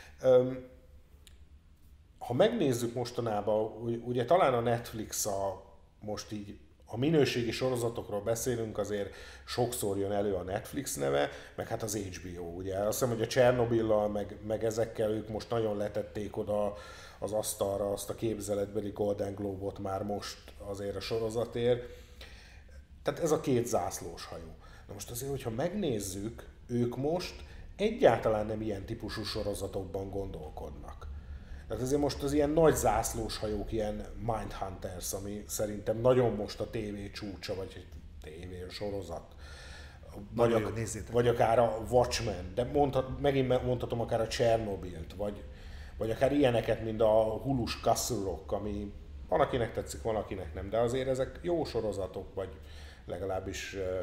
Ha megnézzük mostanában, ugye talán a Netflix a most így a minőségi sorozatokról beszélünk, azért sokszor jön elő a Netflix neve, meg hát az há bé o, ugye. Azt hiszem, hogy a Csernobillal, meg, meg ezekkel ők most nagyon letették oda az asztalra azt a képzeletbeli Golden Globe-ot már most azért a sorozatért. Tehát ez a két zászlós hajó. Na most azért, hogyha megnézzük, ők most egyáltalán nem ilyen típusú sorozatokban gondolkodnak. Tehát ezért most az ilyen nagy zászlós hajók, ilyen Mindhunters, ami szerintem nagyon most a tévé csúcsa, vagy egy tévé sorozat. Vagy, a, vagy akár a Watchmen, de mondhat, megint mondhatom akár a Csernobilt, vagy, vagy akár ilyeneket, mint a Hulus Castle Rock, ami van akinek tetszik, van akinek nem, de azért ezek jó sorozatok, vagy legalábbis ö,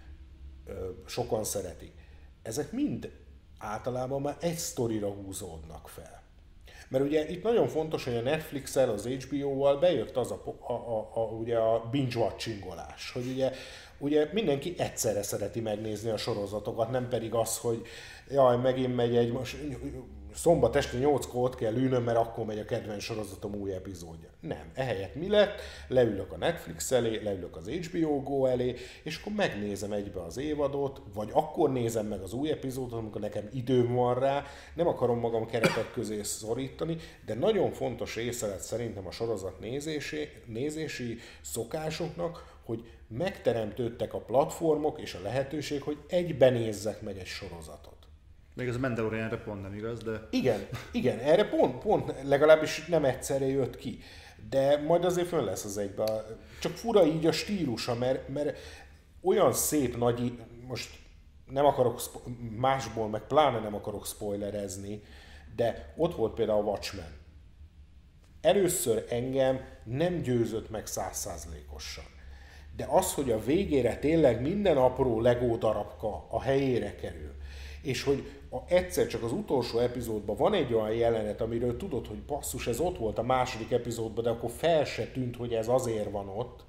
ö, sokan szeretik. Ezek mind általában már egy sztorira húzódnak fel. Mert ugye itt nagyon fontos, hogy a Netflix-el, az há bé o-val bejött az a, a, a, a, ugye a binge-watchingolás, hogy ugye, ugye mindenki egyszerre szereti megnézni a sorozatokat, nem pedig az, hogy jaj, megint megy egy, most szombat este nyolckor ott kell ülnöm, mert akkor megy a kedvenc sorozatom új epizódja. Nem, ehelyett mi lett? Leülök a Netflix elé, leülök az há bé o Go elé, és akkor megnézem egybe az évadot, vagy akkor nézem meg az új epizódot, amikor nekem időm van rá, nem akarom magam keretek közé szorítani, de nagyon fontos része lett szerintem a sorozat nézési, nézési szokásoknak, hogy megteremtődtek a platformok és a lehetőség, hogy egyben nézzek meg egy sorozatot. Még ez a Mandalorianre pont nem igaz, de... Igen, igen, erre pont, pont legalábbis nem egyszerre jött ki. De majd azért fönn lesz az egyben. Csak fura így a stílusa, mert, mert olyan szép nagy... Most nem akarok másból, meg pláne nem akarok spoilerezni, de ott volt például a Watchmen. Először engem nem győzött meg száz százalékosan. De az, hogy a végére tényleg minden apró Lego darabka a helyére kerül, És hogy a, egyszer csak az utolsó epizódban van egy olyan jelenet, amiről tudod, hogy basszus, ez ott volt a második epizódban, de akkor fel se tűnt, hogy ez azért van ott.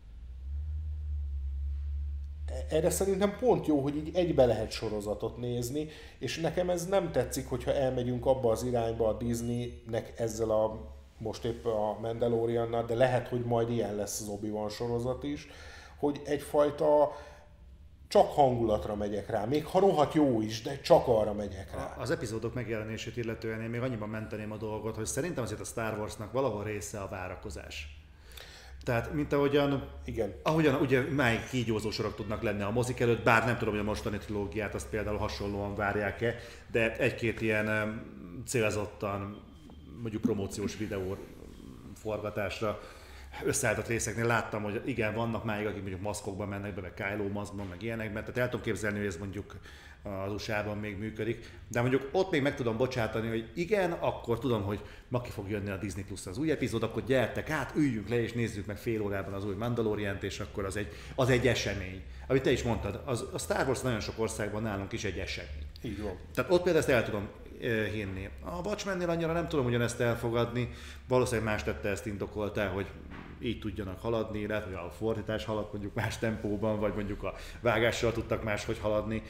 Erre szerintem pont jó, hogy így egybe lehet sorozatot nézni, és nekem ez nem tetszik, hogyha elmegyünk abba az irányba a Disneynek ezzel a, most épp a Mandaloriannal, de lehet, hogy majd ilyen lesz az Obi-Wan sorozat is, hogy egyfajta csak hangulatra megyek rá, még ha rohadt jó is, de csak arra megyek rá. Az epizódok megjelenését illetően én még annyiban menteném a dolgot, hogy szerintem azért a Star Warsnak valahol része a várakozás. Tehát, mint ahogyan, igen. ahogyan ugye máig kígyózó sorok tudnak lenni a mozik előtt, bár nem tudom, hogy a mostani trilógiát azt például hasonlóan várják-e, de egy-két ilyen célzottan, mondjuk promóciós videó forgatásra összeállított részeknél láttam, hogy igen, vannak máig, akik mondjuk maszkokban mennek be, meg Kylo maszkban, meg ilyenekben, tehát el tudom képzelni, hogy ez mondjuk az u es á-ban még működik, de mondjuk ott még meg tudom bocsátani, hogy igen, akkor tudom, hogy ma ki fog jönni a Disney Plus az új epizód, akkor gyertek át, üljünk le és nézzük meg fél órában az új Mandaloriant, és akkor az egy, az egy esemény. Amit te is mondtad, az, a Star Wars nagyon sok országban nálunk is egy esemény. Így van. Tehát ott például ezt el tudom hinni. A Watchmennél annyira nem tudom ugyanezt elfogadni, valószínűleg más tette ezt indokoltál, hogy így tudjanak haladni, lehet, hogy a fordítás halad mondjuk más tempóban, vagy mondjuk a vágással tudtak máshogy haladni.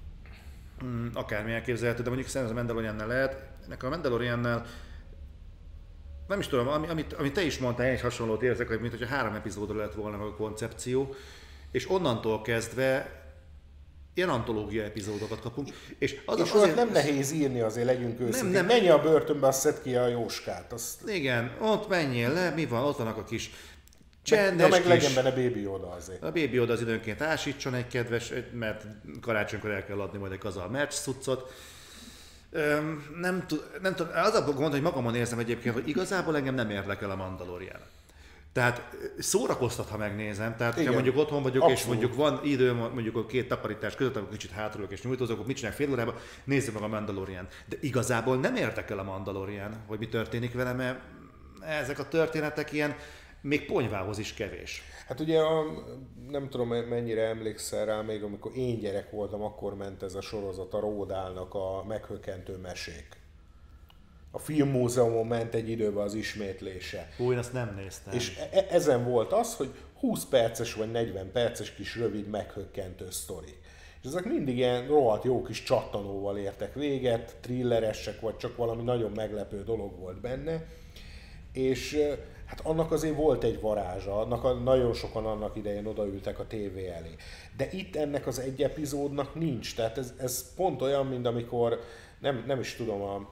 Akármi elképzelhető, de mondjuk szerintem a Mandaloriannál lehet. Nekem a Mandaloriannál nem is tudom, amit, amit te is mondtál, én is hasonlót érzek, hogy mint hogyha három epizódra lett volna meg a koncepció, és onnantól kezdve ilyen antológia epizódokat kapunk. És, az és azért nem nehéz írni, azért legyünk őszintén. Nem, nem. Menj a börtönbe, azt szedd ki a jóskát. Azt... Igen, ott menjél le, mi van, ott vannak a kis csendes meg, kis... legyen benne Baby Yoda azért. A Baby Yoda az időnként ásítson egy kedves, mert karácsonykor el kell adni majd egy kazal merch cuccot. Nem tudom, az a gond, hogy magamon érzem egyébként, hogy igazából engem nem érdekel a Mandalorian. Tehát szórakoztat, ha megnézem, tehát ha mondjuk otthon vagyok, abszolút. És mondjuk van időm mondjuk a két takarítás között, akkor kicsit hátrálok és nyújtózok, akkor mit csinálok fél órában, nézzük meg a Mandalorian. De igazából nem érdekel a Mandalorian, hogy mi történik vele, mert ezek a történetek ilyen még ponyvához is kevés. Hát ugye a, nem tudom mennyire emlékszel rá, még amikor én gyerek voltam, akkor ment ez a sorozat, a Ródálnak a meghökkentő mesék. A Filmmúzeumon ment egy időben az ismétlése. Hú, én azt nem néztem. És e- ezen volt az, hogy húsz perces vagy negyven perces kis rövid meghökkentő sztori. És ezek mindig ilyen rohadt jó kis csattanóval értek véget, thrilleresek, vagy csak valami nagyon meglepő dolog volt benne. És hát annak azért volt egy varázsa, annak a, nagyon sokan annak idején odaültek a tévé elé. De itt ennek az egy epizódnak nincs, tehát ez, ez pont olyan, mint amikor, nem, nem is tudom, a,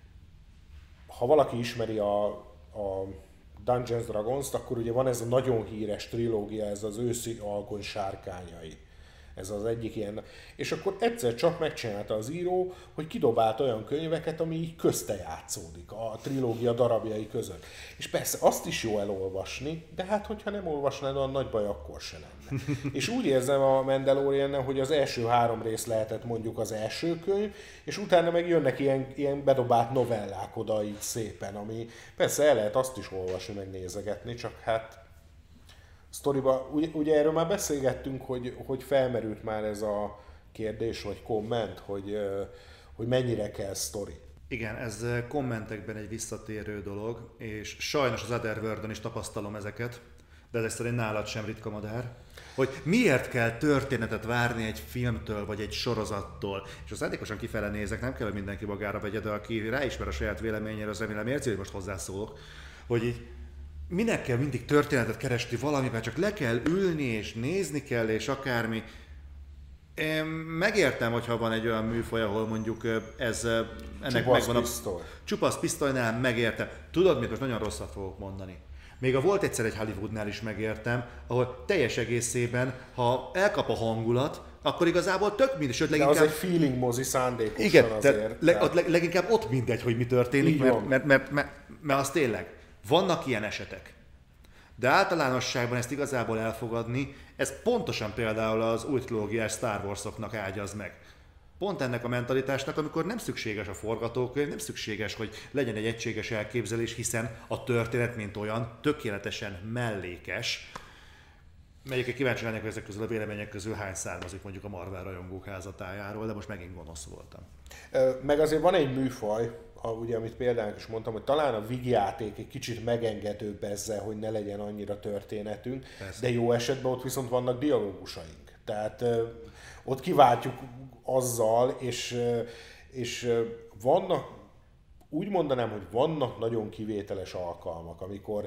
ha valaki ismeri a, a Dungeons Dragons-t, akkor ugye van ez a nagyon híres trilógia, ez az őszi alkony sárkányai. Ez az egyik ilyen. És akkor egyszer csak megcsinálta az író, hogy kidobált olyan könyveket, ami így közte játszódik a trilógia darabjai között. És persze azt is jó elolvasni, de hát hogyha nem olvasnád, olyan nagy baj akkor se lenne. És úgy érzem a Mandaloriannel, hogy az első három rész lehetett mondjuk az első könyv, és utána meg jönnek ilyen, ilyen bedobált novellák oda így szépen, ami persze el lehet azt is olvasni, meg nézegetni, csak hát sztoriba, ugye, ugye erről már beszélgettünk, hogy, hogy felmerült már ez a kérdés, vagy komment, hogy, hogy mennyire kell sztori. Igen, ez kommentekben egy visszatérő dolog, és sajnos az Otherworldön is tapasztalom ezeket, de ezek szerint nálad sem ritka madár, hogy miért kell történetet várni egy filmtől, vagy egy sorozattól. És az szándékosan kifele nézek, nem kell, hogy mindenki magára vegye, de aki ráismer a saját véleményére, az remélem érzi, hogy most hozzászólok, hogy így minek kell mindig történetet keresni valamiben, csak le kell ülni, és nézni kell, és akármi. Én megértem, hogyha van egy olyan műfaj, ahol mondjuk ez, ennek csupasz megvan pisztoly. a... Csupasz pisztolynál megértem. Tudod mit, most nagyon rosszat fogok mondani. Még a volt egyszer egy Hollywoodnál is megértem, ahol teljes egészében, ha elkap a hangulat, akkor igazából tök mindegy, sőt leginkább... De az egy feeling mozi szándékosan igen, azért. Le, tehát... leg, leginkább ott mindegy, hogy mi történik, mert, mert, mert, mert, mert az tényleg, vannak ilyen esetek. De általánosságban ezt igazából elfogadni, ez pontosan például az új trilógiás Star Warsoknak ágyaz meg. Pont ennek a mentalitásnak, amikor nem szükséges a forgatókönyv, nem szükséges, hogy legyen egy egységes elképzelés, hiszen a történet, mint olyan, tökéletesen mellékes. Melyik kíváncsi lennék, hogy ezek közül a vélemények közül hány származik mondjuk a Marvel rajongók házatájáról, de most megint gonosz voltam. Meg azért van egy műfaj, a, ugye, amit például is mondtam, hogy talán a vígjáték egy kicsit megengedőbb ezzel, hogy ne legyen annyira történetünk, persze. De jó esetben ott viszont vannak dialógusaink. Tehát ott kiváltjuk azzal, és, és vannak, úgy mondanám, hogy vannak nagyon kivételes alkalmak, amikor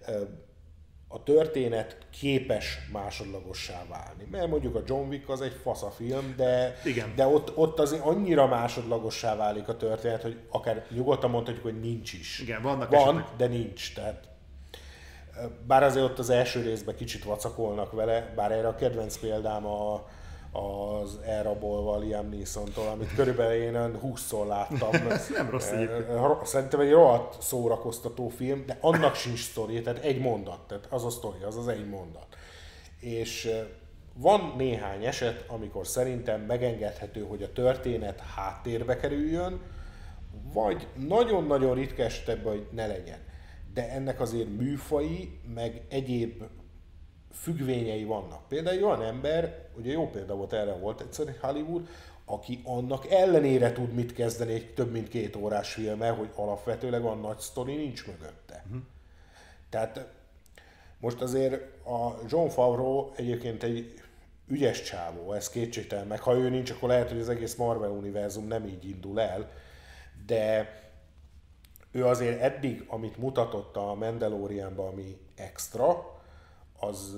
a történet képes másodlagossá válni. Mert mondjuk a John Wick az egy faszafilm, de, de ott, ott azért annyira másodlagossá válik a történet, hogy akár nyugodtan mondhatjuk, hogy nincs is. Igen, vannak Van, esetek. De nincs. Tehát, bár azért ott az első részben kicsit vacakolnak vele, bár erre a kedvenc példám a, az elrabolva Liam Neeson-tól, amit körülbelül én húszszor láttam. Ez nem rossz egyébként. Szerintem egy rohadt szórakoztató film, de annak sincs sztori, tehát egy mondat, tehát az a sztori, az az egy mondat. És van néhány eset, amikor szerintem megengedhető, hogy a történet háttérbe kerüljön, vagy nagyon-nagyon ritka esetben, hogy ne legyen. De ennek azért műfai, meg egyéb függvényei vannak. Például egy olyan ember, ugye jó példa volt, erre volt egyszer Hollywood, aki annak ellenére tud mit kezdeni egy több mint két órás filmmel, hogy alapvetőleg a nagy sztori nincs mögötte. Uh-huh. Tehát most azért a Jon Favreau egyébként egy ügyes csávó, ez kétségtelen, meg ha ő nincs, akkor lehet, hogy az egész Marvel univerzum nem így indul el, de ő azért eddig, amit mutatott a Mandalorianban, ami extra, az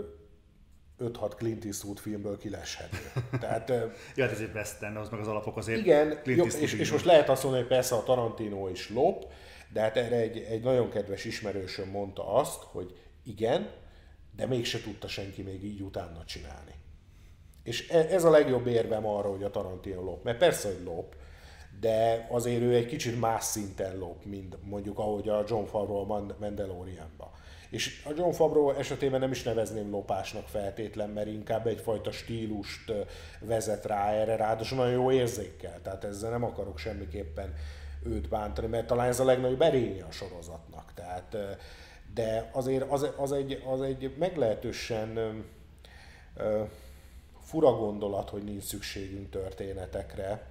öt-hat Clint Eastwood filmből kileshető. Tehát, ja, ez egy western, az meg az alapok azért. Igen, jobb, és, és most lehet azt mondani, hogy persze a Tarantino is lop, de hát erre egy, egy nagyon kedves ismerősöm mondta azt, hogy igen, de mégse tudta senki még így utána csinálni. És ez a legjobb érvem arra, hogy a Tarantino lop. Mert persze, hogy lop, de azért ő egy kicsit más szinten lop, mint mondjuk ahogy a Jon Favreau a Mandalorianban. És a Jon Favreau esetében nem is nevezném lopásnak feltétlen, mert inkább egyfajta stílust vezet rá erre, ráadásul nagyon jó érzékkel, tehát ezzel nem akarok semmiképpen őt bántani, mert talán ez a legnagyobb erénye a sorozatnak. Tehát, de azért az, az, egy, az egy meglehetősen uh, fura gondolat, hogy nincs szükségünk történetekre,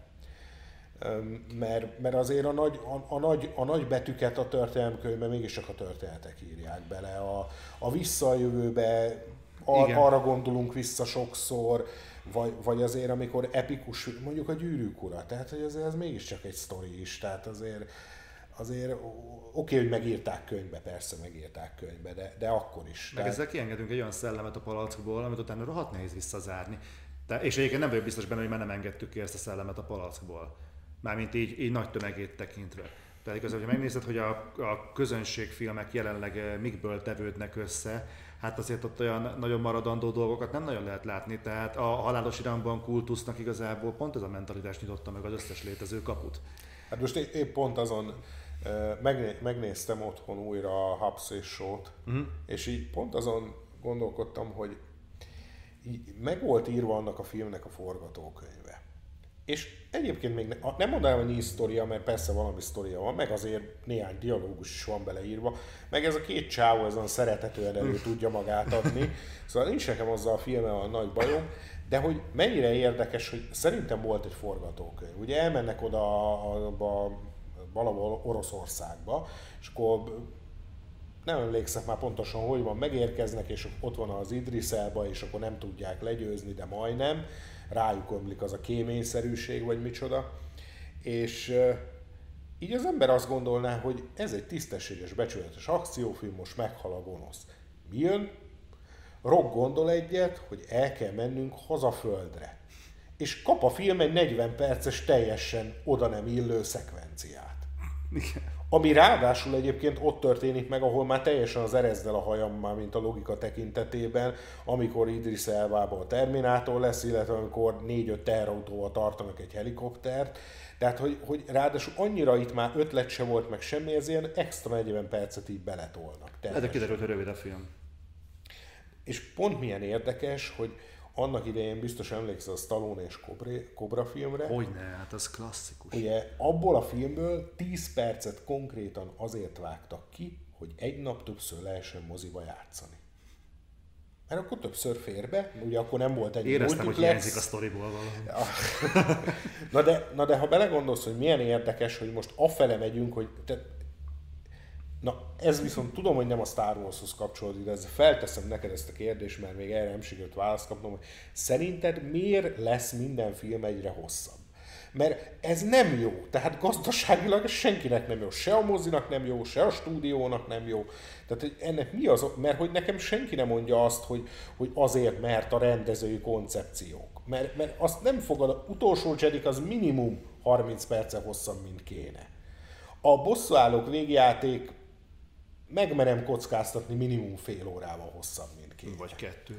Mert, mert azért a nagy, a, a, nagy, a nagy betűket a történelemkönyvben mégiscsak a történetek írják bele. A, a visszajövőbe ar, arra gondolunk vissza sokszor, vagy, vagy azért amikor epikus, mondjuk a Gyűrűk ura, tehát hogy azért ez mégiscsak egy sztori is, tehát azért, azért oké, okay, hogy megírták könyvbe, persze megírták könyvbe, de, de akkor is. Meg tehát... ezzel kiengedünk egy olyan szellemet a palackból, amit utána rohadt nehéz visszazárni. De, és egyébként nem vagyok biztos benne, hogy már nem engedtük ki ezt a szellemet a palackból. Mármint így, így nagy tömegét tekintve. Tehát igazából, ha megnézed, hogy a, a közönségfilmek jelenleg mikből tevődnek össze, hát azért ott olyan nagyon maradandó dolgokat nem nagyon lehet látni, tehát a Halálos Iramban kultusznak igazából pont ez a mentalitás nyitotta meg az összes létező kaput. Hát most épp pont azon megné, megnéztem otthon újra a Hubs és Shaw-t, uh-huh. és így pont azon gondolkodtam, hogy így meg volt írva annak a filmnek a forgatókönyve. És egyébként még ne, nem mondanám, hogy nincs sztoria, mert persze valami sztoria van, meg azért néhány dialógus is van beleírva, meg ez a két csávó ezen szerethetően elő tudja magát adni, szóval nincs nekem azzal a filmmel a nagy bajom, de hogy mennyire érdekes, hogy szerintem volt egy forgatókönyv. Ugye elmennek oda a, a, a, valahol Oroszországba, és akkor nem emlékszem már pontosan, hogy van, megérkeznek, és ott van az Idris Elba, és akkor nem tudják legyőzni, de majdnem. Rájuk ömlik az a kéményszerűség, vagy micsoda. És uh, így az ember azt gondolná, hogy ez egy tisztességes, becsületes akciófilm, most meghal a gonosz. Mi jön? Rock gondol egyet, hogy el kell mennünk hazaföldre. És kap a film egy negyven perces, teljesen oda nem illő szekvenciát. Ami ráadásul egyébként ott történik meg, ahol már teljesen az erezdel a hajam már, mint a logika tekintetében, amikor Idris Elbában a Terminátor lesz, illetve amikor négy-öt teherautóval tartanak egy helikoptert. Tehát, hogy, hogy ráadásul annyira itt már ötlet se volt, meg semmi, ez ilyen extra negyven percet így beletolnak. De kiderült, hogy rövid a film. És pont milyen érdekes, hogy annak idején biztos emlékszel a Stallone és Cobra filmre. Hogyne, hát az klasszikus. Ugye abból a filmből tíz percet konkrétan azért vágtak ki, hogy egy nap többször lehessen moziba játszani. mert akkor többször fér be, ugye akkor nem volt egy Éreztem, multiplex. Hogy hiányzik a sztoriból valami. na, de, na de ha belegondolsz, hogy milyen érdekes, hogy most afele megyünk, hogy te, na ez viszont tudom, hogy nem a Star Warshoz kapcsolódik, de ezzel felteszem neked ezt a kérdést, mert még erre nem sikerült választ kapnom, hogy szerinted miért lesz minden film egyre hosszabb? Mert ez nem jó, tehát gazdaságilag senkinek nem jó, se a mozinak nem jó, se a stúdiónak nem jó. Tehát hogy ennek mi az, mert hogy nekem senki nem mondja azt, hogy, hogy azért, mert a rendezői koncepciók. Mert, mert azt nem fogad, az utolsó Jedik az minimum harminc perce hosszabb, mint kéne. A bosszúállók végjáték megmerem kockáztatni minimum fél órával hosszabb, mint kéne. Vagy kettő.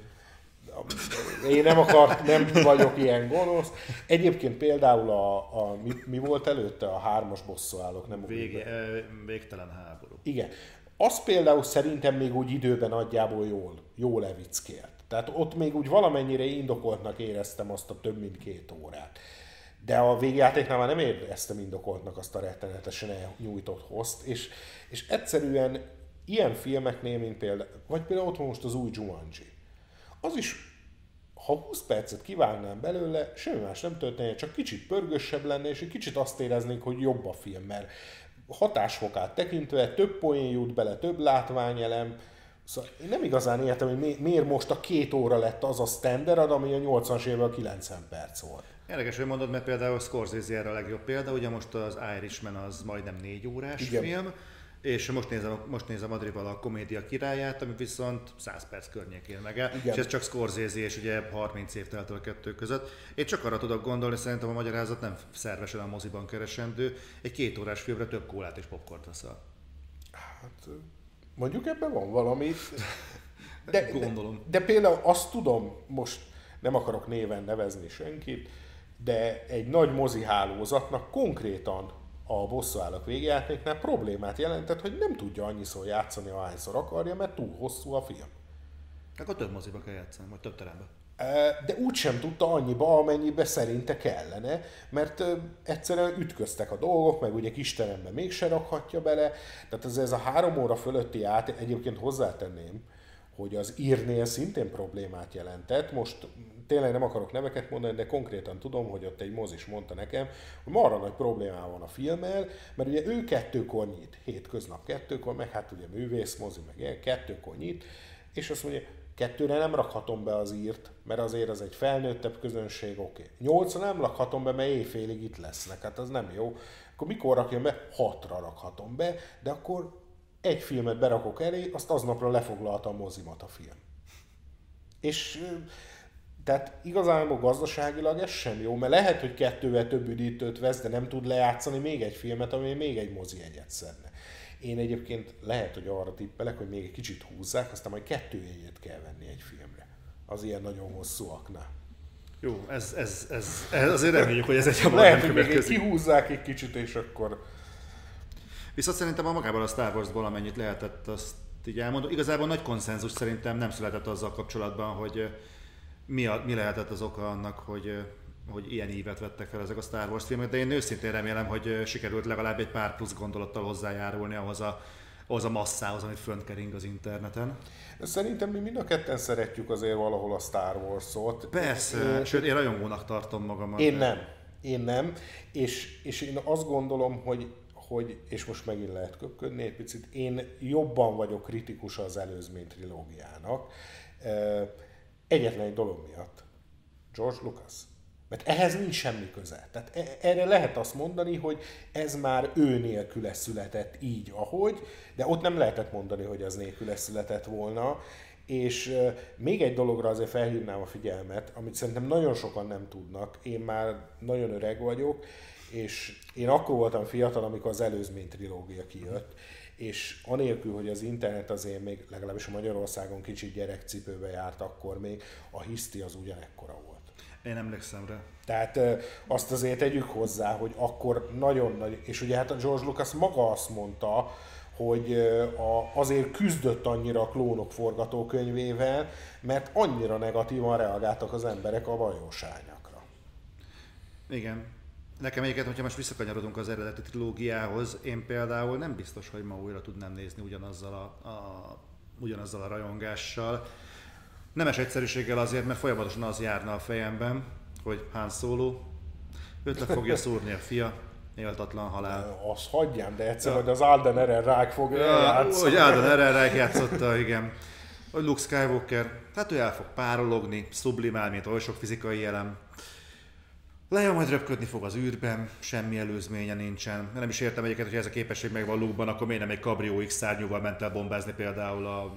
Én nem akart, nem vagyok ilyen gonosz. Egyébként például a, a mi, mi volt előtte? A hármas bosszúállók, nem Vége, Végtelen háború. Igen. Az például szerintem még úgy időben nagyjából jól, jól evickélt. Tehát ott még úgy valamennyire indokoltnak éreztem azt a több mint két órát. De a végjátéknál már nem éreztem indokoltnak azt a rettenetesen elnyújtott hosszt, és, és egyszerűen ilyen filmeknél, mint például, vagy például ott van most az új Jumanji. Az is, ha húsz percet kivágnám belőle, semmi más nem történne, csak kicsit pörgősebb lenne, és egy kicsit azt éreznénk, hogy jobb a film, mert hatásfokát tekintve több poén jut bele, több látványelem. Szóval én nem igazán értem, hogy miért most a két óra lett az a standard, ami a nyolcvanas évvel kilencven perc volt. Érdekes, hogy mondod, mert például Scorsese erre a legjobb példa, ugye most az Irishman az majdnem négy órás Igen. film, és most nézem, most nézem Adrival a Komédia királyát, ami viszont száz perc környékén meg el, és ez csak Scorsese, és ugye harminc év telt a kettő között. Én csak arra tudok gondolni, szerintem a magyarázat nem szervesen a moziban keresendő, egy két órás filmre több kólát és popcornt veszel. Hát mondjuk ebben van valami, de, Gondolom. De, de például azt tudom, most nem akarok néven nevezni senkit, de egy nagy mozi hálózatnak konkrétan a bosszúállók végjátéknál problémát jelentett, hogy nem tudja annyiszor játszani, ahányszor akarja, mert túl hosszú a film. Akkor több moziba kell játszani, vagy több terembe. De úgysem tudta annyiba, amennyibe szerinte kellene, mert egyszerűen ütköztek a dolgok, meg ugye kis teremben mégse rakhatja bele. Tehát ez, ez a három óra fölötti át, egyébként hozzátenném, hogy az írnél szintén problémát jelentett. Most tényleg nem akarok neveket mondani, de konkrétan tudom, hogy ott egy mozis mondta nekem, hogy marra nagy problémával van a filmmel, mert ugye ő kettőkor nyit, hétköznap kettőkor, meg hát ugye művészmozi, meg ilyen kettőkor nyit, és azt mondja, kettőre nem rakhatom be az írt, mert azért az egy felnőttebb közönség, oké. Okay. Nyolcra nem rakhatom be, mert éjfélig itt lesznek, hát az nem jó. Akkor mikor rakjam be? Hatra rakhatom be, de akkor egy filmet berakok elé, azt aznapra lefoglalta a mozimat a film. És tehát igazából gazdaságilag ez sem jó, mert lehet, hogy kettővel több üdítőt vesz, de nem tud lejátszani még egy filmet, ami még egy mozi jegyet szedne. Én egyébként lehet, hogy arra tippelek, hogy még egy kicsit húzzák, aztán majd kettő jegyet kell venni egy filmre. Az ilyen nagyon hosszúaknál. Jó, ez, ez, ez, ez azért reméljük, hogy ez egy hamar lehet, hogy még egy kihúzzák egy kicsit, és akkor... Viszont szerintem a magában a Star Warsból amennyit lehetett, azt így elmondom. Igazából nagy konszenzus szerintem nem született azzal kapcsolatban, hogy mi, a, mi lehetett az oka annak, hogy, hogy ilyen ívet vettek fel ezek a Star Wars filmek, de én őszintén remélem, hogy sikerült legalább egy pár plusz gondolattal hozzájárulni ahhoz a, ahhoz a masszához, amit fönt kering az interneten. Szerintem mi mind a ketten szeretjük azért valahol a Star Wars-ot. Persze, én, sőt én rajongónak tartom magamat. Én nem, én nem, és, és én azt gondolom, hogy hogy, és most megint lehet köpködni egy picit, én jobban vagyok kritikus az előzmény trilógiának. Egyetlen egy dolog miatt. George Lucas. Mert ehhez nincs semmi köze. Tehát erre lehet azt mondani, hogy ez már ő nélküle született így, ahogy, de ott nem lehetett mondani, hogy az nélküle született volna. És még egy dologra azért felhívnám a figyelmet, amit szerintem nagyon sokan nem tudnak. Én már nagyon öreg vagyok, és én akkor voltam fiatal, amikor az előzmény trilógia kijött, és anélkül, hogy az internet azért még legalábbis a Magyarországon kicsit gyerekcipőbe járt, akkor még a hiszti az ugyanekkora volt. Én emlékszem rá. Tehát azt azért tegyük hozzá, hogy akkor nagyon nagy, és ugye hát a George Lucas maga azt mondta, hogy azért küzdött annyira a Klónok forgatókönyvével, mert annyira negatívan reagáltak az emberek a valóságnyakra. Igen. Nekem egyiket, hogyha most visszakanyarodunk az eredeti trilógiához, én például nem biztos, hogy ma újra tudnám nézni ugyanazzal a, a, ugyanazzal a rajongással. Nemes egyszerűséggel azért, mert folyamatosan az járna a fejemben, hogy Han Solo, őt le fogja szúrni a fia, éltatlan halál. Azt hagyjam, de egyszer, ja. hogy az Alden Ehrenreich fogja ja, játszani. Hogy Alden Ehrenreich játszotta, igen. Hogy Luke Skywalker, hát ő el fog párologni, sublimál, mint oly sok fizikai elem. Leia majd röpködni fog az űrben, semmi előzménye nincsen. Nem is értem egyébként, hogy ez a képesség megvan Luke-ban, akkor miért nem egy Cabrio X szárnyúval ment el bombázni például a...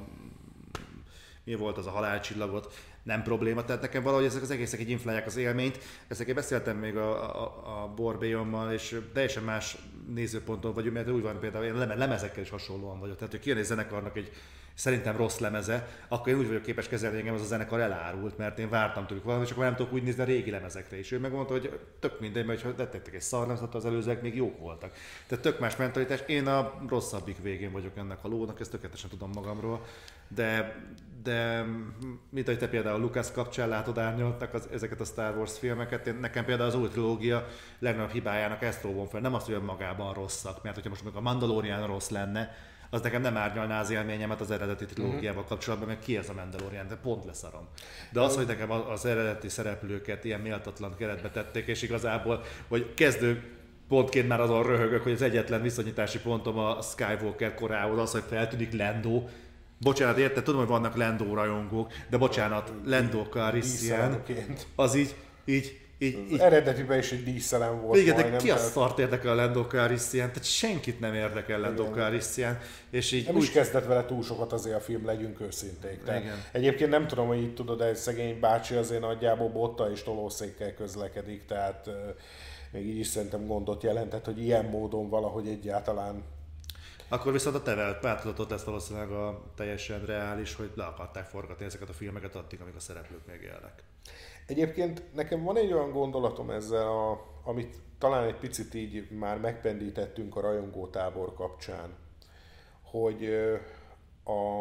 Mi volt az a halálcsillagot? Nem probléma, tehát nekem valahogy ezek az egészek így inflálják az élményt. Ezeket beszéltem még a, a, a Borbélyommal, és teljesen más nézőponton vagyunk, mert úgy van például, én lemezekkel is hasonlóan vagyok. Tehát, hogy kijön egy zenekarnak egy szerintem rossz lemeze, akkor én úgy vagyok képes kezelni, engem az a zenekar elárult, mert én vártam tőlük valamit, csak nem tudok úgy nézni a régi lemezekre is. Ő megmondta, hogy tök mindegy, mert ha tettek egy szar lemezet, az előzőek még jók voltak. Tehát tök más mentalitás. Én a rosszabbik végén vagyok ennek a lónak, ezt tökéletesen tudom magamról. De, de mint ahogy te például Lucas kapcsán látod árnyaltnak az, ezeket a Star Wars filmeket, én, nekem például az új trilógia legnagyobb hibájának ezt róvom fel. Nem azt, hogy önmagában rosszak, mert hogyha most a Mandalorian rossz lenne, az nekem nem árnyalná az élményemet az eredeti trilógiával kapcsolatban, mert ki ez a Mandalorian, de pont leszarom. De az, hogy nekem az eredeti szereplőket ilyen méltatlan keretbe tették, és igazából, hogy kezdő pontként már azon röhögök, hogy az egyetlen viszonyítási pontom a Skywalker korához az, hogy feltűnik Lando. Bocsánat, érted, tudom, hogy vannak Lando rajongók, de bocsánat, Lando Calrissian, az így, így, így, így. Eredetiben is egy díszelem volt. Igen, de ki a szart érdekel a Lando Calrissian? Tehát senkit nem érdekel Lando Calrissian. És így nem úgy... is kezdett vele túl sokat azért a film, legyünk őszinték. Egyébként nem tudom, hogy így tudod, egy szegény bácsi azért nagyjából botta és tolószékkel közlekedik, tehát uh, még így is szerintem gondot jelentett, hogy ilyen módon valahogy egyáltalán. Akkor viszont a te változatot lesz valószínűleg a teljesen reális, hogy le akarták forgatni ezeket a filmeket addig, amíg a szereplők még élnek. Egyébként nekem van egy olyan gondolatom ezzel, a, amit talán egy picit így már megpendítettünk a rajongótábor kapcsán, hogy a,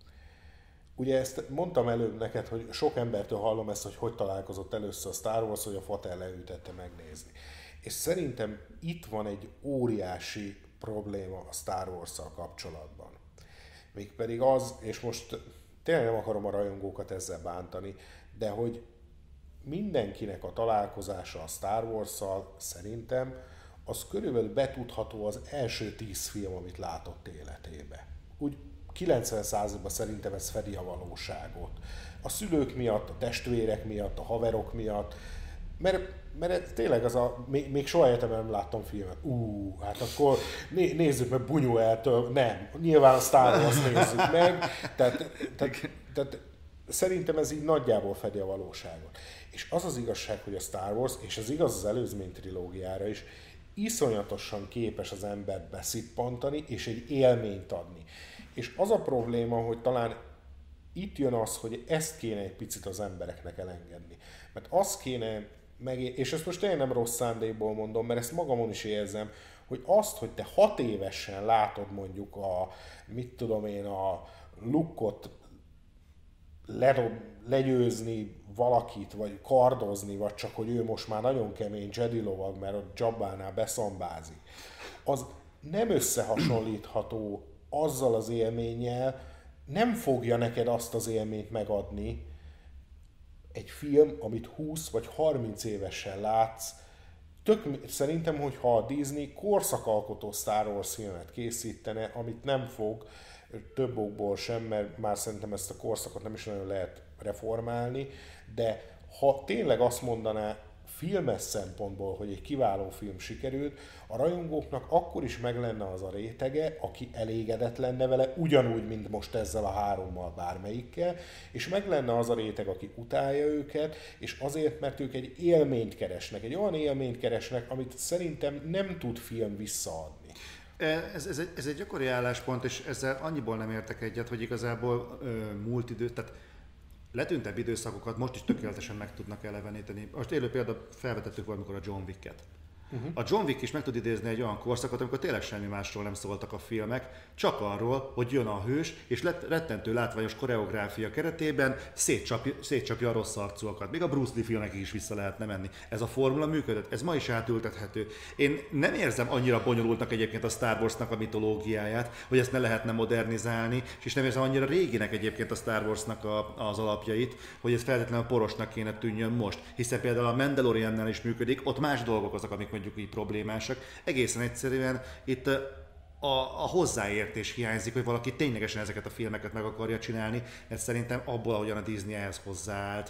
ugye ezt mondtam előbb neked, hogy sok embertől hallom ezt, hogy hogy találkozott először a Star Wars, hogy a Fater leültette megnézni. És szerintem itt van egy óriási probléma a Star Wars-szal kapcsolatban. Mégpedig az, és most tényleg nem akarom a rajongókat ezzel bántani, de hogy mindenkinek a találkozása a Star Wars-szal szerintem az körülbelül betudható az első tíz film, amit látott életébe. Úgy kilencven százalékban szerintem ez fedi a valóságot. A szülők miatt, a testvérek miatt, a haverok miatt, mert, mert tényleg az a, még, még soha életemben nem láttam filmet. Ú, hát akkor né, nézzük meg Buñueltől, nem, nyilván a Star Wars nézzük meg, tehát, tehát, tehát szerintem ez így nagyjából fedi a valóságot. És az az igazság, hogy a Star Wars, és ez igaz az előzmény trilógiára is, iszonyatosan képes az embert beszippantani, és egy élményt adni. És az a probléma, hogy talán itt jön az, hogy ezt kéne egy picit az embereknek elengedni. Mert azt kéne, meg, és ezt most tényleg nem rossz szándékból mondom, mert ezt magamon is érzem, hogy azt, hogy te hat évesen látod mondjuk a, mit tudom én, a Luke-ot ledob, legyőzni valakit, vagy kardozni, vagy csak, hogy ő most már nagyon kemény Jedi lovag, mert ott Jabbánál beszambázik. Az nem összehasonlítható azzal az élménnyel, nem fogja neked azt az élményt megadni egy film, amit húsz vagy harminc évesen látsz. Tök, szerintem, hogyha a Disney korszakalkotó Star Wars filmet készítene, amit nem fog, több okból sem, mert már szerintem ezt a korszakot nem is nagyon lehet reformálni, de ha tényleg azt mondaná filmes szempontból, hogy egy kiváló film sikerült, a rajongóknak akkor is meg lenne az a rétege, aki elégedett lenne vele, ugyanúgy, mint most ezzel a hárommal bármelyikkel, és meg lenne az a réteg, aki utálja őket, és azért, mert ők egy élményt keresnek, egy olyan élményt keresnek, amit szerintem nem tud film visszaadni. Ez, ez, egy, ez egy gyakori álláspont, és ezzel annyiból nem értek egyet, hogy igazából ö, múlt idő, tehát letűntebb időszakokat most is tökéletesen meg tudnak eleveníteni. Most élő példa felvetettük valamikor a John Wicket. Uh-huh. A John Wick is meg tud idézni egy olyan korszakot, amikor tényleg semmi másról nem szóltak a filmek, csak arról, hogy jön a hős, és rettentő látványos koreográfia keretében szétcsapja, szétcsapja a rossz arcúakat. Még a Bruce Lee filmek is vissza lehetne menni. Ez a formula működött, ez ma is átültethető. Én nem érzem annyira bonyolultnak egyébként a Star Warsnak a mitológiáját, hogy ezt ne lehetne modernizálni, és nem érzem annyira réginek egyébként a Star Warsnak a, az alapjait, hogy ez feltétlenül porosnak kéne tűnjön most. Hiszen például a Mandaloriannál is működik, ott más dolgok azok, amik mondjuk így problémásak. Egészen egyszerűen itt a, a hozzáértés hiányzik, hogy valaki ténylegesen ezeket a filmeket meg akarja csinálni, ez szerintem abból, ahogyan a Disney ehhez hozzáállt,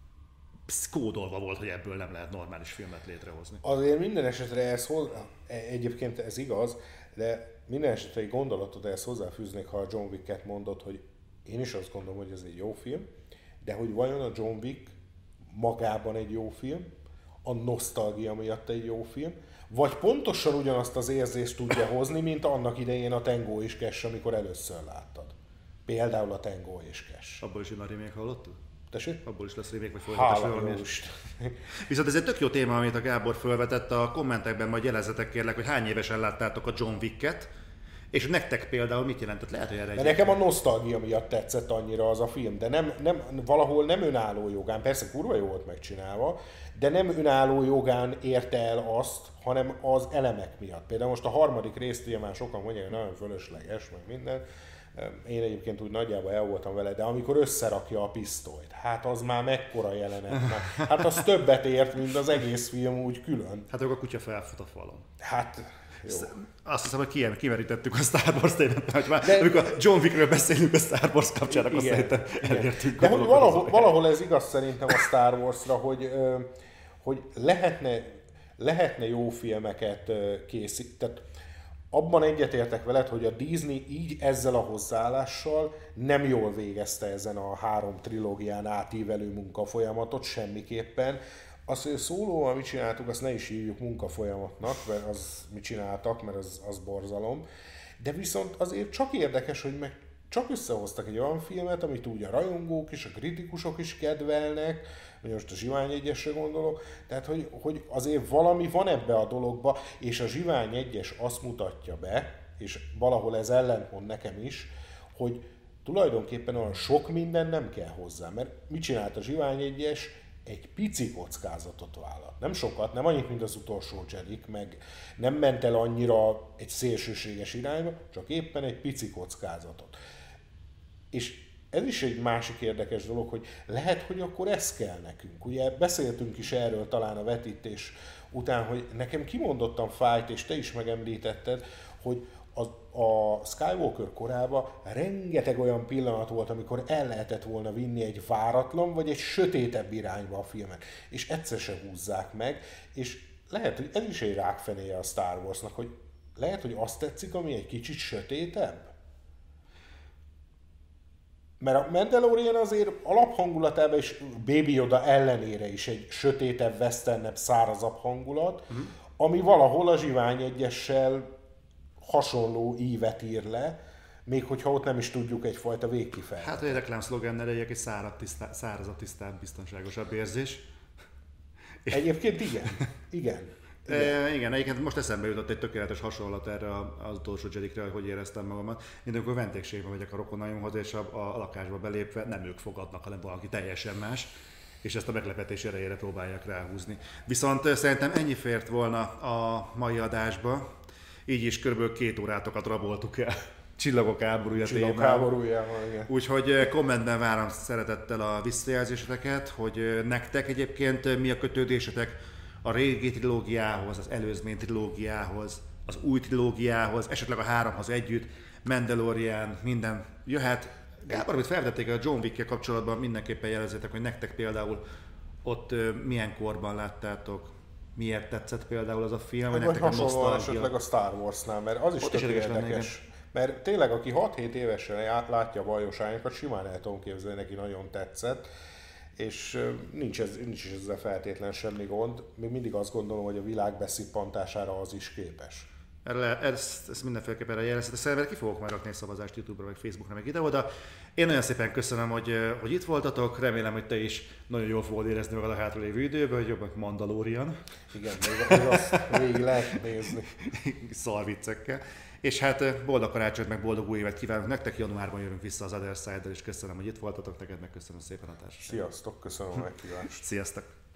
kódolva volt, hogy ebből nem lehet normális filmet létrehozni. Azért minden esetre ez hoz... egyébként ez igaz, de minden esetre egy gondolatot ehhez hozzáfűznék, ha a John Wick-et mondod, hogy én is azt gondolom, hogy ez egy jó film, de hogy vajon a John Wick magában egy jó film, a nosztalgia miatt egy jó film, vagy pontosan ugyanazt az érzést tudja hozni, mint annak idején a Tango és Cash, amikor először láttad. Például a Tango és Cash. Abból is jön a remake, hallottad? Tessék? Abból is lesz remake, vagy folytatás. Viszont ez egy tök jó téma, amit a Gábor felvetett, a kommentekben majd jelezetek kérlek, hogy hány évesen láttátok a John Wick-et, és nektek például mit jelentett? Lehet, hogy erre egy... Nekem a nosztalgia miatt tetszett annyira az a film, de nem, nem, valahol nem önálló jogán, persze kurva jó volt megcsinálva, de nem önálló jogán érte el azt, hanem az elemek miatt. Például most a harmadik részt ugye már sokan mondják, hogy nagyon fölösleges, meg minden. Én egyébként úgy nagyjából el voltam vele, de amikor összerakja a pisztolyt, hát az már mekkora jelenet. Már. Hát az többet ért, mint az egész film úgy külön. Hát akkor a kutya felfut a falon. Hát... Jó. Azt hiszem, hogy kimerítettük a Star Wars témát, hogy már de, amikor John Wickről beszélünk a Star Wars kapcsán, akkor szerintem elértünk. De hogy valahol, valahol ez igaz szerintem a Star Warsra, hogy, hogy lehetne, lehetne jó filmeket készíteni. Abban egyetértek veled, hogy a Disney így ezzel a hozzáállással nem jól végezte ezen a három trilógián átívelő munkafolyamatot semmiképpen. Azt, hogy szólóval mit csináltuk, azt ne is hívjuk munkafolyamatnak, mert az mit csináltak, mert az, az borzalom. De viszont azért csak érdekes, hogy meg csak összehoztak egy olyan filmet, amit úgy a rajongók és a kritikusok is kedvelnek, hogy most a Zsivány egyesre gondolok, tehát hogy, hogy azért valami van ebbe a dologba, és a Zsivány egyes azt mutatja be, és valahol ez ellentmond nekem is, hogy tulajdonképpen olyan sok minden nem kell hozzá, mert mit csinált a Zsivány egyes? Egy pici kockázatot vállalt. Nem sokat, nem annyit, mint az utolsó Jedik, meg nem ment el annyira egy szélsőséges irányba, csak éppen egy pici kockázatot. És ez is egy másik érdekes dolog, hogy lehet, hogy akkor ez kell nekünk. Ugye beszéltünk is erről talán a vetítés után, hogy nekem kimondottan fájt, és te is megemlítetted, hogy a, a Skywalker korában rengeteg olyan pillanat volt, amikor el lehetett volna vinni egy váratlan, vagy egy sötétebb irányba a filmet. És egyszer se húzzák meg, és lehet, hogy ez is egy rákfenéje a Star Warsnak, hogy lehet, hogy azt tetszik, ami egy kicsit sötétebb. Mert a Mandalorian azért alaphangulatában és Baby Yoda ellenére is egy sötétebb, westernebb, szárazabb hangulat, uh-huh. ami valahol a Zsivány egyessel hasonló ívet ír le, még hogyha ott nem is tudjuk egyfajta végkifejletet. Hát, hogy egy reklámszlogennel egy szárazabb, tisztá, szárazabb, tisztább, biztonságosabb érzés. Egyébként igen. Igen. Igen. E, igen, egyébként most eszembe jutott egy tökéletes hasonlat erre az utolsó Jedikre, hogy éreztem magamat. Mint amikor vendégségben megyek a rokonaimhoz, és a, a lakásba belépve nem ők fogadnak, hanem valaki teljesen más, és ezt a meglepetés erejére próbálják ráhúzni. Viszont szerintem ennyi fért volna a mai adásba. Így is körülbelül két órátokat raboltuk el. Csillagok háborúja témában. Csillagok háborújában, igen. Úgyhogy kommentben várom szeretettel a visszajelzéseteket, hogy nektek egyébként mi a kötődésetek a régi trilógiához, az előzmény trilógiához, az új trilógiához, esetleg a háromhoz együtt, Mandalorian, minden jöhet. Gábor, amit felvetették a John Wick-kel kapcsolatban, mindenképpen jelezzétek, hogy nektek például ott milyen korban láttátok, miért tetszett például az a film, vagy nektek a nosztalgia. Esetleg a Star Warsnál, mert az is ott tök is érdekes. Mert tényleg, aki hat-hét évesen látja a bajosányokat, simán el tudom képzelni, neki nagyon tetszett. És nincs, ez, nincs is ezzel feltétlen semmi gond. Még mindig azt gondolom, hogy a világ beszippantására az is képes. Erre, ezt, ezt mindenféleképpen jelezhetek. Szerintem ki fogok már rakni egy szavazást YouTube-ra, meg Facebookra, meg ide-oda. Én nagyon szépen köszönöm, hogy, hogy itt voltatok. Remélem, hogy te is nagyon jól fogod érezni magad a hátralévő időben, hogy jobb, mint Mandalorian. Igen, még, még azt végig lehet nézni. Szar viccekkel. És hát boldog karácsonyt, meg boldog új évet kívánok nektek. Januárban jövünk vissza az Other Side-del, és köszönöm, hogy itt voltatok. Neked meg köszönöm szépen a társaságot. Sziasztok, köszönöm a meghívást. Sziasztok!